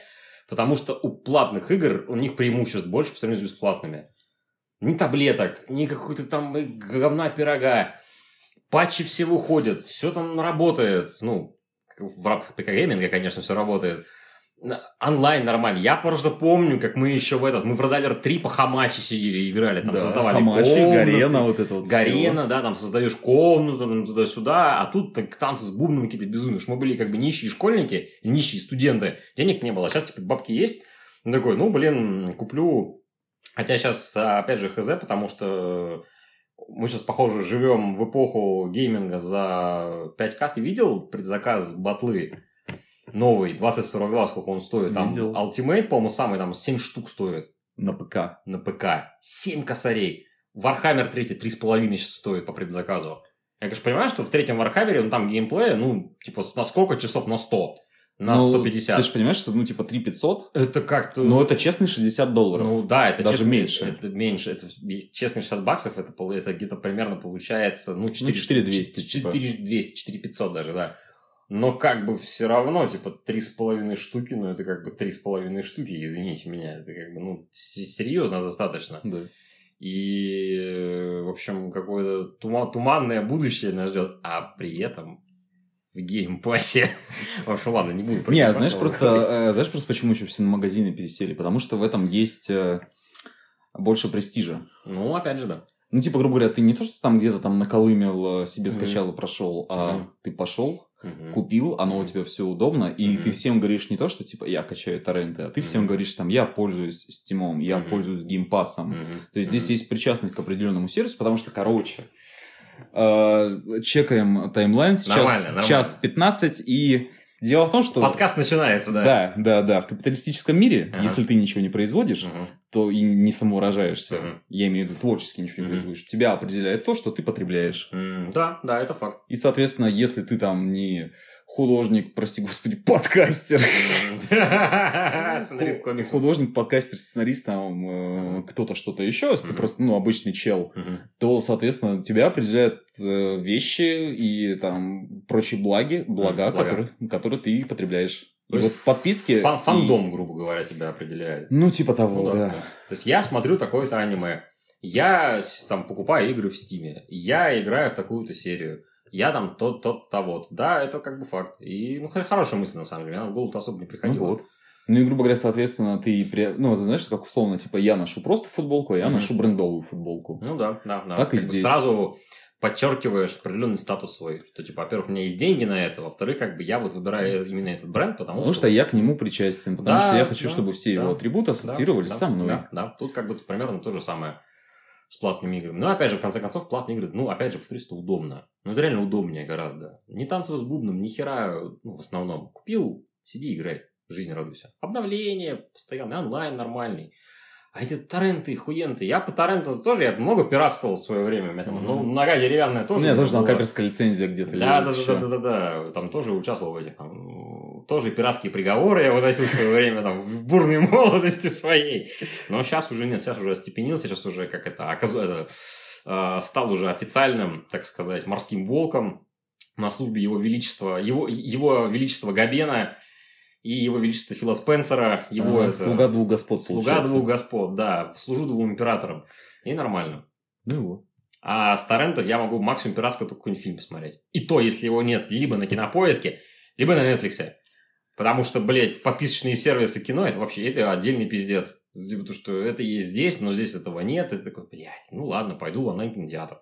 Speaker 1: Потому что у платных игр, у них преимуществ больше по сравнению с бесплатными. Ни таблеток, ни какой-то там говна пирога. Патчи все выходят, все там работает. Ну, в рамках ПК-гейминга, конечно, все работает. Онлайн нормально. Я просто помню, как мы еще в этот... Мы в Red Alert три по Хамачи сидели и играли. Там
Speaker 2: да,
Speaker 1: создавали
Speaker 2: Хамачи,
Speaker 1: комнаты.
Speaker 2: Гарена, вот это вот
Speaker 1: Гарена,
Speaker 2: всё.
Speaker 1: да, там создаешь комнату туда-сюда. А тут так, танцы с бубном какие-то безумные. Мы были как бы нищие школьники, нищие студенты. Денег не было. Сейчас, типа, бабки есть. Ну, такой, ну, блин, куплю... Хотя сейчас, опять же, хз, потому что... Мы сейчас, похоже, живем в эпоху гейминга за пять ка. Ты видел предзаказ батлы? Новый, двадцать сорок два, сколько он стоит. Там
Speaker 2: Видел.
Speaker 1: Ultimate, по-моему, самый, там семь штук стоит.
Speaker 2: На ПК.
Speaker 1: На ПК. семь косарей. Warhammer три три с половиной сейчас стоит по предзаказу. Я, конечно, понимаю, что в третьем Warhammer, ну, там геймплея, ну, типа, на сколько часов? На сто. На
Speaker 2: ну,
Speaker 1: сто пятьдесят.
Speaker 2: Ты же понимаешь, что, ну, типа, три пятьсот.
Speaker 1: Это как-то...
Speaker 2: Ну, это честные шестьдесят долларов.
Speaker 1: Ну, да, это
Speaker 2: даже
Speaker 1: честно,
Speaker 2: меньше.
Speaker 1: Это меньше. Это честные шестьдесят баксов, это, это где-то примерно получается, ну, четыре,
Speaker 2: ну, четыре двести.
Speaker 1: четыре двести, четыре пятьсот даже, да. Но как бы все равно, типа, три с половиной штуки, ну, это как бы три с половиной штуки, извините меня. Это как бы, ну, серьезно достаточно.
Speaker 2: Да.
Speaker 1: И, в общем, какое-то тума- туманное будущее нас ждет, а при этом в геймпассе. В общем, ладно, не буду.
Speaker 2: Не, знаешь просто, э, знаешь просто, почему еще все на магазины пересели? Потому что в этом есть э, больше престижа.
Speaker 1: Ну, опять же, да.
Speaker 2: Ну, типа, грубо говоря, ты не то, что там где-то там наколымел, себе скачал
Speaker 1: Mm-hmm.
Speaker 2: и прошел, а
Speaker 1: Mm-hmm.
Speaker 2: ты пошел,
Speaker 1: mm-hmm.
Speaker 2: купил, оно у тебя все удобно, и
Speaker 1: Mm-hmm.
Speaker 2: ты всем говоришь не то, что типа я качаю торренты, а ты всем mm-hmm. говоришь там я пользуюсь Steam'ом, я mm-hmm. пользуюсь геймпассом. Mm-hmm. То есть mm-hmm. здесь есть причастность к определенному сервису, потому что, короче, э, чекаем таймлайн сейчас
Speaker 1: нормально,
Speaker 2: час пятнадцать, и дело в том, что...
Speaker 1: Подкаст начинается, да.
Speaker 2: Да, да, да. В капиталистическом мире,
Speaker 1: ага.
Speaker 2: если ты ничего не производишь,
Speaker 1: ага.
Speaker 2: то и не самовыражаешься.
Speaker 1: Ага.
Speaker 2: Я имею в виду творчески ничего не
Speaker 1: ага.
Speaker 2: производишь. Тебя определяет то, что ты потребляешь.
Speaker 1: Mm, да, да, это факт.
Speaker 2: И, соответственно, если ты там не художник, прости господи, подкастер.
Speaker 1: Сценарист комиксов.
Speaker 2: Художник, подкастер, сценарист, там кто-то что-то еще, если ты просто, ну, обычный чел, то, соответственно, тебя определяют вещи и там прочие благи, блага, которые ты потребляешь. И вот подписки...
Speaker 1: Фан- фандом, и... грубо говоря, тебя определяет.
Speaker 2: Ну, типа того,
Speaker 1: ну, да,
Speaker 2: да.
Speaker 1: да. То есть, я смотрю такое-то аниме. Я там покупаю игры в Стиме. Я играю в такую-то серию. Я там тот, тот, того. Да, это как бы факт. И, ну, хорошая мысль, на самом деле. Она в голову особо не приходила.
Speaker 2: Ну, вот. Ну, и, грубо говоря, соответственно, ты... Ну, ты знаешь, как условно, типа, я ношу просто футболку, а я mm-hmm. ношу брендовую футболку.
Speaker 1: Ну, да, да, да.
Speaker 2: Так
Speaker 1: как
Speaker 2: и здесь.
Speaker 1: Сразу... подчеркиваешь определенный статус свой. Что, типа, во-первых, у меня есть деньги на это, во-вторых, как бы я вот выбираю именно этот бренд, потому,
Speaker 2: потому что... что я к нему причастен, потому
Speaker 1: да,
Speaker 2: что я хочу,
Speaker 1: да,
Speaker 2: чтобы все
Speaker 1: да,
Speaker 2: его атрибуты ассоциировались
Speaker 1: да,
Speaker 2: со мной.
Speaker 1: Да, да, тут как бы примерно то же самое с платными играми. Но, опять же, в конце концов, платные игры, ну, опять же, повторюсь, это удобно. Ну, это реально удобнее гораздо. Не танцевать с бубном, ни хера, ну, в основном. Купил, сиди, играй, жизнь радуйся. Обновление постоянно, онлайн нормальный. А эти торренты, хуенты. Я по торренту тоже, я много пиратствовал в свое время. У меня там, mm-hmm. ну, нога деревянная тоже.
Speaker 2: У меня тоже там каперская лицензия где-то
Speaker 1: да,
Speaker 2: лежит.
Speaker 1: Да, да, да, да, да, да. Там тоже участвовал в этих, там, тоже пиратские приговоры я выносил в свое время, там, в бурной молодости своей. Но сейчас уже нет, сейчас уже остепенился, сейчас уже, как это, оказывается, стал уже официальным, так сказать, морским волком на службе его величества, его, его величества Габена и его величества Фила Спенсера. Его
Speaker 2: а,
Speaker 1: это,
Speaker 2: слуга двух господ,
Speaker 1: Слуга
Speaker 2: получается.
Speaker 1: двух господ, да. Служу двум императорам. И нормально.
Speaker 2: Ну вот.
Speaker 1: А с торрентов я могу максимум пиратского только какой-нибудь фильм посмотреть. И то, если его нет либо на Кинопоиске, либо на Netflix. Потому что, блядь, подписочные сервисы кино, это вообще это отдельный пиздец. Потому что это есть здесь, но здесь этого нет. И ты такой, блядь, ну ладно, пойду в онлайн-кинотеатр.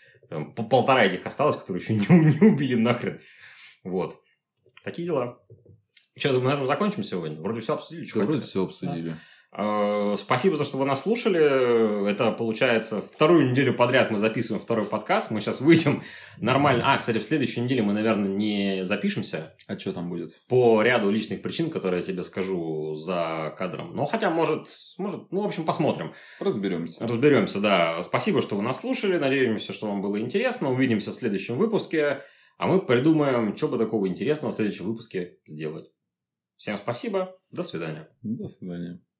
Speaker 1: По полтора этих осталось, которые еще не, не убили нахрен. Вот. Такие дела. Что, думаю, на этом закончим сегодня? Вроде все обсудили.
Speaker 2: Да, вроде все обсудили.
Speaker 1: Да. Спасибо за то, что вы нас слушали. Это, получается, вторую неделю подряд мы записываем второй подкаст. Мы сейчас выйдем нормально. А, кстати, в следующей неделе мы, наверное, не запишемся.
Speaker 2: А что там будет?
Speaker 1: По ряду личных причин, которые я тебе скажу за кадром. Но хотя, может, может, ну, в общем, посмотрим.
Speaker 2: Разберемся.
Speaker 1: Разберемся, да. Спасибо, что вы нас слушали. Надеемся, что вам было интересно. Увидимся в следующем выпуске. А мы придумаем, что бы такого интересного в следующем выпуске сделать. Всем спасибо. До свидания.
Speaker 2: До свидания.